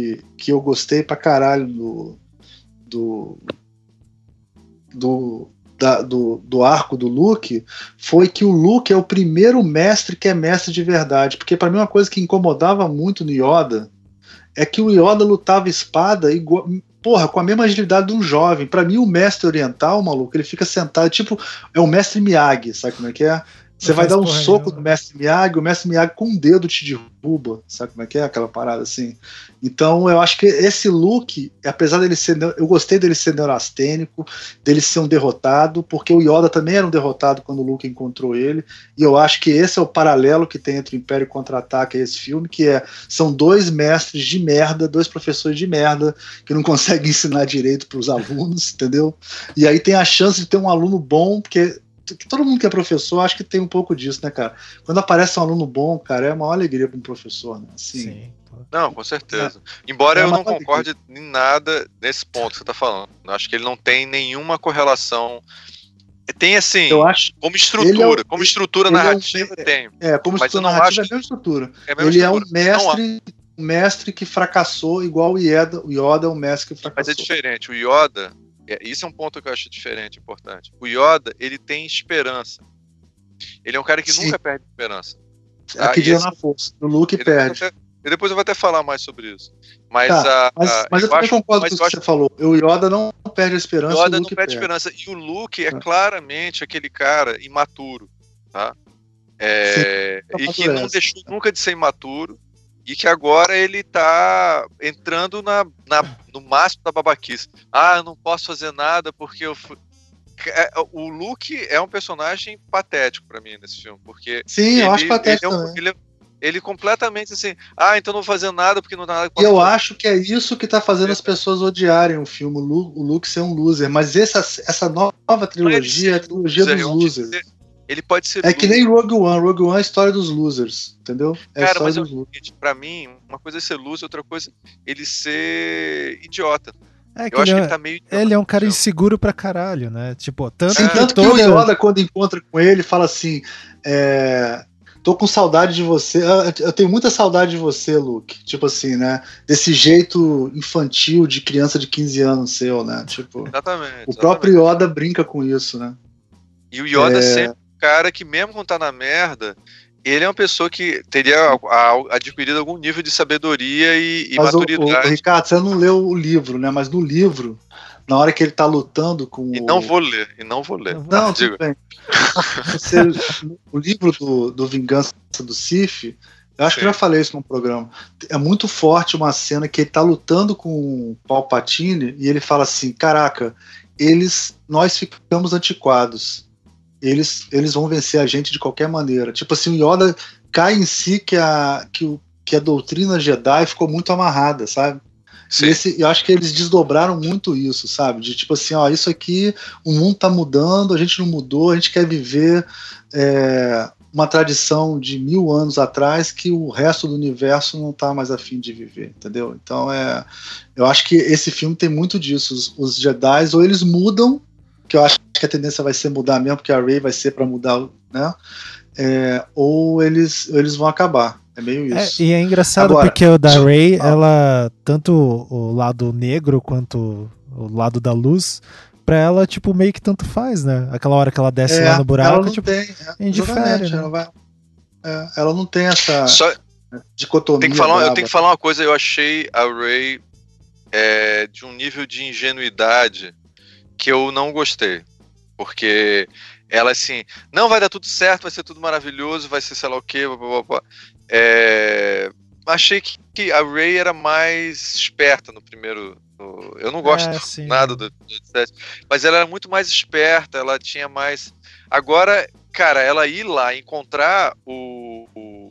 eu gostei pra caralho do arco do Luke foi que o Luke é o primeiro mestre que é mestre de verdade. Porque para mim uma coisa que incomodava muito no Yoda é que o Yoda lutava espada igual, porra, com a mesma agilidade de um jovem. Para mim o mestre oriental, maluco, ele fica sentado, tipo, é o mestre Miyagi, sabe como é que é? Você vai dar um soco no mestre Miyagi, o mestre Miyagi com um dedo te derruba, sabe como é que é aquela parada assim? Então eu acho que esse Luke, apesar dele ser, eu gostei dele ser neurastênico, dele ser um derrotado, porque o Yoda também era um derrotado quando o Luke encontrou ele, e eu acho que esse é o paralelo que tem entre o Império Contra-Ataca e esse filme, que são dois mestres de merda, dois professores de merda, que não conseguem ensinar direito para os alunos, entendeu? E aí tem a chance de ter um aluno bom, porque todo mundo que é professor, acho que tem um pouco disso, né, cara? Quando aparece um aluno bom, cara, é uma alegria para um professor, né? Assim, sim. Não, com certeza. Embora eu não concorde em nada nesse ponto que você está falando. Eu acho que ele não tem nenhuma correlação. Tem assim, eu acho, como estrutura narrativa tem. Como estrutura narrativa é a mesma estrutura. Ele é um mestre que fracassou, igual o Yoda. O Yoda é um mestre que fracassou. Mas é diferente. O Yoda, isso é um ponto que eu acho diferente, importante. O Yoda, ele tem esperança. Ele é um cara que nunca perde esperança. Acredita na força. O Luke perde. Depois eu vou até falar mais sobre isso. Mas eu também concordo com o que você falou. O Yoda não perde a esperança. O Yoda não perde a esperança. E o Luke é claramente aquele cara imaturo. Tá? E que não deixou nunca de ser imaturo. E que agora ele tá entrando no máximo da babaquice. Eu não posso fazer nada porque eu fui... O Luke é um personagem patético pra mim nesse filme. Porque eu acho patético ele completamente assim, então não vou fazer nada porque não dá nada. E eu acho que é isso que tá fazendo as pessoas odiarem o filme, o Luke ser um loser. Mas essa nova trilogia é a trilogia dos losers. Ele pode ser. Que nem Rogue One. Rogue One é a história dos losers, entendeu? Cara, mas pra mim, uma coisa é ser loser, outra coisa é ele ser idiota. Eu acho que ele tá meio idiota. Ele é um cara inseguro pra caralho, né? Tipo, tanto que o Yoda, quando encontra com ele, fala assim: tô com saudade de você. Eu tenho muita saudade de você, Luke. Tipo assim, né? Desse jeito infantil de criança de 15 anos seu, né? Tipo, exatamente. O próprio Yoda brinca com isso, né? E o Yoda sempre um cara que, mesmo quando tá na merda, ele é uma pessoa que teria adquirido algum nível de sabedoria e maturidade. Ricardo, você não leu o livro, né? Mas no livro, na hora que ele tá lutando com Não vou ler. Não, tudo bem. O livro do Vingança do Sith, eu acho que eu já falei isso no programa. É muito forte uma cena que ele tá lutando com o Palpatine e ele fala assim: caraca, nós ficamos antiquados. Eles vão vencer a gente de qualquer maneira. Tipo assim, o Yoda cai em si que a doutrina Jedi ficou muito amarrada, sabe? Eu acho que eles desdobraram muito isso, sabe? De tipo assim, isso aqui, o mundo tá mudando, a gente não mudou, a gente quer viver uma tradição de 1000 anos atrás que o resto do universo não tá mais afim de viver, entendeu? Então eu acho que esse filme tem muito disso. Os Jedi, ou eles mudam, que eu acho que a tendência vai ser mudar mesmo, porque a Rey vai ser para mudar, né? Ou eles vão acabar. É meio isso. E é engraçado porque o da Rey, ela, tanto o lado negro quanto o lado da luz, pra ela, tipo, meio que tanto faz, né? Aquela hora que ela desce lá no buraco, ela não tipo, indifere, né? Ela não tem essa dicotomia. Eu tenho que falar uma coisa, eu achei a Rey de um nível de ingenuidade que eu não gostei. Porque ela assim, não vai dar tudo certo, vai ser tudo maravilhoso, vai ser sei lá o quê, blá, blá, blá. Achei que a Rey era mais esperta no primeiro. Eu não gosto nada do 7, mas ela era muito mais esperta, ela tinha mais. Agora, cara, ela ir lá encontrar o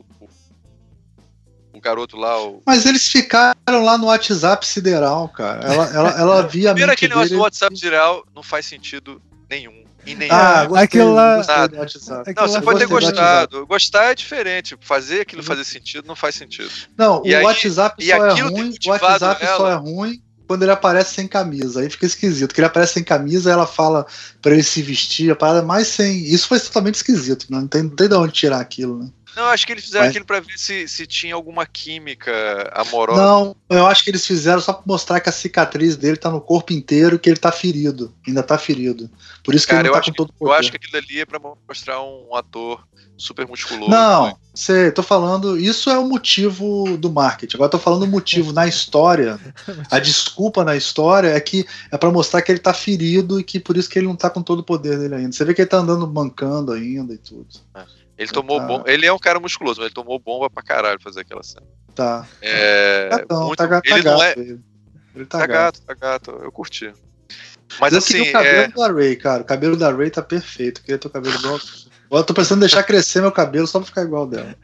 garoto lá. Mas eles ficaram lá no WhatsApp sideral, cara. Ela via a mente aquele negócio do WhatsApp sideral não faz sentido nenhum. Aquilo lá. Não, você pode ter gostado. Gostar é diferente. Fazer aquilo fazer sentido não faz sentido. Não, o WhatsApp só é ruim. O WhatsApp só é ruim quando ele aparece sem camisa. Aí fica esquisito. Porque ele aparece sem camisa, ela fala pra ele se vestir, a parada mais sem. Isso foi totalmente esquisito. Não tem de onde tirar aquilo, né? Não, acho que eles fizeram aquilo pra ver se tinha alguma química amorosa. Não, eu acho que eles fizeram só pra mostrar que a cicatriz dele tá no corpo inteiro, que ele tá ferido. Ainda tá ferido. Por isso que ele não tá com todo o poder. Eu acho que aquilo ali é pra mostrar um ator super musculoso. Não, tô falando, isso é o motivo do marketing. Agora tô falando o motivo na história. A desculpa na história é que é pra mostrar que ele tá ferido e que por isso que ele não tá com todo o poder dele ainda. Você vê que ele tá andando mancando ainda e tudo. Ele tomou bomba. Ele é um cara musculoso, mas ele tomou bomba pra caralho fazer aquela cena. Tá. Ele não é. Ele tá gato. Eu curti. Mas eu assim. Queria o cabelo da Rey, cara. O cabelo da Rey tá perfeito. Eu queria ter o cabelo igual. Eu tô pensando em deixar crescer meu cabelo só pra ficar igual dela.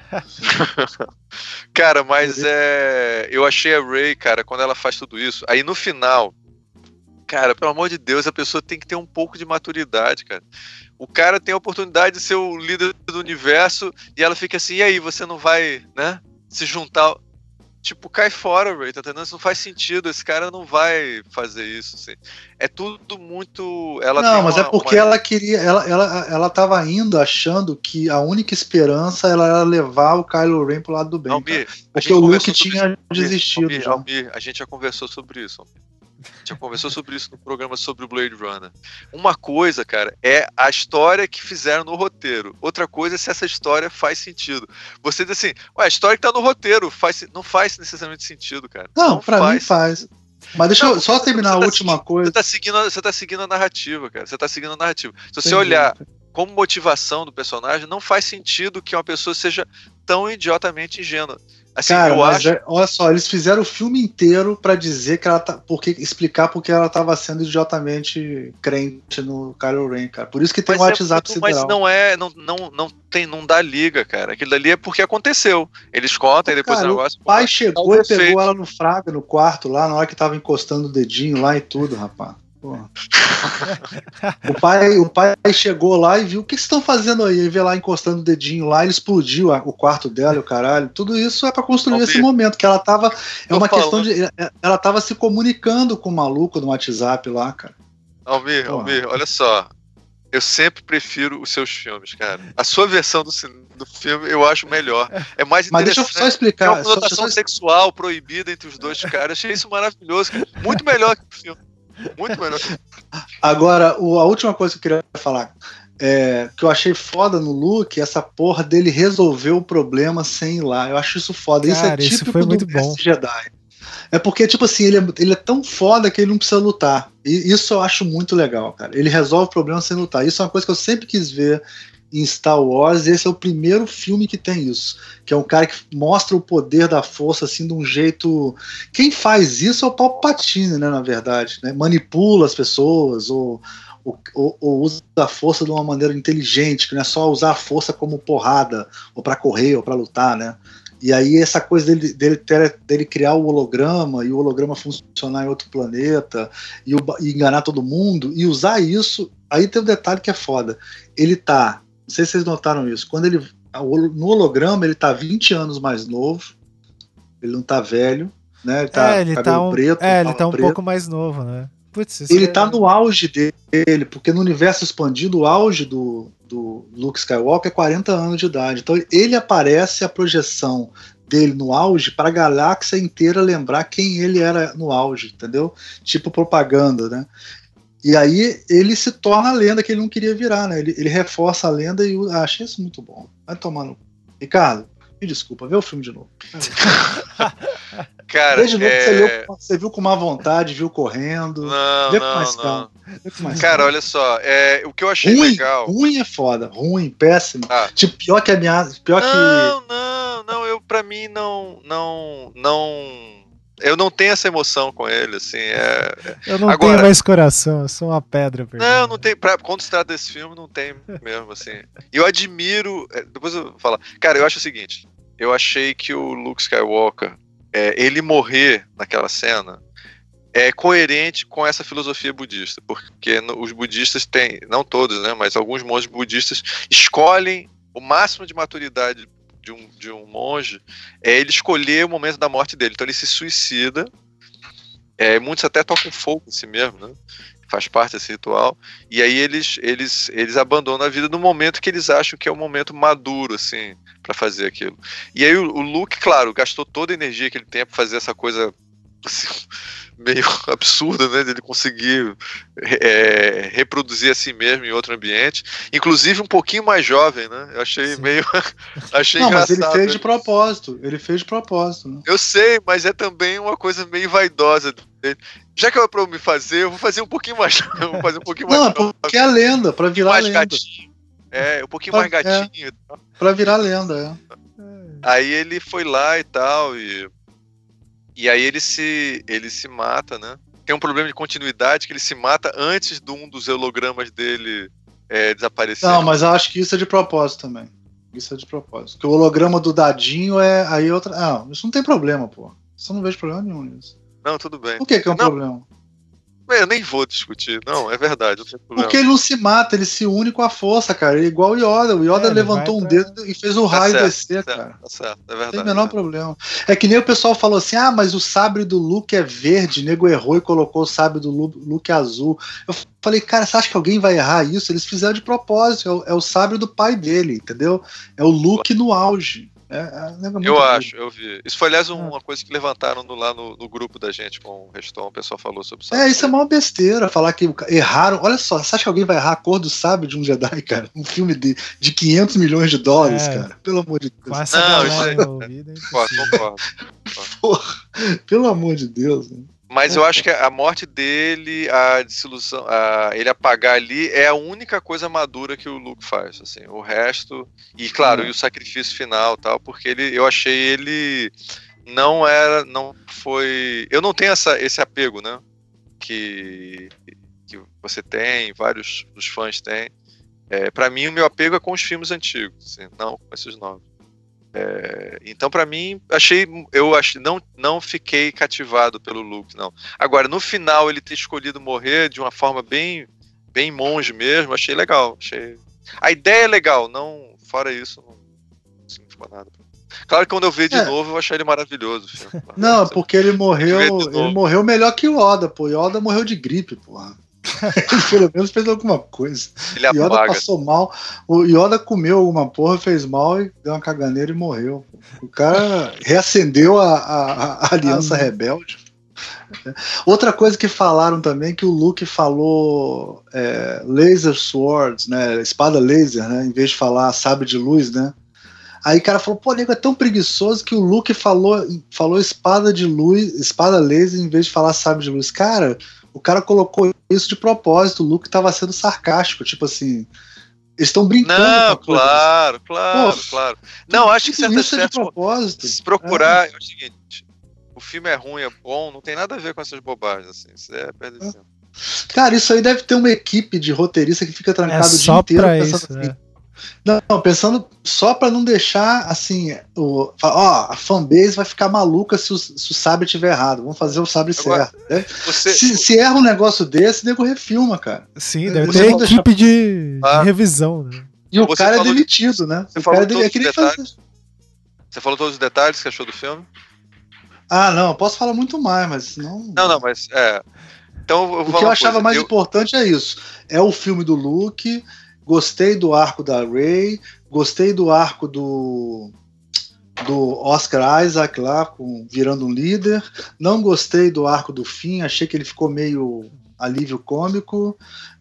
Cara, mas eu achei a Rey, cara, quando ela faz tudo isso. Aí no final, cara, pelo amor de Deus, a pessoa tem que ter um pouco de maturidade, cara. O cara tem a oportunidade de ser o líder do universo e ela fica assim, e aí, você não vai, né, se juntar? Tipo, cai fora, Rey, tá entendendo? Isso não faz sentido, esse cara não vai fazer isso, assim. É tudo muito... Mas é porque ela queria... Ela tava indo achando que a única esperança era levar o Kylo Ren pro lado do bem, Almir, porque o Luke tinha desistido. Almir, a gente já conversou sobre isso, Almir. A gente já conversou sobre isso no programa sobre o Blade Runner. Uma coisa, cara, é a história que fizeram no roteiro. Outra coisa é se essa história faz sentido. Você diz assim, a história que tá no roteiro não faz necessariamente sentido, cara. Não, pra mim faz. Mas deixa eu só terminar a última coisa. Você tá seguindo a narrativa, cara. Você tá seguindo a narrativa. Se você olhar como motivação do personagem, não faz sentido que uma pessoa seja tão idiotamente ingênua. Assim, cara, olha só, eles fizeram o filme inteiro pra dizer que ela explicar porque ela tava sendo idiotamente crente no Kylo Ren, cara. Por isso que tem o WhatsApp sideral. Mas não dá liga, cara. Aquilo dali é porque aconteceu. Eles contam e depois cara, o negócio... O pai chegou e pegou ela no fraga, no quarto lá, na hora que tava encostando o dedinho lá e tudo, rapaz. O pai chegou lá e viu o que vocês estão fazendo aí. Ele vê lá encostando o dedinho lá, ele explodiu o quarto dela, o caralho. Tudo isso é pra construir esse momento que ela tava. Questão de. Ela tava se comunicando com o maluco no WhatsApp lá, cara. Almir, olha só. Eu sempre prefiro os seus filmes, cara. A sua versão do filme eu acho melhor. É mais interessante. Mas deixa eu só explicar. É uma conotação sexual proibida entre os dois caras. Eu achei isso maravilhoso, cara. Muito melhor que o filme. Muito melhor. Agora, a última coisa que eu queria falar que eu achei foda no Luke, essa porra dele resolver o problema sem ir lá. Eu acho isso foda. Cara, isso é típico foi muito do bom. Jedi. É porque, tipo assim, ele é tão foda que ele não precisa lutar. E isso eu acho muito legal, cara. Ele resolve o problema sem lutar. Isso é uma coisa que eu sempre quis ver em Star Wars. Esse é o primeiro filme que tem isso. Que é um cara que mostra o poder da força, assim, de um jeito... Quem faz isso é o Palpatine, né, na verdade. Né? Manipula as pessoas, ou usa a força de uma maneira inteligente, que não é só usar a força como porrada, ou pra correr, ou pra lutar, né? E aí essa coisa dele criar o holograma, e o holograma funcionar em outro planeta, e enganar todo mundo, e usar isso, aí tem um detalhe que é foda. Ele tá, não sei se vocês notaram isso, no holograma ele tá 20 anos mais novo, ele não tá velho, né? Ele tá cabelo preto. Ele tá um pouco mais novo, né? Putz, ele tá no auge dele, porque no universo expandido, o auge do Luke Skywalker é 40 anos de idade. Então ele aparece a projeção dele no auge para a galáxia inteira lembrar quem ele era no auge, entendeu? Tipo propaganda, né? E aí ele se torna a lenda que ele não queria virar, né? Ele reforça a lenda e achei isso muito bom. Vai tomar no... Ricardo, me desculpa, vê o filme de novo. Cara, você viu com má vontade, viu correndo. Não, vê com mais calma. Cara, olha só, o que eu achei legal. Ruim é foda, ruim, péssimo. Tipo, pior que a minha. Não, pra mim não. Eu não tenho essa emoção com ele, assim. Eu não tenho mais coração, eu sou uma pedra. Não tem. Quando se trata desse filme, não tem mesmo, assim. E eu admiro. Depois eu vou falar. Cara, eu acho o seguinte. Eu achei que o Luke Skywalker, ele morrer naquela cena, é coerente com essa filosofia budista, porque os budistas têm, não todos, né, mas alguns monges budistas escolhem o máximo de maturidade de um monge, ele escolher o momento da morte dele. Então ele se suicida, muitos até tocam fogo em si mesmo, né? faz parte desse ritual, e aí eles abandonam a vida no momento que eles acham que é o momento maduro, assim, pra fazer aquilo. E aí o Luke, claro, gastou toda a energia que ele tem pra fazer essa coisa assim, meio absurda, né, dele conseguir reproduzir a si mesmo em outro ambiente, inclusive um pouquinho mais jovem, né, eu achei meio achei engraçado. Mas ele fez de propósito, né? Eu sei, mas é também uma coisa meio vaidosa dele. Já que é pra eu me fazer, eu vou fazer um pouquinho mais não, é porque é a lenda, pra virar mais lenda. Gatinho. Um pouquinho mais gatinho e tal. Pra virar lenda, Aí ele foi lá e tal, e aí ele se mata, né? Tem um problema de continuidade que ele se mata antes de um dos hologramas dele desaparecer. Não, mas eu acho que isso é de propósito também. Isso é de propósito. Porque o holograma do Dadinho aí outra. Ah, isso não tem problema, pô. Isso eu não vejo problema nenhum nisso. Não, tudo bem. Por que é um problema? Eu nem vou discutir. Não, é verdade, não tem problema. Porque ele não se mata, ele se une com a força, cara. Ele é igual o Yoda. O Yoda levantou um dedo e fez um raio descer, cara. Tá certo, é verdade. Não tem o menor problema. É que nem o pessoal falou assim, mas o sabre do Luke é verde, nego errou e colocou o sabre do Luke azul. Eu falei, cara, você acha que alguém vai errar isso? Eles fizeram de propósito, é o sabre do pai dele, entendeu? É o Luke no auge. Eu acho, eu vi. Isso foi, aliás, uma coisa que levantaram lá no grupo da gente com o Reston, o pessoal falou sobre isso. Isso é uma besteira, falar que erraram. Olha só, você acha que alguém vai errar a cor do sabre de um Jedi, cara? Um filme de 500 milhões de dólares, cara? Pelo amor de Deus. Com essa galera envolvida, concordo. Porra, pelo amor de Deus, né? Mas eu acho que a morte dele, a desilusão, ele apagar ali é a única coisa madura que o Luke faz, assim. O resto, e claro, e o sacrifício final, tal, porque eu achei ele não foi, eu não tenho esse apego, né, que você tem, vários dos fãs têm. Para mim o meu apego é com os filmes antigos, assim, não com esses novos. Então, pra mim, não fiquei cativado pelo Luke, não. Agora, no final, ele ter escolhido morrer de uma forma bem, bem monge mesmo, achei legal. A ideia é legal, não, fora isso, não significou nada. Claro que quando eu ver de novo, eu achei ele maravilhoso. Filho. Não, porque ele morreu melhor que o Yoda, pô. Yoda morreu de gripe, porra. Ele pelo menos fez alguma coisa. Ele Yoda apaga. Passou mal. O Yoda comeu alguma porra, fez mal e deu uma caganeira e morreu. O cara reacendeu a aliança rebelde. Outra coisa que falaram também, que o Luke falou laser swords, né, espada laser, né, em vez de falar sabre de luz, né. Aí o cara falou, pô, nego é tão preguiçoso que o Luke falou espada de luz, espada laser em vez de falar sabre de luz. Cara, o cara colocou isso de propósito, o Luke tava sendo sarcástico, tipo assim, eles estão brincando com a coisa. Claro. Não, acho que isso é de propósito. Se procurar, é o seguinte, o filme é ruim, é bom, não tem nada a ver com essas bobagens, assim, isso é perder tempo. Cara, isso aí deve ter uma equipe de roteirista que fica trancado o dia inteiro pensando assim. Não, pensando só pra não deixar assim, a fanbase vai ficar maluca se o sabre estiver errado. Vamos fazer o sabre certo. Né? Se erra um negócio desse, nego refilma, cara. Sim, deve ter equipe de revisão, né? E o cara é demitido, né? Você falou todos os detalhes? Você falou todos os detalhes que achou do filme? Não, eu posso falar muito mais, mas não. Não, mas então, o que eu achava mais importante é isso. É o filme do Luke. Gostei do arco da Rey, gostei do arco do Oscar Isaac lá, virando um líder. Não gostei do arco do Finn, achei que ele ficou meio alívio cômico.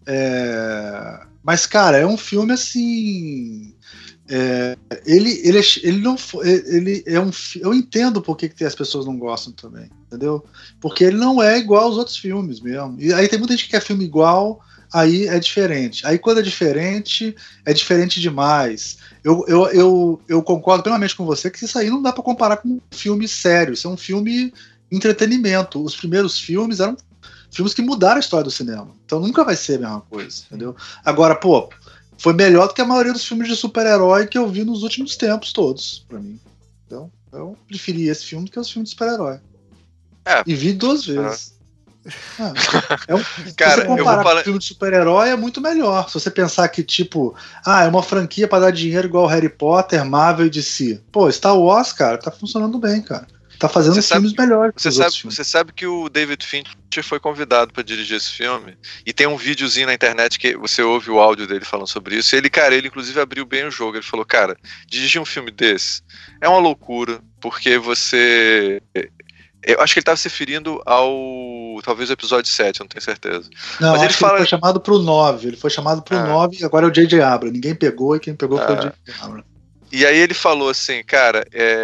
Mas, cara, é um filme assim. Ele não é um. Eu entendo por que as pessoas não gostam também, entendeu? Porque ele não é igual aos outros filmes mesmo. E aí tem muita gente que quer filme igual. Aí é diferente. Aí quando é diferente demais. Eu concordo plenamente com você que isso aí não dá pra comparar com um filme sério. Isso é um filme entretenimento. Os primeiros filmes eram filmes que mudaram a história do cinema. Então nunca vai ser a mesma coisa, entendeu? Agora, pô, foi melhor do que a maioria dos filmes de super-herói que eu vi nos últimos tempos todos, pra mim. Então, eu preferi esse filme do que os filmes de super-herói. E vi 2 vezes. Cara, se você comparar com o filme de super-herói é muito melhor. Se você pensar que, tipo, é uma franquia pra dar dinheiro igual Harry Potter, Marvel e DC. Pô, Star Wars, cara, tá funcionando bem, cara. tá fazendo filmes melhores. Você sabe que o David Fincher foi convidado para dirigir esse filme, e tem um videozinho na internet que você ouve o áudio dele falando sobre isso. Ele inclusive abriu bem o jogo. Ele falou, cara, dirigir um filme desse é uma loucura, porque você... Eu acho que ele estava se referindo talvez o episódio 7, eu não tenho certeza. Não, mas ele foi chamado pro 9. Ele foi chamado pro 9 e agora é o J.J. Abrams. Ninguém pegou e quem pegou foi o J.J. Abrams. E aí ele falou assim, cara,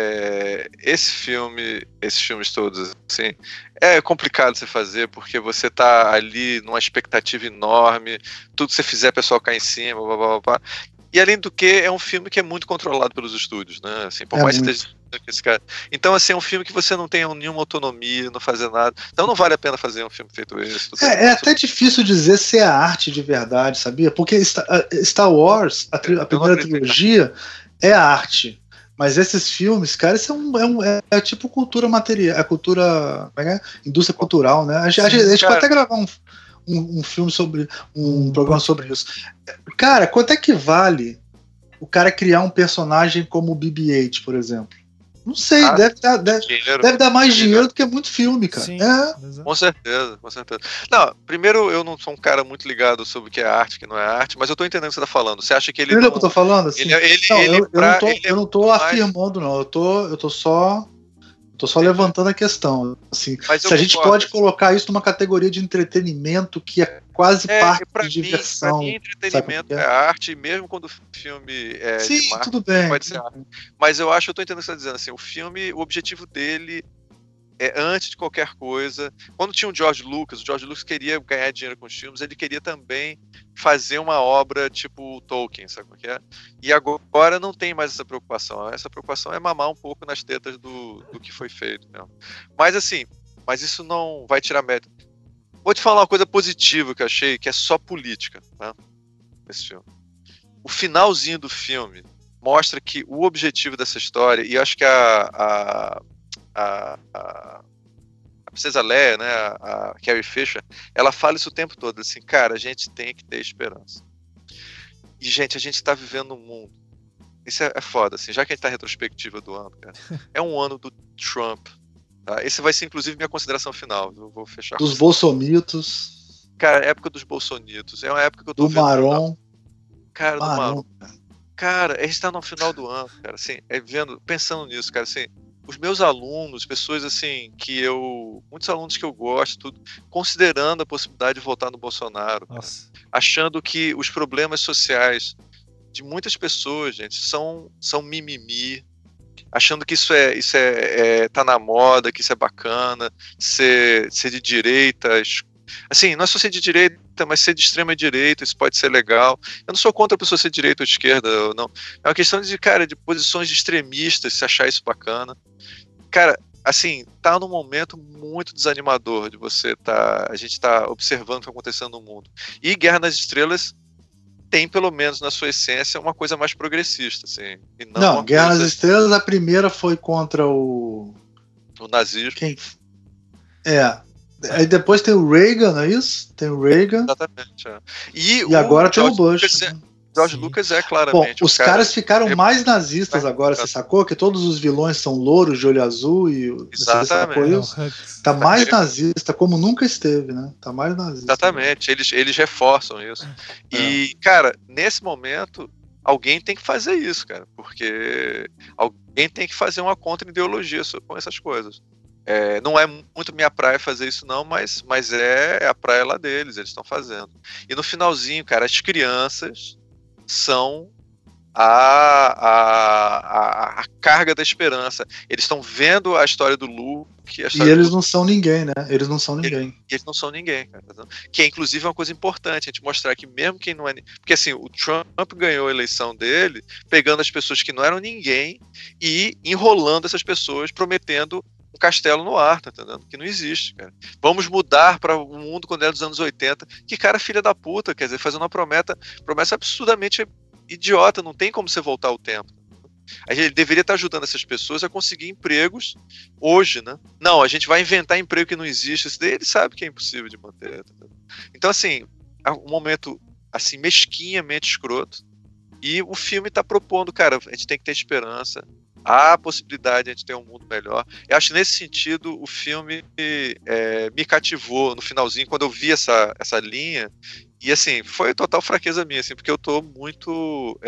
esses filmes todos, assim, é complicado você fazer, porque você tá ali numa expectativa enorme, tudo que você fizer, o pessoal cai em cima, blá, blá, blá. E além do que, é um filme que é muito controlado pelos estúdios, né? Assim, por mais que esteja esse cara. Então, assim, é um filme que você não tem nenhuma autonomia, não fazer nada. Então não vale a pena fazer um filme feito esse. É até difícil dizer se é arte de verdade, sabia? Porque Star Wars, a primeira trilogia, é arte. Mas esses filmes, cara, isso é tipo cultura material, cultura, indústria cultural, né? A gente pode até gravar um filme sobre um programa sobre isso. Cara, quanto é que vale o cara criar um personagem como o BB-8, por exemplo? Não sei, deve dar mais dinheiro do que muito filme, cara. Sim, com certeza. Não, primeiro, eu não sou um cara muito ligado sobre o que é arte, o que não é arte, mas eu tô entendendo o que você tá falando. Você acha que ele... Entendeu o que eu tô falando? Assim, eu não tô afirmando, não. Eu tô só levantando a questão. Assim, se a gente pode colocar isso numa categoria de entretenimento que é quase parte de diversão. Pra mim, entretenimento é arte, mesmo quando o filme é Sim, de marketing, tudo bem. pode ser arte. Mas eu tô entendendo o que você está dizendo. Assim, o filme, o objetivo dele é antes de qualquer coisa. Quando tinha o George Lucas queria ganhar dinheiro com os filmes, ele queria também fazer uma obra tipo Tolkien, sabe o que é? E agora não tem mais essa preocupação. Essa preocupação é mamar um pouco nas tetas do que foi feito mesmo. Mas assim, isso não vai tirar mérito. Vou te falar uma coisa positiva que eu achei, que é só política, tá? Nesse filme. O finalzinho do filme mostra que o objetivo dessa história, e acho que a Princesa Leia, né, a Carrie Fisher, ela fala isso o tempo todo, assim, cara, a gente tem que ter esperança. E, gente, a gente tá vivendo um mundo, isso é foda, assim, já que a gente tá retrospectiva do ano, cara, é um ano do Trump, tá? Esse vai ser, inclusive, minha consideração final, eu vou fechar. Dos bolsonitos. Cara, época dos bolsonitos, é uma época que eu tô vendo... Maron. Cara, do Maron. Cara, a gente tá no final do ano, cara, assim, pensando nisso, cara, assim, os meus alunos, pessoas assim, muitos alunos que eu gosto, tudo, considerando a possibilidade de votar no Bolsonaro, cara, achando que os problemas sociais de muitas pessoas, gente, são mimimi, achando que isso tá na moda, que isso é bacana, ser de direita, assim, não é só ser de direita, mas ser de extrema direita, isso pode ser legal. Eu não sou contra a pessoa ser de direita ou de esquerda, não. É uma questão de posições extremistas, se achar isso bacana. Cara, assim, tá num momento muito desanimador de a gente tá observando o que tá acontecendo no mundo. E Guerra nas Estrelas tem, pelo menos na sua essência, uma coisa mais progressista, assim. E não Guerra nas Estrelas, a primeira foi contra o nazismo. Quem? Aí depois tem o Reagan, não é isso? Tem o Reagan. Exatamente. E agora tem o Bush. George Lucas é claramente. Bom, os caras ficaram mais nazistas agora, você sacou? Que todos os vilões são louros de olho azul e você sacou isso? Tá mais nazista, como nunca esteve, né? Tá mais nazista. Exatamente, eles reforçam isso. E, cara, nesse momento, alguém tem que fazer isso, cara, porque alguém tem que fazer uma contra-ideologia com essas coisas. Não é muito minha praia fazer isso não, mas é a praia lá deles, eles estão fazendo. E no finalzinho, cara, as crianças são a carga da esperança. Eles estão vendo a história do Luke. E eles não são ninguém, né? Eles não são ninguém. Eles não são ninguém, cara. Que é, inclusive, uma coisa importante, a gente mostrar que mesmo quem não é... Porque, assim, o Trump ganhou a eleição dele pegando as pessoas que não eram ninguém e enrolando essas pessoas, prometendo um castelo no ar, tá entendendo? Que não existe, cara. Vamos mudar para o mundo quando era dos anos 80. Que cara filha da puta, quer dizer, fazendo uma promessa absurdamente idiota, não tem como você voltar o tempo. Ele deveria estar ajudando essas pessoas a conseguir empregos hoje, né? Não, a gente vai inventar emprego que não existe, isso daí ele sabe que é impossível de manter. Tá entendendo? Então, assim, é um momento assim, mesquinhamente escroto, e o filme tá propondo, cara, a gente tem que ter esperança, há a possibilidade de a gente ter um mundo melhor. Eu acho que nesse sentido o filme me cativou no finalzinho, quando eu vi essa linha, e assim, foi total fraqueza minha, assim, porque eu tô muito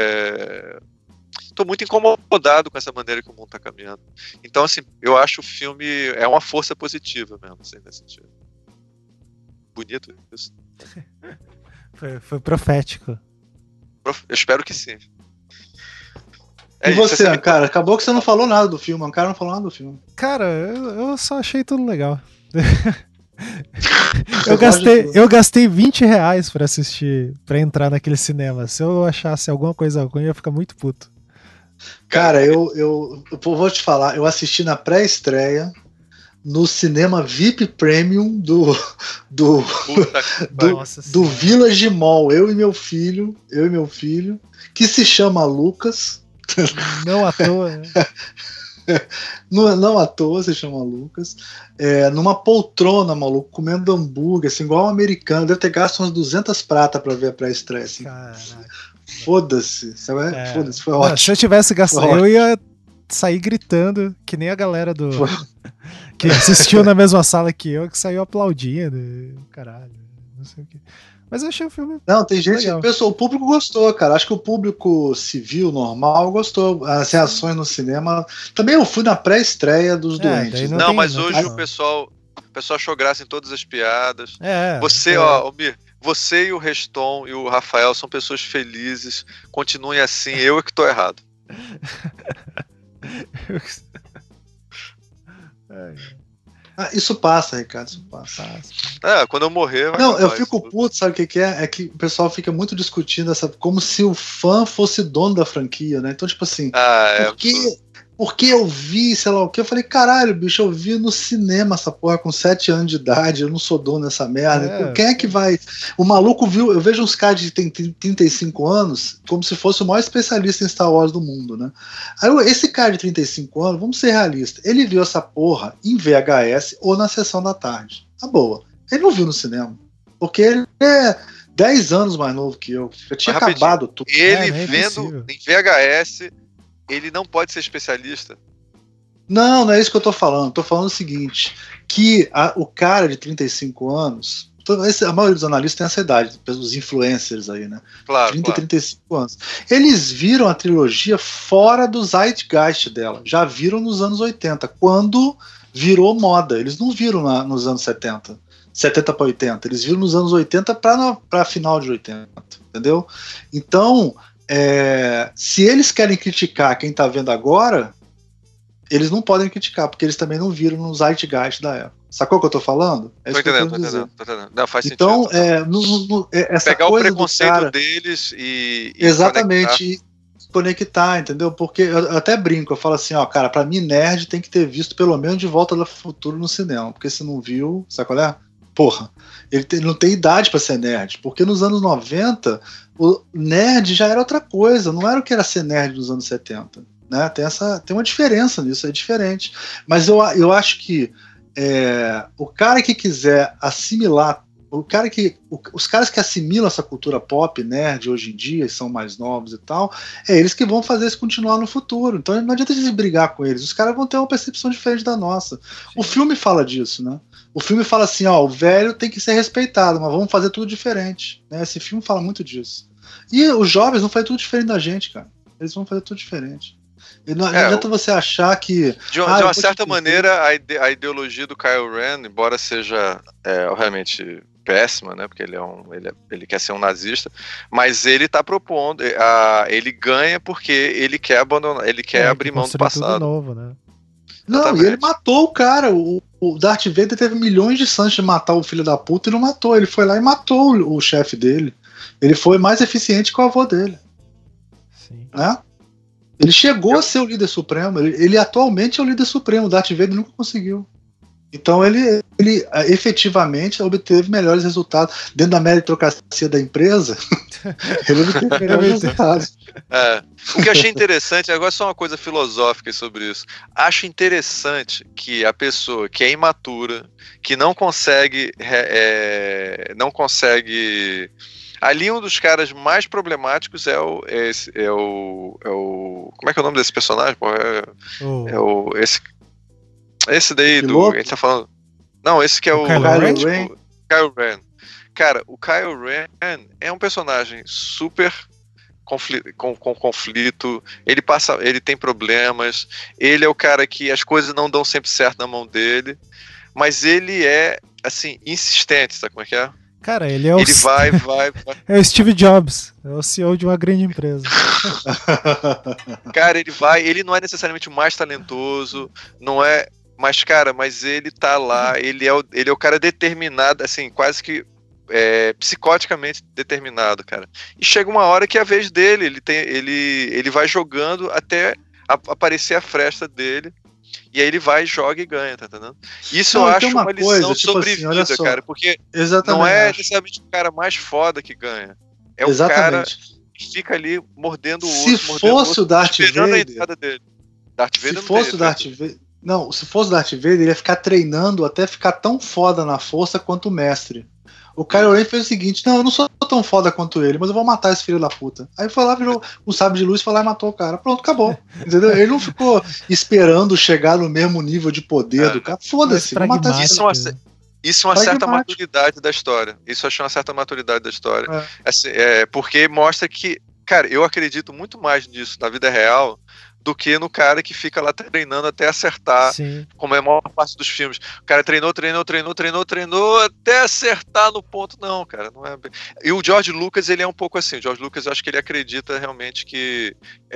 incomodado com essa maneira que o mundo tá caminhando. Então, assim, eu acho o filme é uma força positiva mesmo, assim, nesse sentido. Bonito isso. Foi profético. Eu espero que sim. E você, cara? Acabou que você não falou nada do filme. O cara não falou nada do filme. Cara, eu só achei tudo legal. Eu gastei R$20 pra assistir, pra entrar naquele cinema. Se eu achasse alguma coisa ruim, eu ia ficar muito puto. Cara, eu vou te falar, eu assisti na pré-estreia no cinema VIP Premium do Village Mall, eu e meu filho, que se chama Lucas. Não à toa, né? Não à toa se chama Lucas. Numa poltrona, maluco, comendo hambúrguer, assim, igual um americano. Deve ter gasto umas 200 prata pra ver a pré-estreia. Assim. Foda-se. Foda-se, foi ótimo. Se eu tivesse gastado, eu ia sair gritando, que nem a galera que assistiu na mesma sala que eu, que saiu aplaudindo. Caralho, não sei o que. Mas eu achei o filme. Não, tem gente. O público gostou, cara. Acho que o público civil, normal, gostou. As reações no cinema. Também eu fui na pré-estreia dos doentes. Mas hoje o pessoal achou graça em todas as piadas. Você e o Reston e o Rafael são pessoas felizes. Continuem assim, eu é que tô errado. Isso passa, Ricardo, isso passa. Quando eu morrer... eu fico puto, sabe o que é? É que o pessoal fica muito discutindo como se o fã fosse dono da franquia, né? Então, tipo assim, porque eu vi, sei lá o que, eu falei, caralho, bicho, eu vi no cinema essa porra com 7 anos de idade, eu não sou dono dessa merda. Quem é que vai... O maluco viu, eu vejo uns caras que tem 35 anos como se fosse o maior especialista em Star Wars do mundo, né? Aí esse cara de 35 anos, vamos ser realistas, ele viu essa porra em VHS ou na sessão da tarde. Tá boa. Ele não viu no cinema, porque ele é 10 anos mais novo que eu. Eu tinha acabado tudo. Ele vendo em VHS... Ele não pode ser especialista. Não é isso que eu tô falando. Tô falando o seguinte, que o cara de 35 anos, a maioria dos analistas tem essa idade, os influencers aí, né? Claro, 35 anos. Eles viram a trilogia fora do zeitgeist dela. Já viram nos anos 80, quando virou moda. Eles não viram nos anos 70 para 80. Eles viram nos anos 80 para final de 80, entendeu? Então... se eles querem criticar quem tá vendo agora, eles não podem criticar, porque eles também não viram no zeitgeist da época. Sacou o que eu tô falando? Tô entendendo. Não, faz então, sentido. Essa pegar coisa o preconceito do cara, deles e exatamente, conectar, entendeu? Porque eu até brinco, eu falo assim, cara, pra mim nerd tem que ter visto pelo menos De Volta ao Futuro no cinema, porque se não viu, sabe qual é? Porra, ele não tem idade pra ser nerd, porque nos anos 90 o nerd já era outra coisa, não era o que era ser nerd nos anos 70, né? Tem uma diferença nisso, é diferente. Mas eu acho que o cara que quiser assimilar, os caras que assimilam essa cultura pop, nerd, hoje em dia, e são mais novos e tal, eles que vão fazer isso continuar no futuro. Então não adianta a gente brigar com eles, os caras vão ter uma percepção diferente da nossa. Sim. O filme fala disso, né? O filme fala assim, o velho tem que ser respeitado, mas vamos fazer tudo diferente, né? Esse filme fala muito disso. E os jovens vão fazer tudo diferente da gente, cara. Eles vão fazer tudo diferente. E não adianta você achar que... De uma certa maneira, a ideologia do Kylo Ren, embora seja realmente péssima, né? Porque ele quer ser um nazista, mas ele está propondo, ele ganha porque ele quer abandonar, ele quer abrir mão do passado. Tudo novo, né? Não, exatamente. E ele matou o cara. O Darth Vader teve milhões de chances de matar o filho da puta e não matou. Ele foi lá e matou o chefe dele. Ele foi mais eficiente que o avô dele. Sim. Né? Ele chegou a ser o líder supremo. Ele atualmente é o líder supremo. O Darth Vader nunca conseguiu. Então ele efetivamente obteve melhores resultados. Dentro da meritocracia da empresa, ele obteve melhores resultados. O que eu achei interessante, agora só uma coisa filosófica sobre isso. Acho interessante que a pessoa que é imatura, que não consegue Ali um dos caras mais problemáticos é o como é que é o nome desse personagem? Pô? Esse daí do... A gente tá falando... Não, esse que é o Kylo Ren. Cara, o Kylo Ren é um personagem super com conflito, ele tem problemas, ele é o cara que as coisas não dão sempre certo na mão dele, mas ele é, assim, insistente, sabe como é que é? Cara, ele vai. É o Steve Jobs, é o CEO de uma grande empresa. Cara, ele não é necessariamente o mais talentoso, não é, mas ele tá lá, ele é o cara determinado, assim, quase que psicoticamente determinado, cara. E chega uma hora que é a vez dele, ele vai jogando até aparecer a fresta dele, e aí ele vai, joga e ganha, tá entendendo? Isso eu acho uma lição sobre vida, assim, cara, porque não é necessariamente o cara mais foda que ganha, é o cara que fica ali mordendo o osso, se fosse o Darth Vader, se fosse o Darth Vader, ele ia ficar treinando até ficar tão foda na força quanto o mestre. O Kylo Ren fez o seguinte: não, eu não sou tão foda quanto ele, mas eu vou matar esse filho da puta. Aí foi lá, virou um sabre de luz, foi lá e matou o cara. Pronto, acabou. Entendeu? Ele não ficou esperando chegar no mesmo nível de poder do cara. Foda-se, vou matar esse cara. Isso é uma certa maturidade da história. Isso eu achei uma certa maturidade da história. Assim, porque mostra que, cara, eu acredito muito mais nisso na vida real do que no cara que fica lá treinando até acertar. Sim. Como é a maior parte dos filmes. O cara treinou até acertar no ponto. Não, cara, não é bem. E o George Lucas, ele é um pouco assim. O George Lucas, eu acho que ele acredita realmente que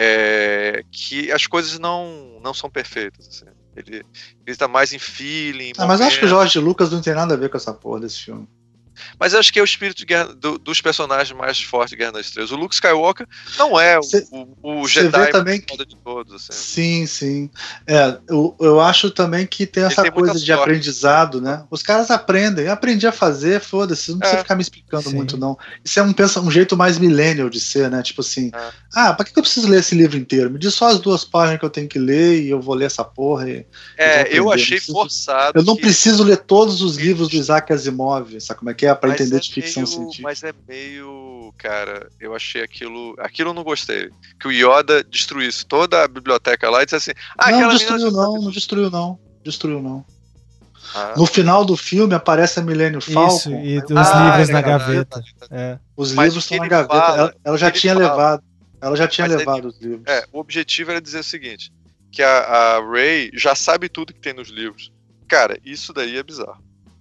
as coisas não são perfeitas, assim. Ele tá mais em feeling. Mas eu acho que o George Lucas não tem nada a ver com essa porra desse filme. Mas eu acho que é o espírito de guerra, dos personagens mais fortes de Guerra nas Estrelas. O Luke Skywalker não é o Jedi também mais foda de todos. Assim. Sim. Eu acho também que tem essa coisa de aprendizado, né? Os caras aprendi a fazer, foda-se, não precisa ficar me explicando muito, não. Isso é um jeito mais millennial de ser, né? Tipo assim, pra que eu preciso ler esse livro inteiro? Me diz só as 2 páginas que eu tenho que ler e eu vou ler essa porra. Eu achei forçado. Eu não preciso ler todos os livros do Isaac Asimov, sabe como é que é? Pra entender de ficção científica. Mas é meio... Cara, eu achei aquilo eu não gostei. Que o Yoda destruísse toda a biblioteca lá e disse assim... Não destruiu não. No final do filme aparece a Millennium Falcon. Isso, e os livros na gaveta. Os livros estão na gaveta. Ela já tinha levado. Ela já tinha levado os livros. O objetivo era dizer o seguinte, que a Rey já sabe tudo que tem nos livros. Cara, isso daí é bizarro.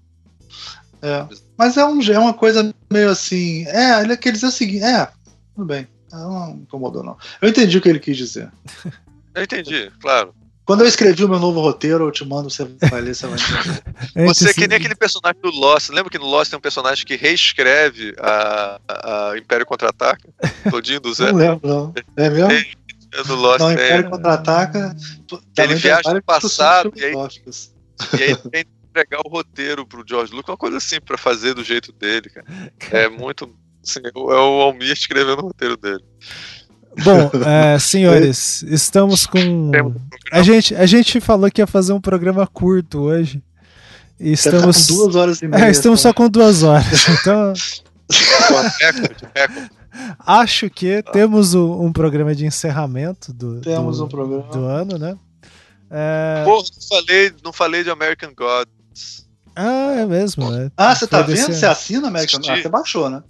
Mas é uma coisa meio assim. Ele quer dizer o seguinte. Tudo bem. Não incomodou, não. Eu entendi o que ele quis dizer. Eu entendi, claro. Quando eu escrevi o meu novo roteiro, eu te mando, você vai ler, você vai entender. Você é que nem aquele personagem do Lost. Lembra que no Lost tem um personagem que reescreve a Império Contra-Ataca? Todinho do zero? Não lembro, não. É mesmo? No Lost não, Império Contra-Ataca. Ele viaja no passado e aí tem entregar o roteiro pro George Lucas, uma coisa assim, pra fazer do jeito dele, cara. É muito... Assim, é o Almir escrevendo o roteiro dele. Bom, senhores, estamos com... A gente falou que ia fazer um programa curto hoje. E estamos... com 2 horas e meia. Estamos só com 2 horas. Então... Acho que temos um programa de encerramento do ano, né? Pô, não falei de American Gods. É mesmo. Você tá vendo? Você assina American Gods? Você baixou, né?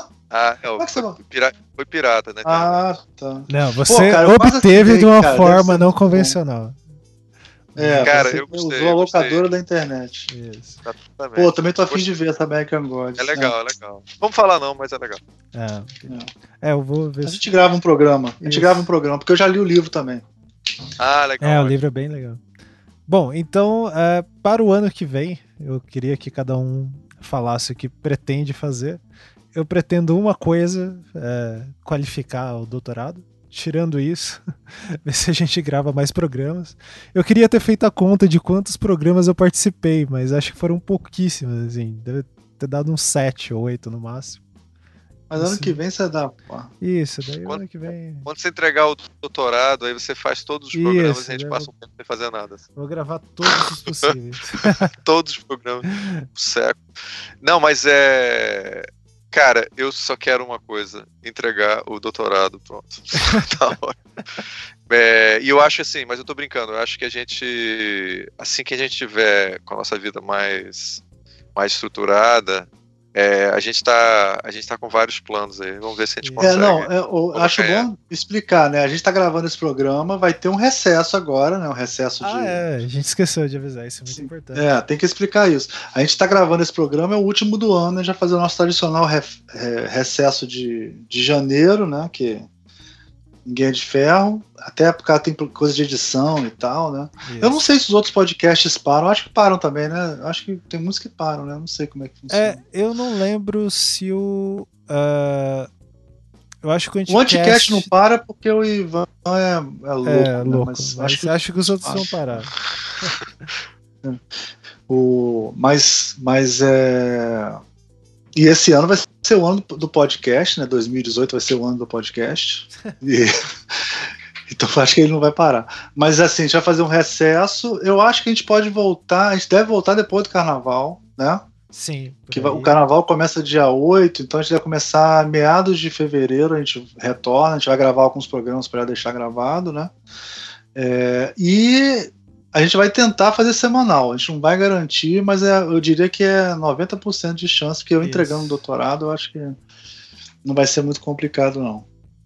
Foi pirata, né? Tá. Não, você obteve de uma forma não convencional. Cara, eu gostei. Usou a locadora da internet. Isso. Pô, também tô afim de ver essa American Gods. É legal. Vamos falar não, mas é legal. Eu vou ver. A gente grava um programa. Porque eu já li o livro também. Legal. O livro é bem legal. Bom, então, para o ano que vem, eu queria que cada um falasse o que pretende fazer. Eu pretendo uma coisa, qualificar o doutorado. Tirando isso, ver se a gente grava mais programas. Eu queria ter feito a conta de quantos programas eu participei, mas acho que foram pouquíssimos, assim. Deve ter dado uns 7 ou 8 no máximo. Mas ano que vem você dá, pô. Isso, daí ano que vem... Quando você entregar o doutorado, aí você faz todos os programas e a gente passa um tempo sem fazer nada. Assim. Vou gravar todos os possíveis. Todos os programas. Seco. Não, mas Cara, eu só quero uma coisa: entregar o doutorado, pronto. Tá ótimo. E eu acho assim, mas eu tô brincando, eu acho que a gente, assim que a gente tiver com a nossa vida mais estruturada, a gente tá com vários planos aí, vamos ver se a gente consegue. Eu acho bom explicar, né? A gente tá gravando esse programa, vai ter um recesso agora, né? Um recesso a gente esqueceu de avisar, isso é muito importante. Tem que explicar isso. A gente tá gravando esse programa, é o último do ano, a gente vai fazer o nosso tradicional recesso de janeiro, né? Que ninguém é de ferro, até porque tem coisa de edição e tal, né? Isso. Eu não sei se os outros podcasts param, acho que param também, né? Acho que tem muitos que param, né? Não sei como é que funciona. Eu não lembro se o... eu acho que o Anticast não para porque o Ivan é louco. É louco, né? mas acho que os outros vão parar. E esse ano vai ser o ano do podcast, né? 2018 vai ser o ano do podcast. Então acho que ele não vai parar. Mas assim, a gente vai fazer um recesso. Eu acho que a gente pode voltar. A gente deve voltar depois do carnaval, né? Sim. O carnaval começa dia 8, então a gente vai começar meados de fevereiro. A gente retorna, a gente vai gravar alguns programas para deixar gravado, né? E a gente vai tentar fazer semanal, a gente não vai garantir, mas eu diria que é 90% de chance, porque eu entregando o doutorado, eu acho que não vai ser muito complicado, não.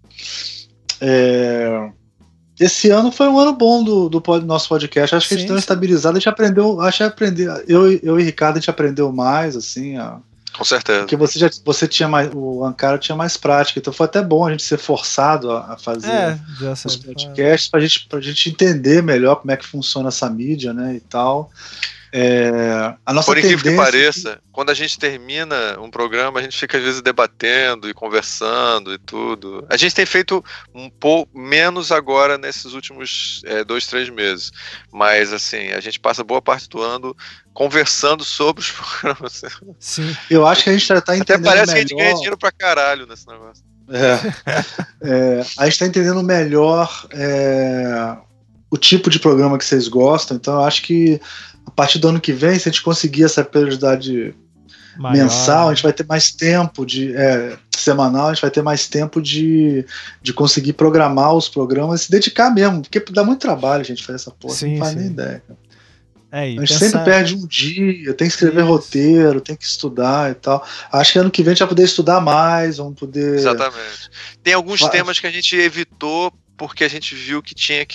Esse ano foi um ano bom do nosso podcast, acho que a gente deu uma estabilizada, a gente aprendeu, eu e Ricardo, a gente aprendeu mais, assim, com certeza. Porque você tinha mais, o Ankara tinha mais prática, então foi até bom a gente ser forçado a fazer os podcasts pra gente entender melhor como é que funciona essa mídia, né, e tal. A nossa Por incrível que pareça, quando a gente termina um programa, a gente fica às vezes debatendo e conversando e tudo. A gente tem feito um pouco menos agora nesses últimos 2-3 meses, mas assim, a gente passa boa parte do ano conversando sobre os programas. Sim. Eu acho que a gente já tá entendendo melhor. Até parece melhor... que a gente ganha dinheiro pra caralho nesse negócio. A gente tá entendendo melhor o tipo de programa que vocês gostam, então eu acho que a partir do ano que vem, se a gente conseguir essa periodicidade mensal, a gente vai ter mais tempo semanal, a gente vai ter mais tempo de conseguir programar os programas e se dedicar mesmo, porque dá muito trabalho a gente fazer essa porra, não faz nem ideia, cara. A gente sempre perde um dia, tem que escrever roteiro, tem que estudar e tal. Acho que ano que vem a gente vai poder estudar mais, vamos poder... Exatamente. Tem alguns temas que a gente evitou porque a gente viu que tinha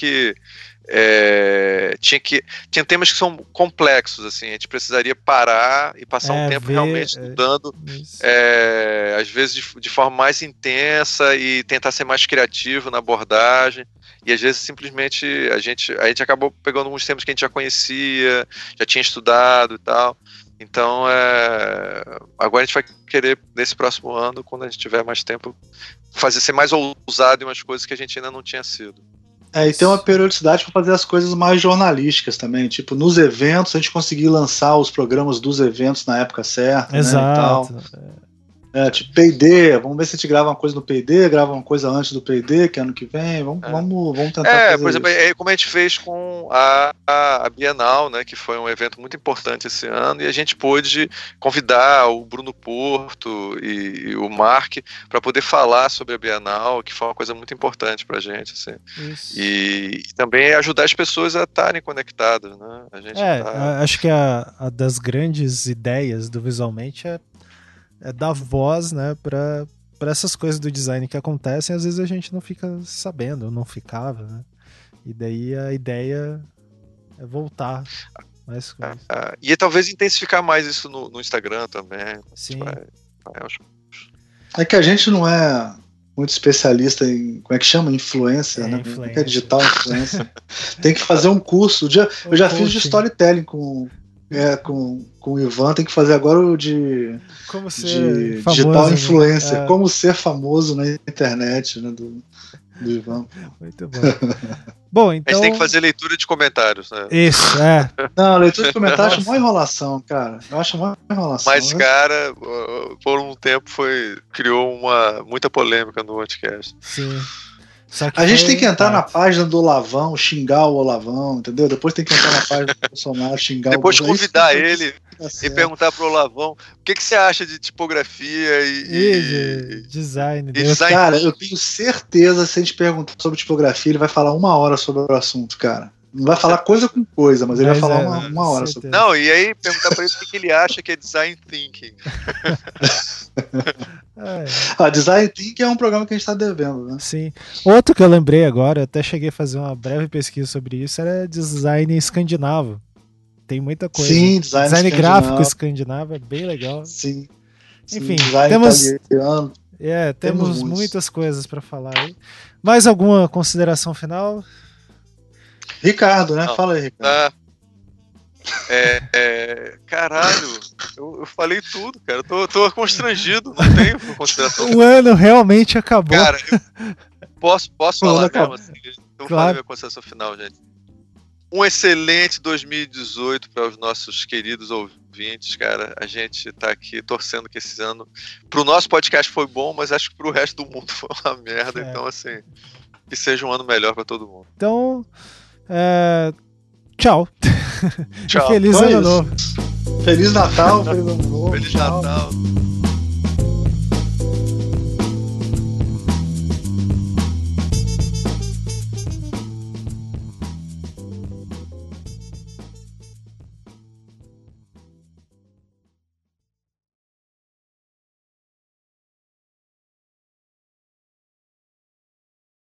temas que são complexos, assim, a gente precisaria parar e passar um tempo realmente estudando, às vezes de forma mais intensa e tentar ser mais criativo na abordagem, e às vezes simplesmente a gente acabou pegando alguns temas que a gente já conhecia, já tinha estudado e tal. Então agora a gente vai querer, nesse próximo ano, quando a gente tiver mais tempo, ser mais ousado em umas coisas que a gente ainda não tinha sido. E tem uma periodicidade para fazer as coisas mais jornalísticas também, tipo, nos eventos, a gente conseguir lançar os programas dos eventos na época certa, exato, né, e tal. Tipo, P&D, vamos ver se a gente grava uma coisa no P&D, grava uma coisa antes do P&D, que é ano que vem, vamos tentar fazer por exemplo, isso. Como a gente fez com a Bienal, né, que foi um evento muito importante esse ano, e a gente pôde convidar o Bruno Porto e o Mark para poder falar sobre a Bienal, que foi uma coisa muito importante pra gente, assim. E também ajudar as pessoas a estarem conectadas, né? Acho que a das grandes ideias do Visualmente é dar voz, né, para essas coisas do design que acontecem, às vezes a gente não fica sabendo, não ficava, né? E daí a ideia é voltar mais coisas. E talvez intensificar mais isso no Instagram também. Sim. É que a gente não é muito especialista em, como é que chama? Influencer, né? Influencer. Que é digital influencer. Tem que fazer um curso. Eu já fiz de storytelling com o Ivan, tem que fazer agora o de digital influencer, como ser famoso na internet, né, do Ivan. Muito bom. Bom, então... A gente tem que fazer leitura de comentários, né? Isso, Não, leitura de comentários eu acho uma enrolação, cara. Eu acho uma enrolação. Mas, cara, por um tempo criou muita polêmica no podcast. Sim. A gente tem que entrar na página do Olavão, xingar o Olavão, entendeu? Depois tem que entrar na página do Bolsonaro, xingar Depois o Bolsonaro. Convidar ele e perguntar pro Olavão o que você acha de tipografia e design. Cara, eu tenho certeza, se a gente perguntar sobre tipografia, ele vai falar 1 hora sobre o assunto, cara. Não vai falar coisa com coisa, mas ele vai falar uma hora sobre isso. Não, e aí perguntar pra ele o que ele acha que é design thinking. Design thinking é um programa que a gente tá devendo, né? Sim. Outro que eu lembrei agora, eu até cheguei a fazer uma breve pesquisa sobre isso, era design escandinavo. Tem muita coisa. Sim, design gráfico escandinavo é bem legal. Sim. Enfim, temos muitas coisas para falar aí. Mais alguma consideração final? Ricardo, né? Fala aí, Ricardo. Caralho, eu falei tudo, cara. Tô constrangido, não tenho consideração. O ano realmente acabou. Cara, posso falar mesmo assim? Então vou falar minha consideração final, gente. Um excelente 2018 para os nossos queridos ouvintes, cara. A gente tá aqui torcendo que esse ano pro nosso podcast foi bom, mas acho que pro resto do mundo foi uma merda. Então, assim, que seja um ano melhor para todo mundo. Então, tchau. Tchau. Feliz ano novo. Feliz Natal, feliz ano novo. Feliz Natal.